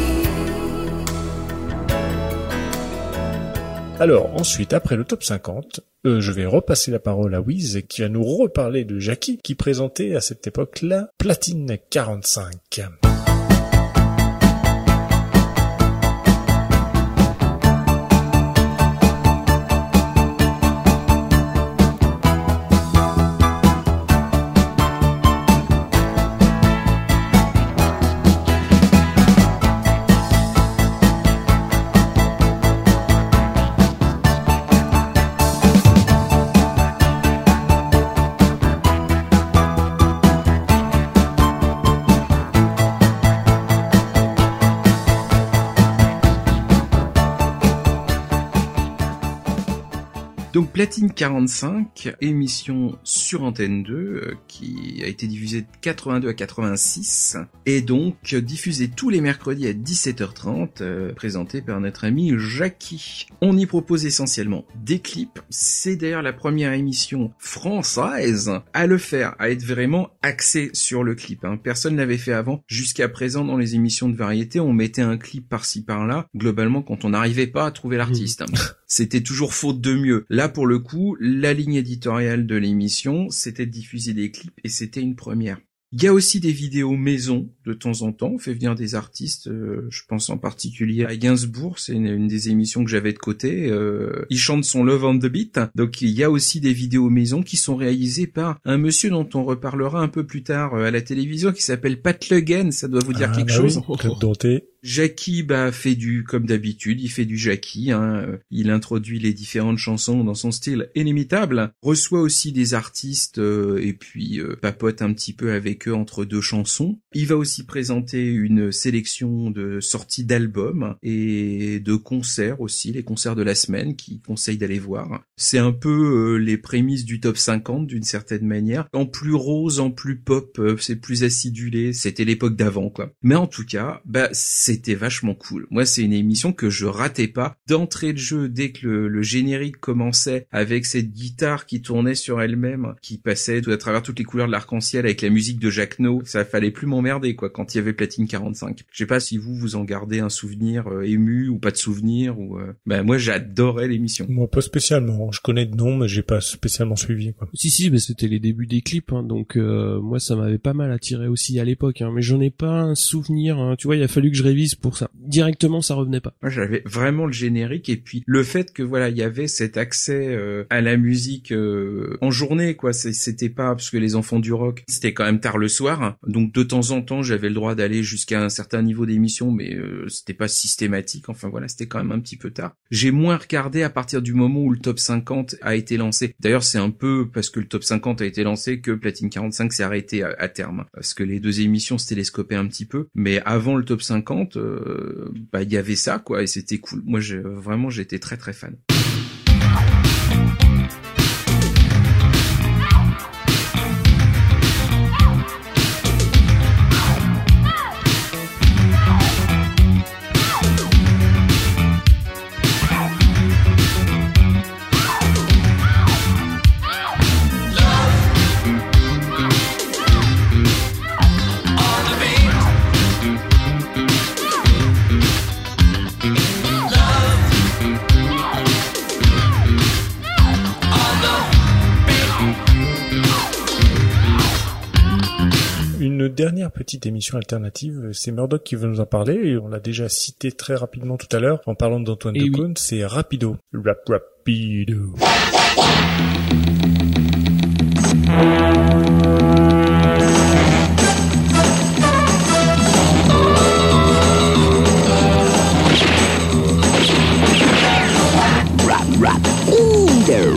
Alors, ensuite, après le Top cinquante, euh, je vais repasser la parole à Wiz, qui va nous reparler de Jackie, qui présentait à cette époque-là Platine quarante-cinq. Donc Platine quarante-cinq, émission sur Antenne deux, euh, qui a été diffusée de quatre-vingt-deux à quatre-vingt-six, et donc euh, diffusée tous les mercredis à dix-sept heures trente, euh, présentée par notre ami Jackie. On y propose essentiellement des clips, c'est d'ailleurs la première émission française à le faire, à être vraiment axée sur le clip. Hein. Personne ne l'avait fait avant. Jusqu'à présent, dans les émissions de variété, on mettait un clip par-ci par-là, globalement quand on n'arrivait pas à trouver l'artiste. Hein. C'était toujours faute de mieux. Là, pour le coup, la ligne éditoriale de l'émission, c'était de diffuser des clips et c'était une première. Il y a aussi des vidéos maison, de temps en temps. On fait venir des artistes, euh, je pense en particulier à Gainsbourg, c'est une, une des émissions que j'avais de côté. Euh, il chante son Love on the Beat. Donc il y a aussi des vidéos maison qui sont réalisées par un monsieur dont on reparlera un peu plus tard euh, à la télévision, qui s'appelle Pat Le Guen. Ça doit vous dire Ah, quelque bah chose? oui, Claude Danté. Jackie, bah, fait du, comme d'habitude, il fait du Jackie, hein. Il introduit les différentes chansons dans son style inimitable, reçoit aussi des artistes, euh, et puis euh, papote un petit peu avec eux entre deux chansons. Il va aussi présenter une sélection de sorties d'albums et de concerts aussi, les concerts de la semaine qu'il conseille d'aller voir. C'est un peu euh, les prémices du top cinquante d'une certaine manière. En plus rose, en plus pop, euh, c'est plus acidulé, c'était l'époque d'avant, quoi. Mais en tout cas, bah, c'était vachement cool. Moi, c'est une émission que je ratais pas. D'entrée de jeu, dès que le, le générique commençait avec cette guitare qui tournait sur elle-même, qui passait tout à travers toutes les couleurs de l'arc-en-ciel avec la musique de Jacques No, ça fallait plus m'emmerder, quoi, quand il y avait Platine quarante-cinq. Je sais pas si vous, vous en gardez un souvenir euh, ému ou pas de souvenir, ou, euh... ben, moi, j'adorais l'émission. Moi, pas spécialement. Je connais de nom, mais j'ai pas spécialement suivi, quoi. Si, si, mais c'était les débuts des clips, hein, donc, euh, moi, ça m'avait pas mal attiré aussi à l'époque, hein, mais j'en ai pas un souvenir, hein. Tu vois, il a fallu que je révise pour ça. Directement, ça revenait pas. Moi, j'avais vraiment le générique, et puis le fait que, voilà, il y avait cet accès euh, à la musique euh, en journée, quoi. C'était pas, parce que les enfants du rock, c'était quand même tard le soir, donc de temps en temps, j'avais le droit d'aller jusqu'à un certain niveau d'émission, mais euh, c'était pas systématique, enfin voilà, c'était quand même un petit peu tard. J'ai moins regardé à partir du moment où le top cinquante a été lancé. D'ailleurs, c'est un peu parce que le top cinquante a été lancé que Platine quarante-cinq s'est arrêté à, à terme, parce que les deux émissions se télescopaient un petit peu, mais avant le top cinquante, euh, bah il y avait ça, quoi, et c'était cool. Moi, j'ai, vraiment, j'étais très très fan. Une dernière petite émission alternative, c'est Murdoch qui veut nous en parler, et on l'a déjà cité très rapidement tout à l'heure en parlant d'Antoine Decaune, oui. C'est Rapido. Rap Rapido. Rap Rapido.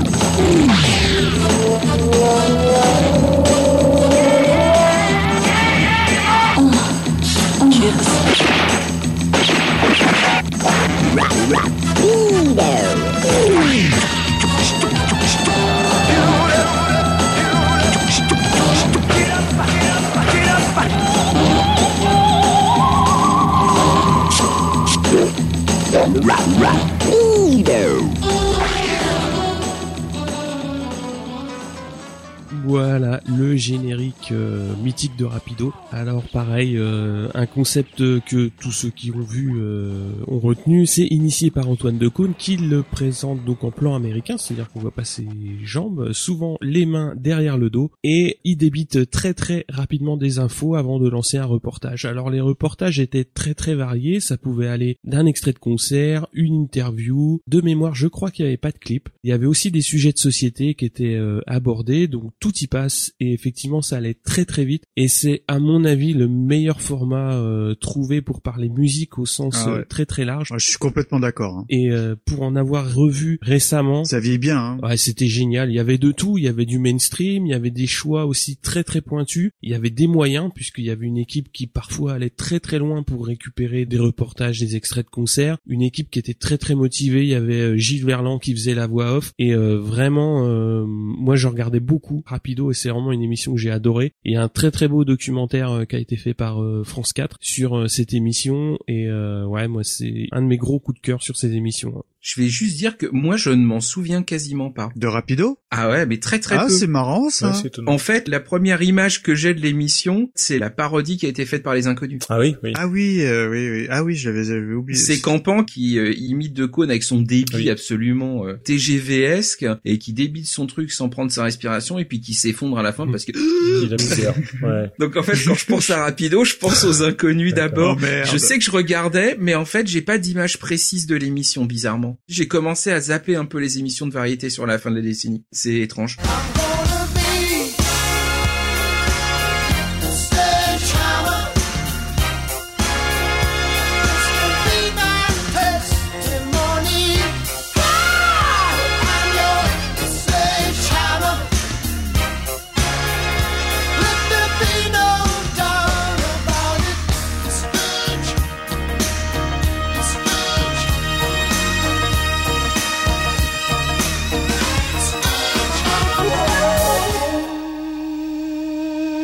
Voilà le générique euh, mythique de Rapido. Alors pareil, euh, un concept que tous ceux qui ont vu euh, ont retenu, c'est initié par Antoine Decaune qui le présente donc en plan américain, c'est-à-dire qu'on voit pas ses jambes, souvent les mains derrière le dos, et il débite très très rapidement des infos avant de lancer un reportage. Alors les reportages étaient très très variés, ça pouvait aller d'un extrait de concert, une interview, de mémoire je crois qu'il y avait pas de clip. Il y avait aussi des sujets de société qui étaient euh, abordés, donc tout y passe, et effectivement ça allait très très vite, et c'est à mon avis le meilleur format euh, trouvé pour parler musique au sens ah ouais. euh, très très large. Ouais, je suis complètement d'accord. Hein. Et euh, pour en avoir revu récemment, ça vieillit bien. Hein. Ouais, c'était génial. Il y avait de tout, il y avait du mainstream, il y avait des choix aussi très très pointus, il y avait des moyens puisqu'il y avait une équipe qui parfois allait très très loin pour récupérer des reportages, des extraits de concerts, une équipe qui était très très motivée. Il y avait euh, Gilles Verland qui faisait la voix off, et euh, vraiment, euh, moi je regardais beaucoup Rapido, et c'est vraiment une émission que j'ai adorée. Il y a un très très beau documentaire euh, qui a été fait par euh, France quatre sur euh, cette émission, et euh, ouais, moi c'est un de mes gros coups de cœur sur ces émissions. Hein. Je vais juste dire que moi je ne m'en souviens quasiment pas. De Rapido ? Ah ouais, mais très très ah, peu. Ah, c'est marrant ça. Ouais, c'est en fait, la première image que j'ai de l'émission, c'est la parodie qui a été faite par les Inconnus. Ah oui, oui. Ah oui, euh, oui, oui. Ah oui, j'avais, j'avais oublié. C'est Campan qui euh, imite Decaune avec son débit oui. absolument euh, T G V-esque, et qui débite son truc sans prendre sa respiration, et puis qui s'effondre à la fin mmh. parce que... Il a misère. Ouais. Donc en fait, quand je pense à Rapido, je pense aux Inconnus d'abord. Oh, je sais que je regardais, mais en fait, j'ai pas d'image précise de l'émission, bizarrement. J'ai commencé à zapper un peu les émissions de variété sur la fin de la décennie. C'est étrange.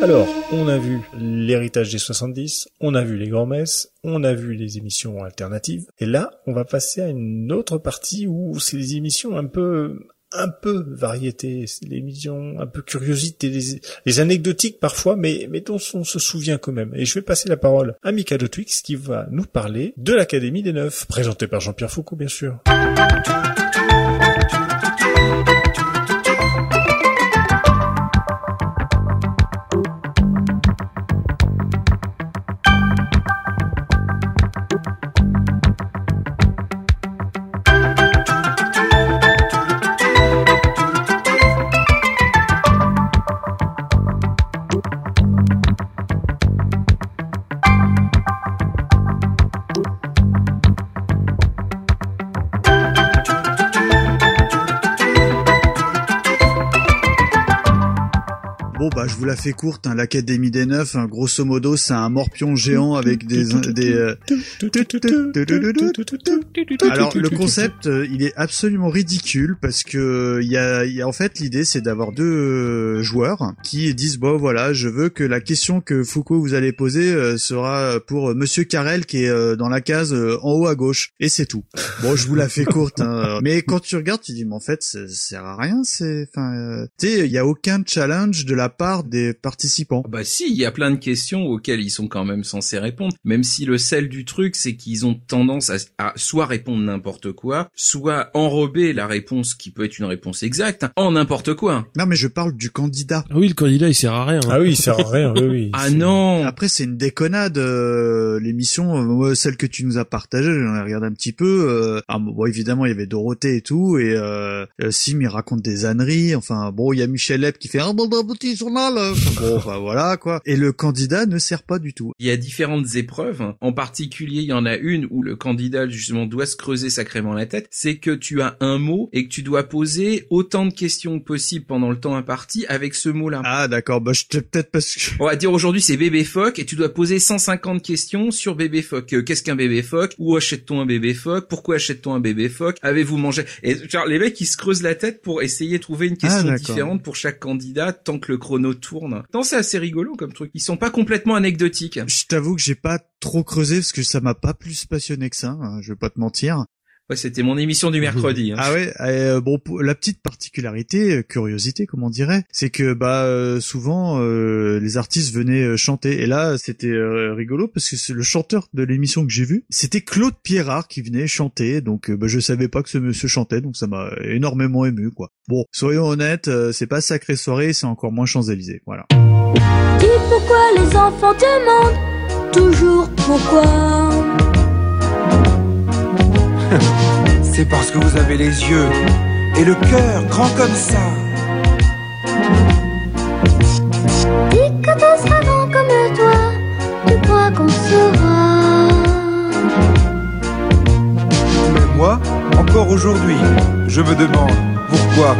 Alors, on a vu l'héritage des soixante-dix, on a vu les grands-messes, on a vu les émissions alternatives, et là, on va passer à une autre partie où c'est des émissions un peu, un peu variété, c'est des émissions un peu curiosité, les, les anecdotiques parfois, mais, mais dont on se souvient quand même. Et je vais passer la parole à Mikado Twix qui va nous parler de l'Académie des Neufs, présentée par Jean-Pierre Foucault, bien sûr. Bon bah je vous la fais courte, hein, l'Académie des Neufs, hein, grosso modo c'est un morpion géant avec des des. Euh... Alors le concept, euh, il est absolument ridicule parce que il y a, y a en fait l'idée c'est d'avoir deux euh, joueurs qui disent bon voilà je veux que la question que Foucault vous allez poser euh, sera pour Monsieur Carrel qui est euh, dans la case euh, en haut à gauche et c'est tout. Bon je vous la fais courte, hein, mais quand tu regardes tu dis mais en fait ça sert à rien, c'est enfin euh, tu sais il y a aucun challenge de la part des participants. Bah si, il y a plein de questions auxquelles ils sont quand même censés répondre, même si le sel du truc, c'est qu'ils ont tendance à, à soit répondre n'importe quoi, soit enrober la réponse qui peut être une réponse exacte en n'importe quoi. Non mais je parle du candidat. Ah oui, le candidat il sert à rien. Hein. Ah oui, il sert à rien, oui, oui. Ah non. Après c'est une déconnade, euh, l'émission, euh, celle que tu nous as partagée, j'en ai regardé un petit peu, euh, ah, bon évidemment il y avait Dorothée et tout, et euh, Sim il raconte des âneries, enfin bon il y a Michel Hep qui fait ah bon petit journal, enfin, bon bah voilà quoi, et le candidat ne sert pas du tout. Il y a différentes épreuves, en particulier il y en a une où le candidat justement doit se creuser sacrément la tête, c'est que tu as un mot et que tu dois poser autant de questions que possible pendant le temps imparti avec ce mot-là. Ah d'accord, bah je peut-être parce que... On va dire aujourd'hui c'est bébé phoque et tu dois poser cent cinquante questions sur bébé phoque. Euh, qu'est-ce qu'un bébé phoque? Où achète-t-on un bébé phoque? Pourquoi achète-t-on un bébé phoque? Avez-vous mangé? Et genre les mecs ils se creusent la tête pour essayer de trouver une question ah, différente pour chaque candidat tant que le chrono tourne. Non, c'est assez rigolo comme truc. Ils sont pas complètement anecdotiques. Je t'avoue que j'ai pas trop creusé parce que ça m'a pas plus passionné que ça, hein, je vais pas te mentir. Ouais, c'était mon émission du mercredi. Hein. Ah ouais, euh, bon, la petite particularité, curiosité, comme on dirait, c'est que bah euh, souvent euh, les artistes venaient chanter. Et là, c'était euh, rigolo parce que c'est le chanteur de l'émission que j'ai vu, c'était Claude Pierrard qui venait chanter. Donc euh, bah, je savais pas que ce monsieur chantait, donc ça m'a énormément ému, quoi. Bon, soyons honnêtes, euh, c'est pas Sacrée Soirée, c'est encore moins Champs-Élysées, voilà. Dis pourquoi les enfants demandent toujours pourquoi. C'est parce que vous avez les yeux et le cœur grand comme ça. Et quand on sera grand comme toi, tu crois qu'on saura. Mais moi, encore aujourd'hui, je me demande pourquoi.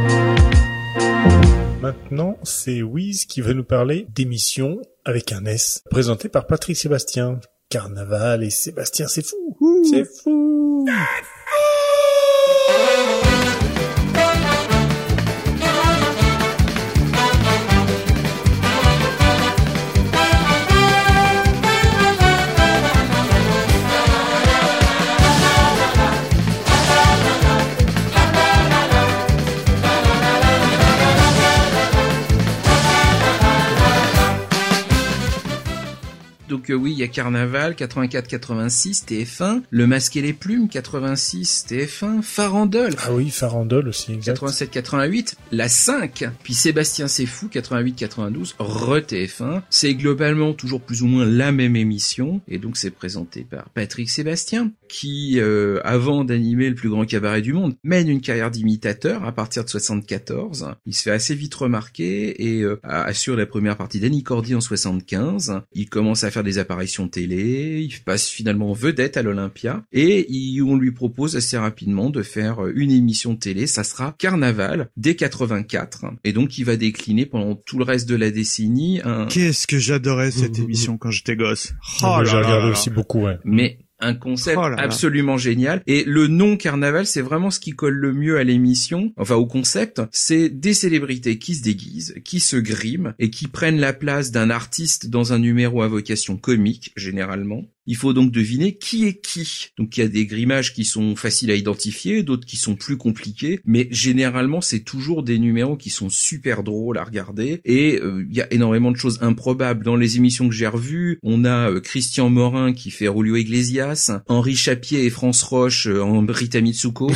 Maintenant, c'est Wiz qui va nous parler d'émissions avec un S, présentée par Patrick Sébastien. Carnaval et Sébastien, c'est fou, c'est fou. Donc euh, oui, il y a Carnaval, quatre-vingt-quatre quatre-vingt-six, T F un, Le Masque et les Plumes, quatre-vingt-six, T F un, Farandole. Ah oui, Farandole aussi, exact. quatre-vingt-sept quatre-vingt-huit, La cinq, puis Sébastien c'est fou, quatre-vingt-huit quatre-vingt-douze, re-T F un. C'est globalement toujours plus ou moins la même émission, et donc c'est présenté par Patrick Sébastien, qui, euh, avant d'animer le plus grand cabaret du monde, mène une carrière d'imitateur à partir de soixante-quatorze. Il se fait assez vite remarquer et euh, assure la première partie d'Annie Cordy en soixante-quinze. Il commence à faire des apparitions télé, il passe finalement vedette à l'Olympia, et il, on lui propose assez rapidement de faire une émission télé, ça sera Carnaval, dès quatre-vingt-quatre. Et donc il va décliner pendant tout le reste de la décennie un... Qu'est-ce que j'adorais cette émission quand j'étais gosse. Oh, j'ai regardé aussi beaucoup, ouais. Mais un concept Oh là là. absolument génial. Et le nom carnaval, c'est vraiment ce qui colle le mieux à l'émission, enfin au concept. C'est des célébrités qui se déguisent, qui se griment et qui prennent la place d'un artiste dans un numéro à vocation comique, généralement. Il faut donc deviner qui est qui. Donc il y a des grimages qui sont faciles à identifier, d'autres qui sont plus compliqués, mais généralement c'est toujours des numéros qui sont super drôles à regarder. Et euh, il y a énormément de choses improbables dans les émissions que j'ai revues. On a euh, Christian Morin qui fait Julio Iglesias, Henri Chapier et France Roche euh, en Rita Mitsuko,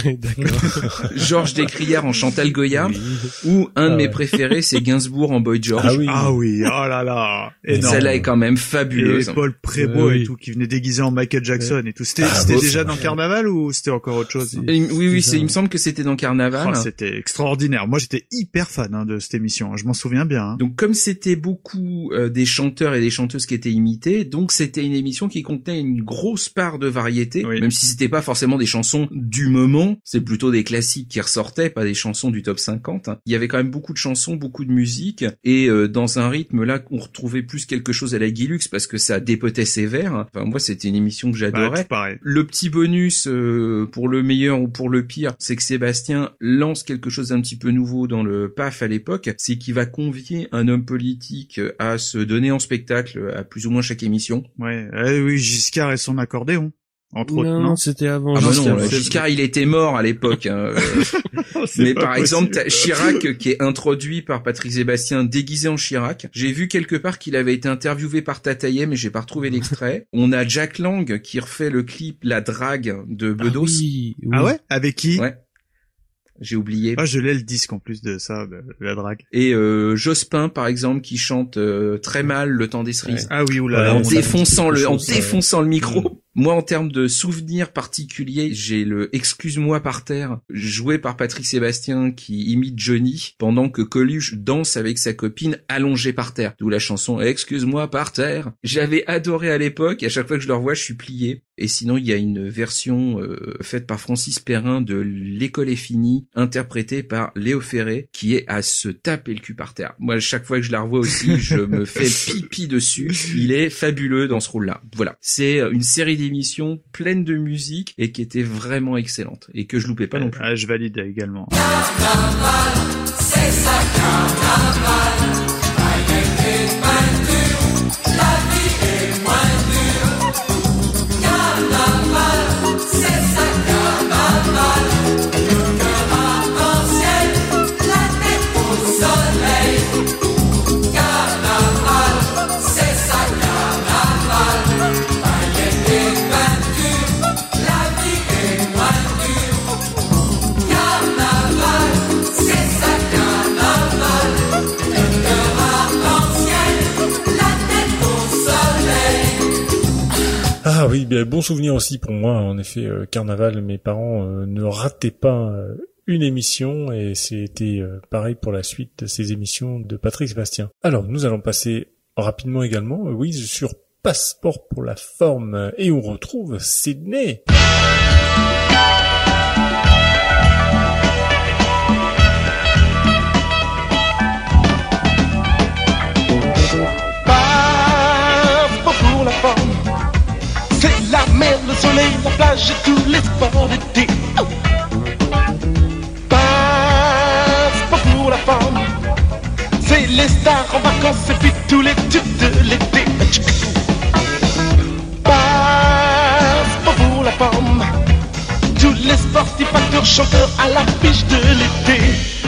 Georges Descrières en Chantal Goya, oui. ou un de ah mes ouais. préférés c'est Gainsbourg en Boy George. Ah oui, ah oui, oh là là, énorme. Celle-là est quand même fabuleuse. Et Paul Prébost oui. et tout qui venait déguisé en Michael Jackson et tout. C'était, ah, c'était déjà dans Carnaval ou c'était encore autre chose? Oui, oui, c'est, il me semble que c'était dans Carnaval. Oh, c'était extraordinaire. Moi, j'étais hyper fan hein, de cette émission. Je m'en souviens bien. Hein. Donc, comme c'était beaucoup euh, des chanteurs et des chanteuses qui étaient imités, donc c'était une émission qui contenait une grosse part de variété, oui. même si c'était pas forcément des chansons du moment. C'est plutôt des classiques qui ressortaient, pas des chansons du top cinquante. Il y avait quand même beaucoup de chansons, beaucoup de musique, et euh, dans un rythme là, on retrouvait plus quelque chose à la Guy Lux parce que ça dépotait sévère. Enfin, moi, c'était une émission que j'adorais. Bah, le petit bonus euh, pour le meilleur ou pour le pire, c'est que Sébastien lance quelque chose d'un petit peu nouveau dans le P A F à l'époque, c'est qu'il va convier un homme politique à se donner en spectacle à plus ou moins chaque émission. Ouais, eh oui, Giscard et son accordéon. Entre non, autres, non, c'était avant. Ah bah non, Giscard, Giscard il était mort à l'époque. Hein. Mais par possible. exemple, t'as Chirac qui est introduit par Patrick Sébastien déguisé en Chirac. J'ai vu quelque part qu'il avait été interviewé par Tataïeh, mais j'ai pas retrouvé l'extrait. On a Jack Lang qui refait le clip La Drague de Bedos. Ah, oui, oui. Ah ouais, avec qui? Ouais. J'ai oublié. Ah, je l'ai le disque en plus de ça, de La Drague. Et euh, Jospin, par exemple, qui chante euh, très mal Le Temps des cerises. Ah oui, oulala. En défonçant le, en défonçant le micro. Moi, en termes de souvenirs particuliers, j'ai le Excuse-moi par terre, joué par Patrick Sébastien qui imite Johnny, pendant que Coluche danse avec sa copine allongée par terre. D'où la chanson Excuse-moi par terre. J'avais adoré à l'époque, et à chaque fois que je le revois, je suis plié. Et sinon, il y a une version euh, faite par Francis Perrin de L'école est finie, interprétée par Léo Ferré, qui est à se taper le cul par terre. Moi, chaque fois que je la revois aussi, je me fais pipi dessus. Il est fabuleux dans ce rôle-là. Voilà. C'est une série d'émissions pleine de musique et qui était vraiment excellente et que je loupais pas non plus. Ah, je valide également. Carnaval, c'est ça, carnaval. La vie est moins dure. Carnaval, c'est ça, carnaval. Le cœur arc-en-ciel, la tête au soleil. Carnaval, c'est ça, carnaval. Paillettes et peintures, la vie est moins dure. Carnaval, c'est ça, carnaval. Le cœur arc-en-ciel, la tête au soleil. Ah oui, bien, bon souvenir aussi pour moi. En effet, euh, Carnaval, mes parents euh, ne rataient pas euh, une émission et c'était euh, pareil pour la suite de ces émissions de Patrick Sébastien. Alors, nous allons passer rapidement également, euh, oui, sur Passeport pour la forme euh, et on retrouve Sydney. Passeport pour la forme, c'est la mer, le soleil, la plage et tous les sports d'été. Oh. Passeport pour la forme, c'est les stars en vacances et puis tous les tubes de l'été. Passeport pour la forme, tous les sportifs, acteurs, chanteurs à l'affiche de l'été.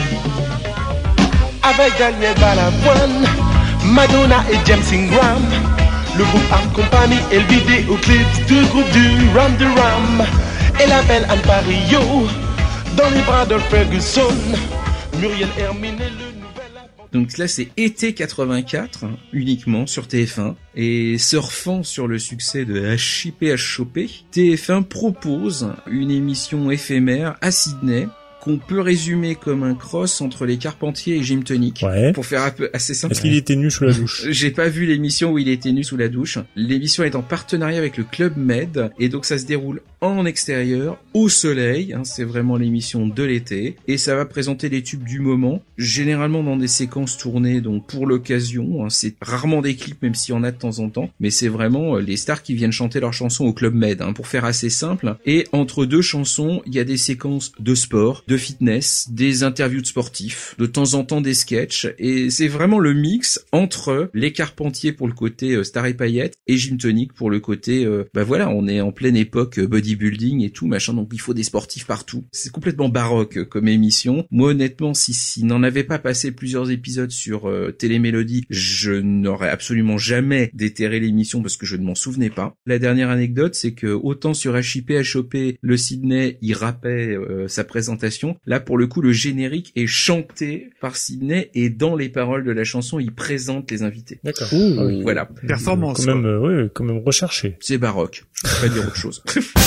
Avec Daniel Balavoine, Madonna et James Ingram, le groupe Art Company et le vidéoclip du groupe du Ram de Ram, et la belle Anne Parillo dans les bras de Ferguson, Muriel Hermine et le nouvel... Donc là, c'est été quatre-vingt-quatre, hein, uniquement, sur T F un. Et surfant sur le succès de H I P H Chopé, T F un propose une émission éphémère à Sydney, qu'on peut résumer comme un cross entre les Carpentiers et Gym Tonic. Ouais. Pour faire un peu assez simple. Est-ce qu'il était nu sous la douche? J'ai pas vu l'émission où il était nu sous la douche. L'émission est en partenariat avec le Club Med, et donc ça se déroule en extérieur, au soleil, hein, c'est vraiment l'émission de l'été, et ça va présenter les tubes du moment, généralement dans des séquences tournées donc pour l'occasion, hein, c'est rarement des clips même s'il y en a de temps en temps, mais c'est vraiment euh, les stars qui viennent chanter leurs chansons au Club Med, hein, pour faire assez simple, et entre deux chansons, il y a des séquences de sport, de fitness, des interviews de sportifs, de temps en temps des sketchs, et c'est vraiment le mix entre les Carpentiers pour le côté euh, Star et Paillettes et Gym Tonic pour le côté, euh, bah voilà, on est en pleine époque euh, bodybuilding et tout, machin, donc il faut des sportifs partout. C'est complètement baroque euh, comme émission. Moi honnêtement, si, si n'en avait pas passé plusieurs épisodes sur euh, Télémélodie, je n'aurais absolument jamais déterré l'émission parce que je ne m'en souvenais pas. La dernière anecdote, c'est que autant sur H I P H O P, le Sydney, il rappait euh, sa présentation, là pour le coup le générique est chanté par Sydney et dans les paroles de la chanson, il présente les invités. D'accord. Ah oui. Voilà. Performance. Quand même, euh, oui, quand même recherché. C'est baroque. Je peux pas dire autre chose.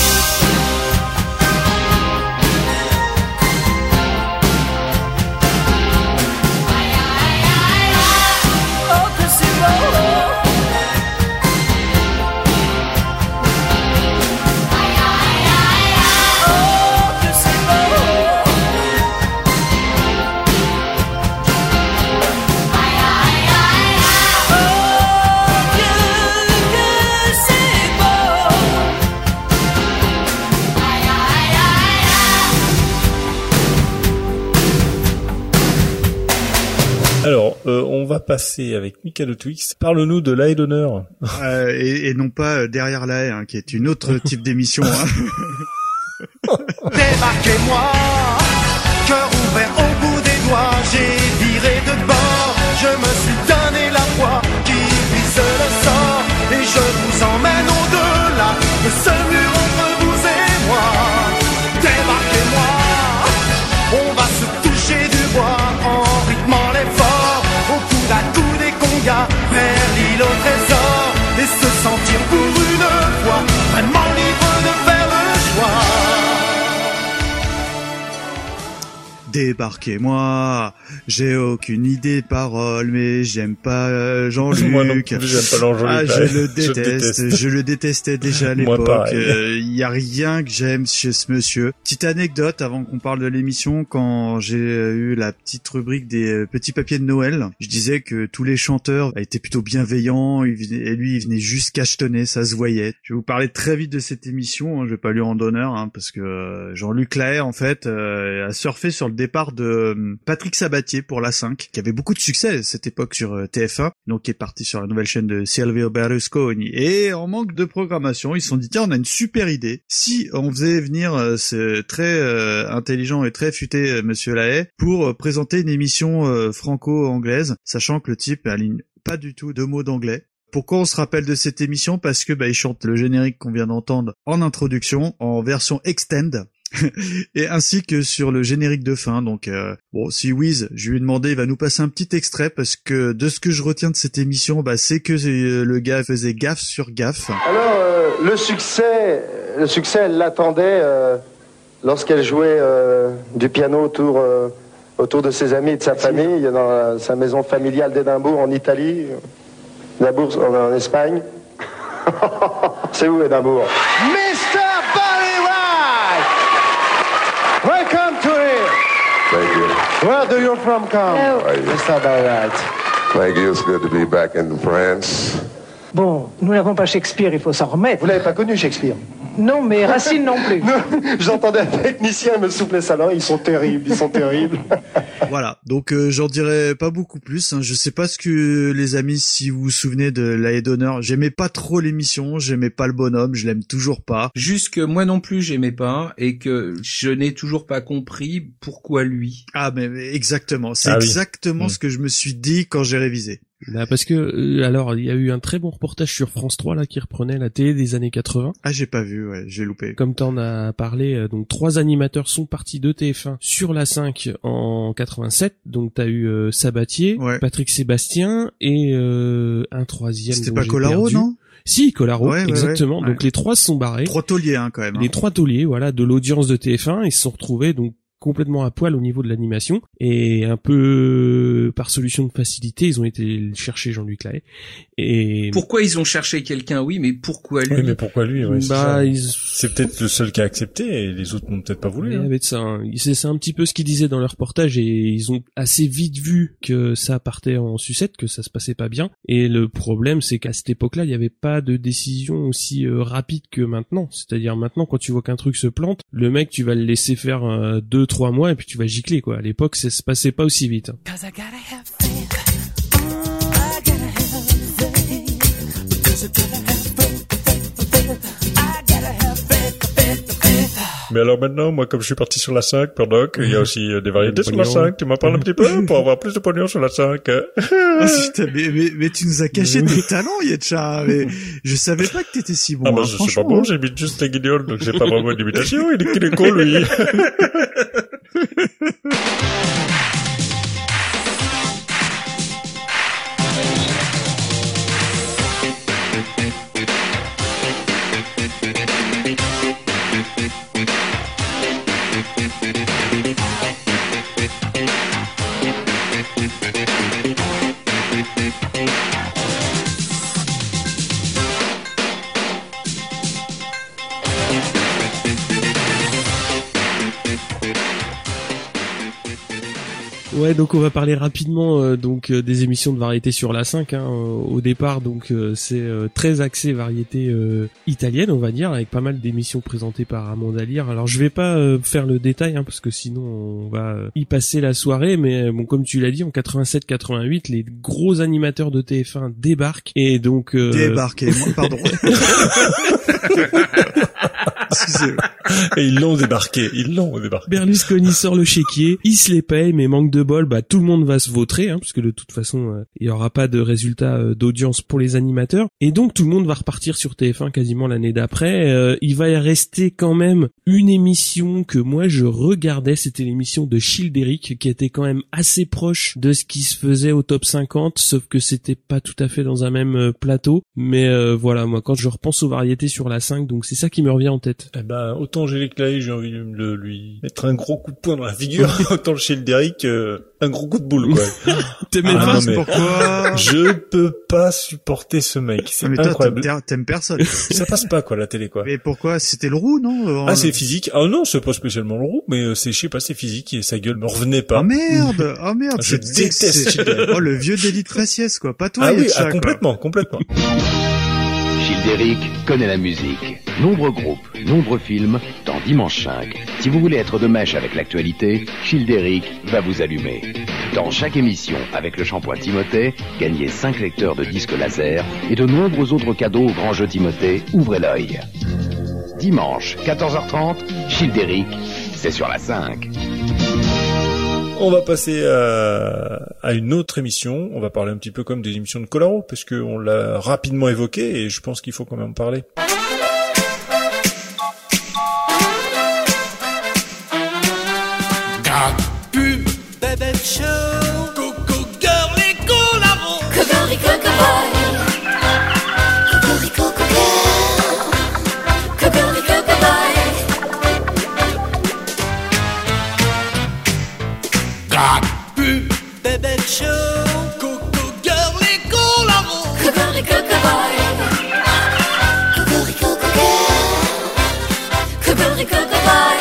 Alors, euh, on va passer avec Mikado Twix. Parle-nous de la haie d'honneur. Euh, et, et non pas euh, derrière la haie, hein, qui est une autre type d'émission. Hein. Débarquez-moi, cœur ouvert au bout des doigts, j'ai viré de bord, je me suis donné la voix qui vise le sort, et je vous emmène au-delà de ce mur entre vous et moi. Débarquez-moi, on va se toucher du bois en rythmant l'effort, au coude à coude des congas, vers l'île au trésor, et se sentir pour une fois vraiment libre de faire le choix. Débarquez-moi, j'ai aucune idée de parole, mais j'aime pas euh, Jean-Luc. Moi non plus, j'aime pas Jean-Luc. Ah, je le déteste, je, déteste. je le détestais déjà à l'époque. Il euh, y a rien que j'aime chez ce monsieur. Petite anecdote avant qu'on parle de l'émission, quand j'ai eu la petite rubrique des petits papiers de Noël, je disais que tous les chanteurs étaient plutôt bienveillants, et lui il venait juste cachetonner, ça se voyait. Je vais vous parler très vite de cette émission, hein, je vais pas lui rendre honneur, hein, parce que Jean-Luc Lahaye en fait euh, a surfé sur le départ de Patrick Sabatier pour la cinq, qui avait beaucoup de succès à cette époque sur T F un, donc qui est parti sur la nouvelle chaîne de Silvio Berlusconi. Et en manque de programmation, ils se sont dit tiens, on a une super idée. Si on faisait venir euh, ce très euh, intelligent et très futé euh, Monsieur Lahaye pour euh, présenter une émission euh, franco-anglaise, sachant que le type aligne pas du tout deux mots d'anglais. Pourquoi on se rappelle de cette émission? Parce que bah il chante le générique qu'on vient d'entendre en introduction, en version extend. Et ainsi que sur le générique de fin. Donc euh, bon, si Wiz, je lui ai demandé, il va nous passer un petit extrait, parce que de ce que je retiens de cette émission, bah c'est que euh, le gars faisait gaffe sur gaffe. Alors euh, le succès, le succès, elle l'attendait euh, lorsqu'elle jouait euh, du piano autour euh, autour de ses amis et de sa famille, dans la, sa maison familiale d'Édimbourg en Italie, Édimbourg en, en Espagne. C'est où Édimbourg? mister Barry White! Welcome to it! Thank you. Where do you from come? Hello. mister Barry White. Thank you. It's good to be back in France. Bon, nous n'avons pas Shakespeare, il faut s'en remettre. Vous l'avez pas connu, Shakespeare? Non, mais Racine non plus. J'entendais un technicien me souffler sa langue, ils sont terribles, ils sont terribles. Voilà, donc euh, j'en dirais pas beaucoup plus. Hein. Je sais pas ce que les amis, si vous vous souvenez de la haie d'honneur, j'aimais pas trop l'émission, j'aimais pas le bonhomme, je l'aime toujours pas. Juste que moi non plus j'aimais pas, et que je n'ai toujours pas compris pourquoi lui. Ah mais, mais exactement, c'est ah, exactement oui. ce que je me suis dit quand j'ai révisé. Bah parce que euh, alors il y a eu un très bon reportage sur France trois là qui reprenait la télé des années quatre-vingts. Ah j'ai pas vu, ouais, j'ai loupé. Comme t'en as parlé, euh, donc trois animateurs sont partis de T F un sur la cinq en quatre-vingt-sept. Donc t'as eu euh, Sabatier, ouais. Patrick Sébastien et euh, un troisième. C'était pas Collaro, non? Si, Collaro, ouais, exactement. Ouais, ouais. Donc les trois se sont barrés. Trois tauliers hein, quand même. Hein. Les trois tauliers, voilà, de l'audience de T F un, ils se sont retrouvés donc complètement à poil au niveau de l'animation, et un peu par solution de facilité ils ont été chercher Jean-Luc Lahaye, Et pourquoi ils ont cherché quelqu'un? Oui, mais pourquoi lui? Oui, mais pourquoi lui? Ouais, c'est, bah, ils... c'est peut-être le seul qui a accepté et les autres n'ont peut-être pas voulu. Il y hein. avait de ça. Hein. C'est, c'est un petit peu ce qu'ils disaient dans leur reportage et ils ont assez vite vu que ça partait en sucette, que ça se passait pas bien. Et le problème, c'est qu'à cette époque-là, il n'y avait pas de décision aussi euh, rapide que maintenant. C'est-à-dire maintenant, quand tu vois qu'un truc se plante, le mec, tu vas le laisser faire euh, deux, trois mois et puis tu vas gicler, quoi. À l'époque, ça se passait pas aussi vite. Hein. Mais alors maintenant, moi, comme je suis parti sur la cinq, Purdock, il y a aussi euh, des variétés sur la cinq. Tu m'en parles un petit peu pour avoir plus de pognon sur la cinq. Ah, putain, mais, mais, mais tu nous as caché tes talents, Yetcha. Mais je savais pas que t'étais si bon. Ah bah, hein, je sais pas bon, j'imite juste les guignols, donc j'ai pas vraiment d'imitation. Il est qu'il est con, lui. Ouais, donc on va parler rapidement euh, donc euh, des émissions de variété sur la cinq. Hein, euh, au départ, donc euh, c'est euh, très axé variété euh, italienne, on va dire, avec pas mal d'émissions présentées par Amanda Lear. Alors je vais pas euh, faire le détail, hein, parce que sinon on va euh, y passer la soirée. Mais bon, comme tu l'as dit, en quatre-vingt-sept quatre-vingt-huit, les gros animateurs de T F un débarquent et donc euh... débarquez, moi, pardon. Excusez-moi. Et ils l'ont débarqué, ils l'ont débarqué. Berlusconi sort le chéquier, il se les paye, mais manque de bol, bah tout le monde va se vautrer, hein, puisque de toute façon euh, il y aura pas de résultat euh, d'audience pour les animateurs, et donc tout le monde va repartir sur T F un quasiment l'année d'après. Euh, il va y rester quand même une émission que moi je regardais, c'était l'émission de Childéric, qui était quand même assez proche de ce qui se faisait au top cinquante, sauf que c'était pas tout à fait dans un même euh, plateau. Mais euh, voilà, moi quand je repense aux variétés sur la cinq, donc c'est ça qui me revient en tête. Eh ben, autant Angélique Lahaye, j'ai envie de lui mettre un gros coup de poing dans la figure, autant le Childéric, euh, un gros coup de boule, quoi. T'aimes ah, pas, non, c'est mais pourquoi je peux pas supporter ce mec, c'est mais toi, incroyable. T'aimes, t'aimes personne. Ça passe pas, quoi, la télé, quoi. Mais pourquoi? C'était le roux, non? Ah, c'est physique. Ah non, c'est pas spécialement le roux, mais c'est, je sais pas, c'est physique et sa gueule me revenait pas. Oh merde, oh merde. Je c'est, déteste Childéric. Oh, le vieux délit de faciès, quoi. Pas toi, Ah oui, Yetcha, ah, complètement, complètement. Childéric connaît la musique. Nombreux groupes, nombreux films, dans Dimanche cinq. Si vous voulez être de mèche avec l'actualité, Childéric va vous allumer. Dans chaque émission, avec le shampoing Timothée, gagnez cinq lecteurs de disques laser et de nombreux autres cadeaux au grand jeu Timothée. Ouvrez l'œil. Dimanche, quatorze heures trente, Childéric, c'est sur la cinq. On va passer à, à une autre émission. On va parler un petit peu comme des émissions de Colaro, parce qu'on l'a rapidement évoqué et je pense qu'il faut quand même en parler. Pub, bébé show, Coco Girl et Colaro. Cocorico Cowboy, Cocorico Cowgirl, Cocorico Cowboy. Pub, bébé show, Coco Girl et Colaro. Cocorico Cowboy, Cocorico Cowgirl, Cocorico Cowboy.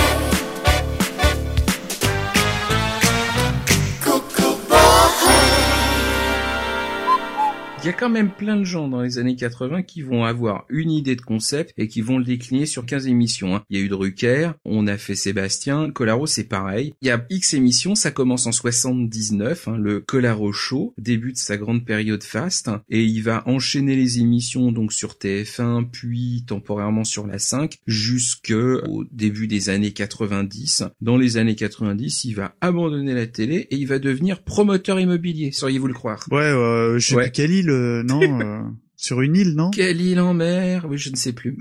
Il y a quand même plein de gens dans les années quatre-vingts qui vont avoir une idée de concept et qui vont le décliner sur quinze émissions. Hein. Il y a eu Drucker, on a fait Sébastien, Colaro c'est pareil. Il y a X émissions, ça commence en soixante-dix-neuf, hein, le Colaro Show débute sa grande période faste et il va enchaîner les émissions donc sur T F un puis temporairement sur la cinq jusqu'au début des années quatre-vingt-dix. Dans les années quatre-vingt-dix, il va abandonner la télé et il va devenir promoteur immobilier, sauriez-vous le croire? Ouais, euh, je sais Ouais. plus quelle île, euh, non, euh, sur une île, non? Quelle île en mer? Oui, je ne sais plus.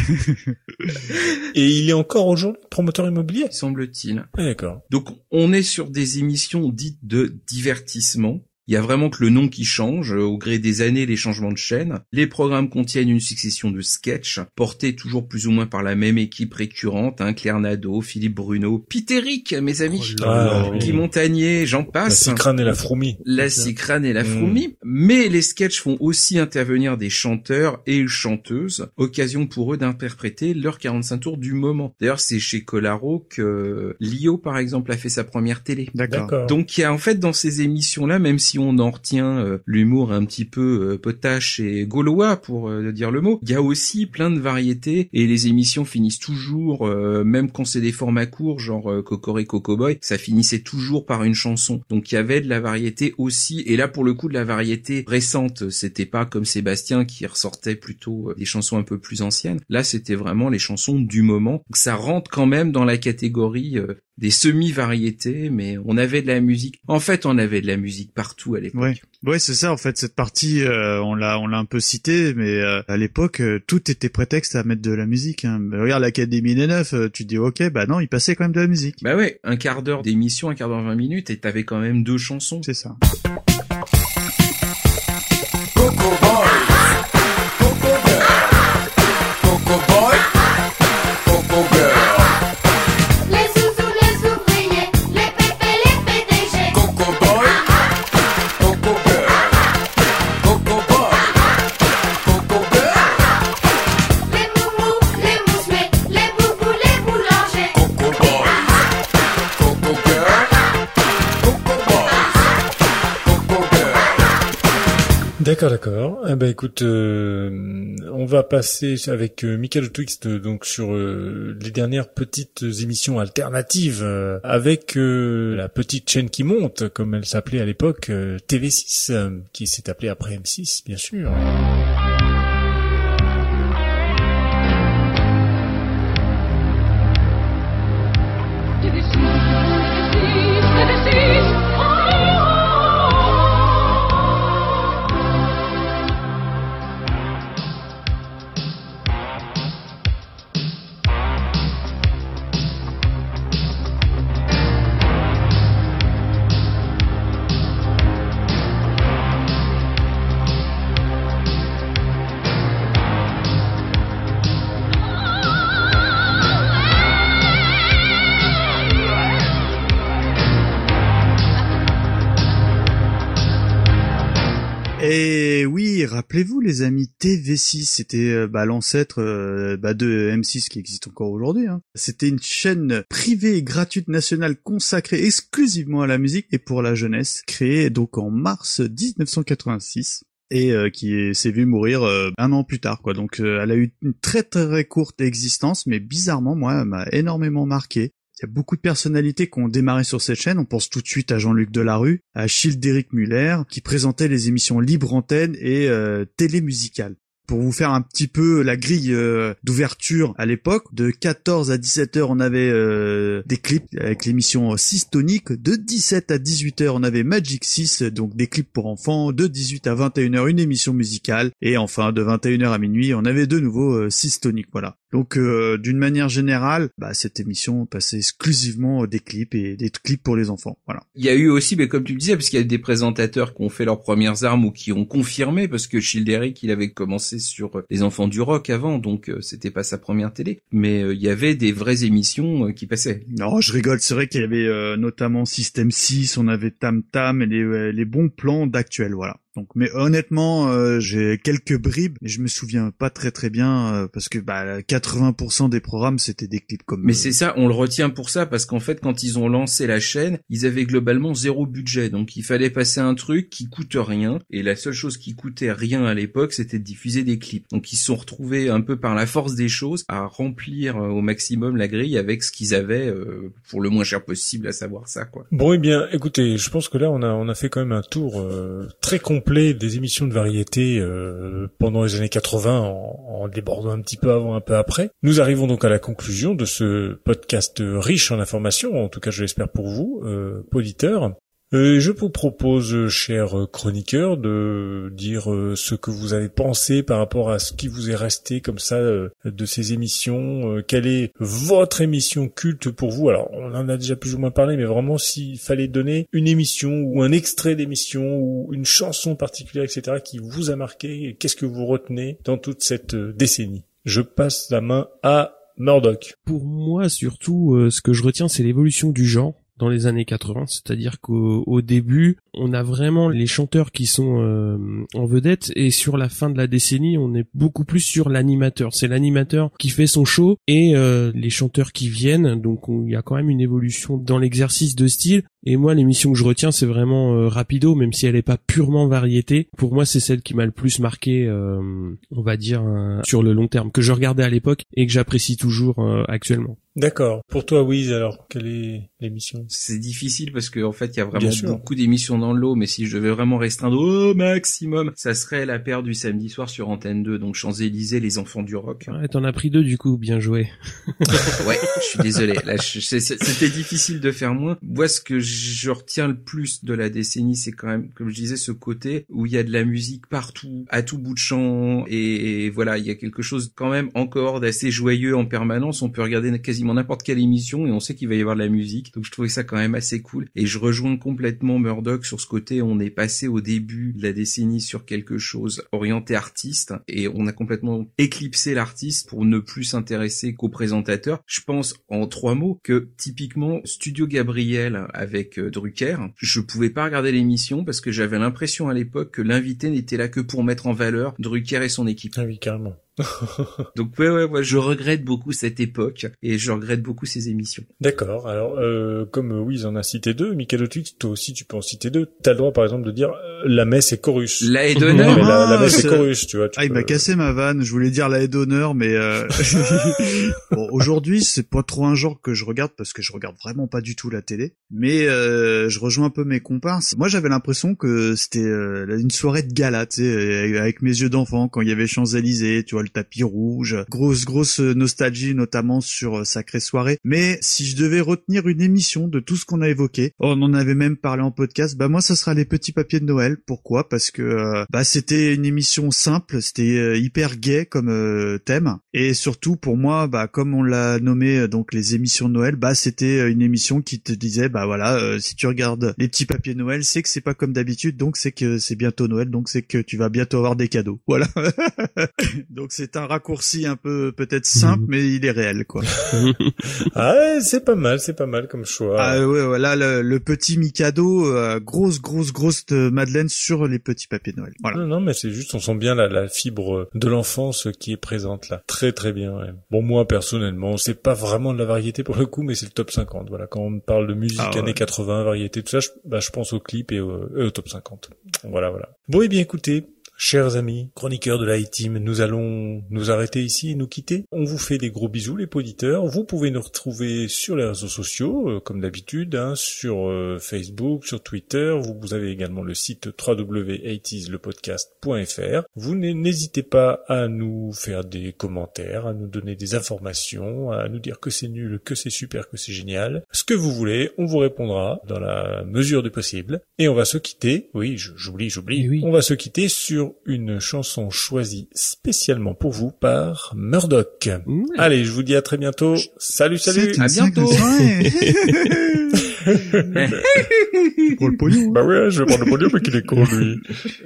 Et il est encore aujourd'hui promoteur immobilier, semble-t-il. Ah, d'accord. Donc, on est sur des émissions dites de divertissement. Il y a vraiment que le nom qui change, au gré des années, les changements de chaîne. Les programmes contiennent une succession de sketchs, portés toujours plus ou moins par la même équipe récurrente, hein, Claire Nadeau, Philippe Bruno, Pitéric, mes amis, Oh là là, Guy oui. Montagnier, j'en La passe. Cicrane et la Froumie. La Cicrane et la Mmh. Froumie. Mais les sketchs font aussi intervenir des chanteurs et chanteuses, occasion pour eux d'interpréter leurs quarante-cinq tours du moment. D'ailleurs, c'est chez Colaro que Lio, par exemple, a fait sa première télé. D'accord. Donc il y a en fait dans ces émissions-là, même si on en retient euh, l'humour un petit peu euh, potache et gaulois pour euh, dire le mot, il y a aussi plein de variétés et les émissions finissent toujours, euh, même quand c'est des formats courts, genre euh, Cocorico Cowboy, ça finissait toujours par une chanson. Donc il y avait de la variété aussi, et là pour le coup de la variété récente, c'était pas comme Sébastien qui ressortait plutôt euh, des chansons un peu plus anciennes. Là c'était vraiment les chansons du moment. Donc ça rentre quand même dans la catégorie euh, des semi-variétés, mais on avait de la musique. En fait, on avait de la musique partout à l'époque. Ouais, ouais, c'est ça. En fait, cette partie, euh, on l'a, on l'a un peu cité, mais euh, à l'époque, euh, tout était prétexte à mettre de la musique. Hein. Mais regarde l'Académie des Neufs, euh, tu te dis ok, bah non, il passait quand même de la musique. Bah ouais, un quart d'heure d'émission, un quart d'heure vingt minutes, et t'avais quand même deux chansons. C'est ça. Coco Boy, Coco Girl, Coco Boy, Coco Girl. Les zouzous, les ouvriers, les pépés, les P D G. Coco Boy, Coco Girl, Coco Boy, Coco Girl. Les moumous, les mousselets, les boubous, les boulangers. Coco Boy, Coco Girl, Coco Boy, Coco Girl. D'accord, d'accord. Eh ben écoute, euh, on va passer avec euh, Michael Twixt donc sur euh, les dernières petites émissions alternatives euh, avec euh, la petite chaîne qui monte, comme elle s'appelait à l'époque, euh, T V six, euh, qui s'est appelée après M six, bien sûr. Et oui, rappelez-vous les amis, T V six, c'était euh, bah, l'ancêtre euh, bah, de M six qui existe encore aujourd'hui. Hein. C'était une chaîne privée et gratuite nationale consacrée exclusivement à la musique et pour la jeunesse, créée donc en mars dix-neuf cent quatre-vingt-six. Et euh, qui est- s'est vu mourir euh, un an plus tard, quoi. Donc, euh, elle a eu une très très courte existence, mais bizarrement, moi, elle m'a énormément marqué. Il y a beaucoup de personnalités qui ont démarré sur cette chaîne. On pense tout de suite à Jean-Luc Delarue, à Childéric Muller, qui présentait les émissions Libre Antenne et euh, télémusicales. Pour vous faire un petit peu la grille euh, d'ouverture à l'époque, de quatorze à dix-sept heures, on avait euh, des clips avec l'émission six Tonique. De dix-sept à dix-huit heures, on avait Magic six, donc des clips pour enfants. De dix-huit à vingt et une heures, une émission musicale. Et enfin, de vingt et une heures à minuit, on avait de nouveau euh, six Tonique, voilà. Donc, euh, d'une manière générale, bah, cette émission passait exclusivement des clips et des clips pour les enfants, voilà. Il y a eu aussi, mais comme tu le disais, parce qu'il y a des présentateurs qui ont fait leurs premières armes ou qui ont confirmé, parce que Childéric, il avait commencé sur Les Enfants du Rock avant, donc euh, c'était pas sa première télé. Mais euh, il y avait des vraies émissions euh, qui passaient. Non, je rigole, c'est vrai qu'il y avait euh, notamment System six, on avait Tam Tam et les, euh, les bons plans d'Actuel, voilà. Donc, mais honnêtement, euh, j'ai quelques bribes, mais je me souviens pas très très bien euh, parce que bah quatre-vingts pour cent des programmes c'était des clips comme. Mais euh, c'est ça, on le retient pour ça, parce qu'en fait, quand ils ont lancé la chaîne, ils avaient globalement zéro budget, donc il fallait passer un truc qui coûte rien, et la seule chose qui coûtait rien à l'époque, c'était de diffuser des clips. Donc ils se sont retrouvés un peu par la force des choses à remplir euh, au maximum la grille avec ce qu'ils avaient euh, pour le moins cher possible, à savoir ça, quoi. Bon, eh bien, écoutez, je pense que là, on a, on a fait quand même un tour euh, très complet des émissions de variété euh, pendant les années quatre-vingts, en, en débordant un petit peu avant, un peu après. Nous arrivons donc à la conclusion de ce podcast riche en informations, en tout cas je l'espère pour vous, euh, auditeurs. Euh, je vous propose, chers chroniqueurs, de dire euh, ce que vous avez pensé par rapport à ce qui vous est resté comme ça euh, de ces émissions. Euh, quelle est votre émission culte pour vous? Alors, on en a déjà plus ou moins parlé, mais vraiment, s'il fallait donner une émission ou un extrait d'émission ou une chanson particulière, et cetera, qui vous a marqué, qu'est-ce que vous retenez dans toute cette euh, décennie? Je passe la main à Murdoch. Pour moi, surtout, euh, ce que je retiens, c'est l'évolution du genre dans les années quatre-vingts, c'est-à-dire qu'au au début, on a vraiment les chanteurs qui sont euh, en vedette, et sur la fin de la décennie, on est beaucoup plus sur l'animateur. C'est l'animateur qui fait son show et euh, les chanteurs qui viennent, donc il y a quand même une évolution dans l'exercice de style. Et moi, l'émission que je retiens, c'est vraiment euh, Rapido, même si elle est pas purement variété. Pour moi, c'est celle qui m'a le plus marqué, euh, on va dire, euh, sur le long terme, que je regardais à l'époque et que j'apprécie toujours euh, actuellement. D'accord. Pour toi, Wiz, alors, quelle est l'émission? C'est difficile parce qu'en en fait, il y a vraiment beaucoup d'émissions dans le lot, mais si je devais vraiment restreindre au maximum, ça serait la paire du samedi soir sur Antenne deux, donc Champs-Élysées, les enfants du rock. Ouais, t'en as pris deux du coup, bien joué. Ouais, je suis désolé. Là, je, c'était difficile de faire moins. Moi, ce que je retiens le plus de la décennie, c'est quand même, comme je disais, ce côté où il y a de la musique partout, à tout bout de champ, et, et voilà, il y a quelque chose quand même encore d'assez joyeux en permanence. On peut regarder quasiment n'importe quelle émission et on sait qu'il va y avoir de la musique, donc je trouvais ça quand même assez cool. Et je rejoins complètement Murdoch sur ce côté, on est passé au début de la décennie sur quelque chose orienté artiste, et on a complètement éclipsé l'artiste pour ne plus s'intéresser qu'au présentateur. Je pense, en trois mots, que typiquement Studio Gabriel avec euh, Drucker, je pouvais pas regarder l'émission parce que j'avais l'impression à l'époque que l'invité n'était là que pour mettre en valeur Drucker et son équipe. Ah oui, carrément. Donc ouais, ouais, ouais, je regrette beaucoup cette époque et je regrette beaucoup ces émissions. D'accord. Alors, euh, comme euh, Wiz en a cité deux, Michael Twix, toi aussi tu peux en citer deux. T'as le droit, par exemple, de dire euh, la messe est chorus. La haie d'honneur. La, la, la messe c'est... est chorus, tu vois. Tu ah, il peux... m'a cassé ma vanne. Je voulais dire la haie d'honneur, mais euh... bon, aujourd'hui, c'est pas trop un genre que je regarde parce que je regarde vraiment pas du tout la télé. Mais euh, je rejoins un peu mes comparses. Moi, j'avais l'impression que c'était euh, une soirée de gala, tu sais, avec mes yeux d'enfant, quand il y avait Champs-Élysées, tu vois, le tapis rouge. Grosse, grosse nostalgie, notamment sur Sacrée Soirée. Mais si je devais retenir une émission de tout ce qu'on a évoqué, on en avait même parlé en podcast, bah moi, ça sera les petits papiers de Noël. Pourquoi? Parce que euh, bah c'était une émission simple, c'était euh, hyper gai comme euh, thème. Et surtout, pour moi, bah comme on l'a nommé, euh, donc les émissions de Noël, bah c'était une émission qui te disait, bah voilà, euh, si tu regardes les petits papiers de Noël, c'est que c'est pas comme d'habitude, donc c'est que c'est bientôt Noël, donc c'est que tu vas bientôt avoir des cadeaux. Voilà. Donc c'est un raccourci un peu peut-être simple, mmh. mais il est réel, quoi. Ah ouais, c'est pas mal, c'est pas mal comme choix. Ah ouais, voilà, le, le petit Mikado, euh, grosse, grosse, grosse Madeleine sur les petits papiers de Noël. Voilà. Non, non, mais c'est juste, on sent bien la, la fibre de l'enfance qui est présente là. Très, très bien, ouais. Bon, moi, personnellement, c'est pas vraiment de la variété pour le coup, mais c'est le top cinquante. Voilà, quand on parle de musique ah, années ouais. quatre-vingts, variété, tout ça, je, bah, je pense au clip et au, et au top cinquante. Voilà, voilà. Bon, et eh bien, écoutez, chers amis, chroniqueurs de la A-Team, nous allons nous arrêter ici et nous quitter. On vous fait des gros bisous, les auditeurs. Vous pouvez nous retrouver sur les réseaux sociaux, euh, comme d'habitude, hein, sur euh, Facebook, sur Twitter. Vous, vous avez également le site w w w point eighties le podcast point f r. Vous n'hésitez pas à nous faire des commentaires, à nous donner des informations, à nous dire que c'est nul, que c'est super, que c'est génial. Ce que vous voulez, on vous répondra dans la mesure du possible. Et on va se quitter. Oui, j'oublie, j'oublie. Oui. On va se quitter sur une chanson choisie spécialement pour vous par Murdoch. Mmh. Allez, je vous dis à très bientôt. Salut, salut. À bientôt. Tu prends le pognon. Bah ouais, je vais prendre le pognon mais qu'il est con, lui.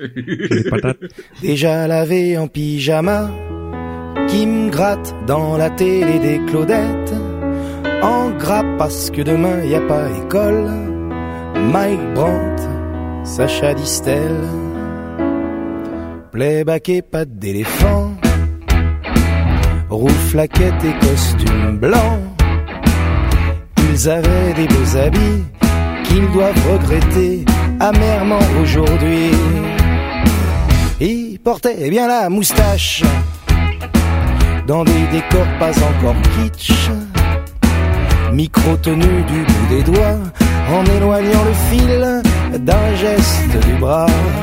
Déjà lavé en pyjama, qui me gratte dans la télé des Claudettes, en gras parce que demain y a pas école. Mike Brandt, Sacha Distel, playback et pattes d'éléphant, rouflaquettes et costumes blancs. Ils avaient des beaux habits qu'ils doivent regretter amèrement aujourd'hui. Ils portaient bien la moustache dans des décors pas encore kitsch, micro-tenue du bout des doigts, en éloignant le fil d'un geste du bras.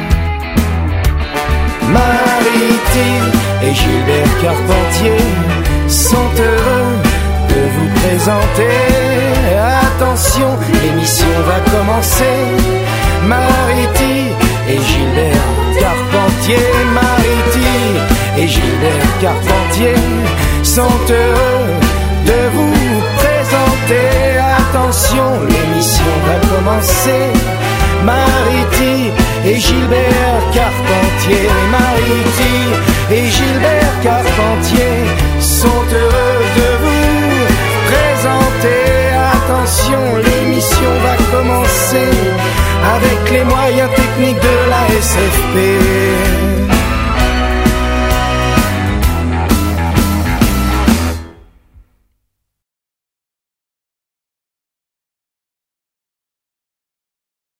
Mariti et Gilbert Carpentier sont heureux de vous présenter. Attends attention, l'émission va commencer. Mariti et Gilbert Carpentier, Mariti et Gilbert Carpentier sont heureux de vous présenter. Attention, l'émission va commencer. Mariti et Gilbert Carpentier, Mariti et Gilbert Carpentier sont heureux de vous présenter. Attention, l'émission va commencer avec les moyens techniques de la S F P.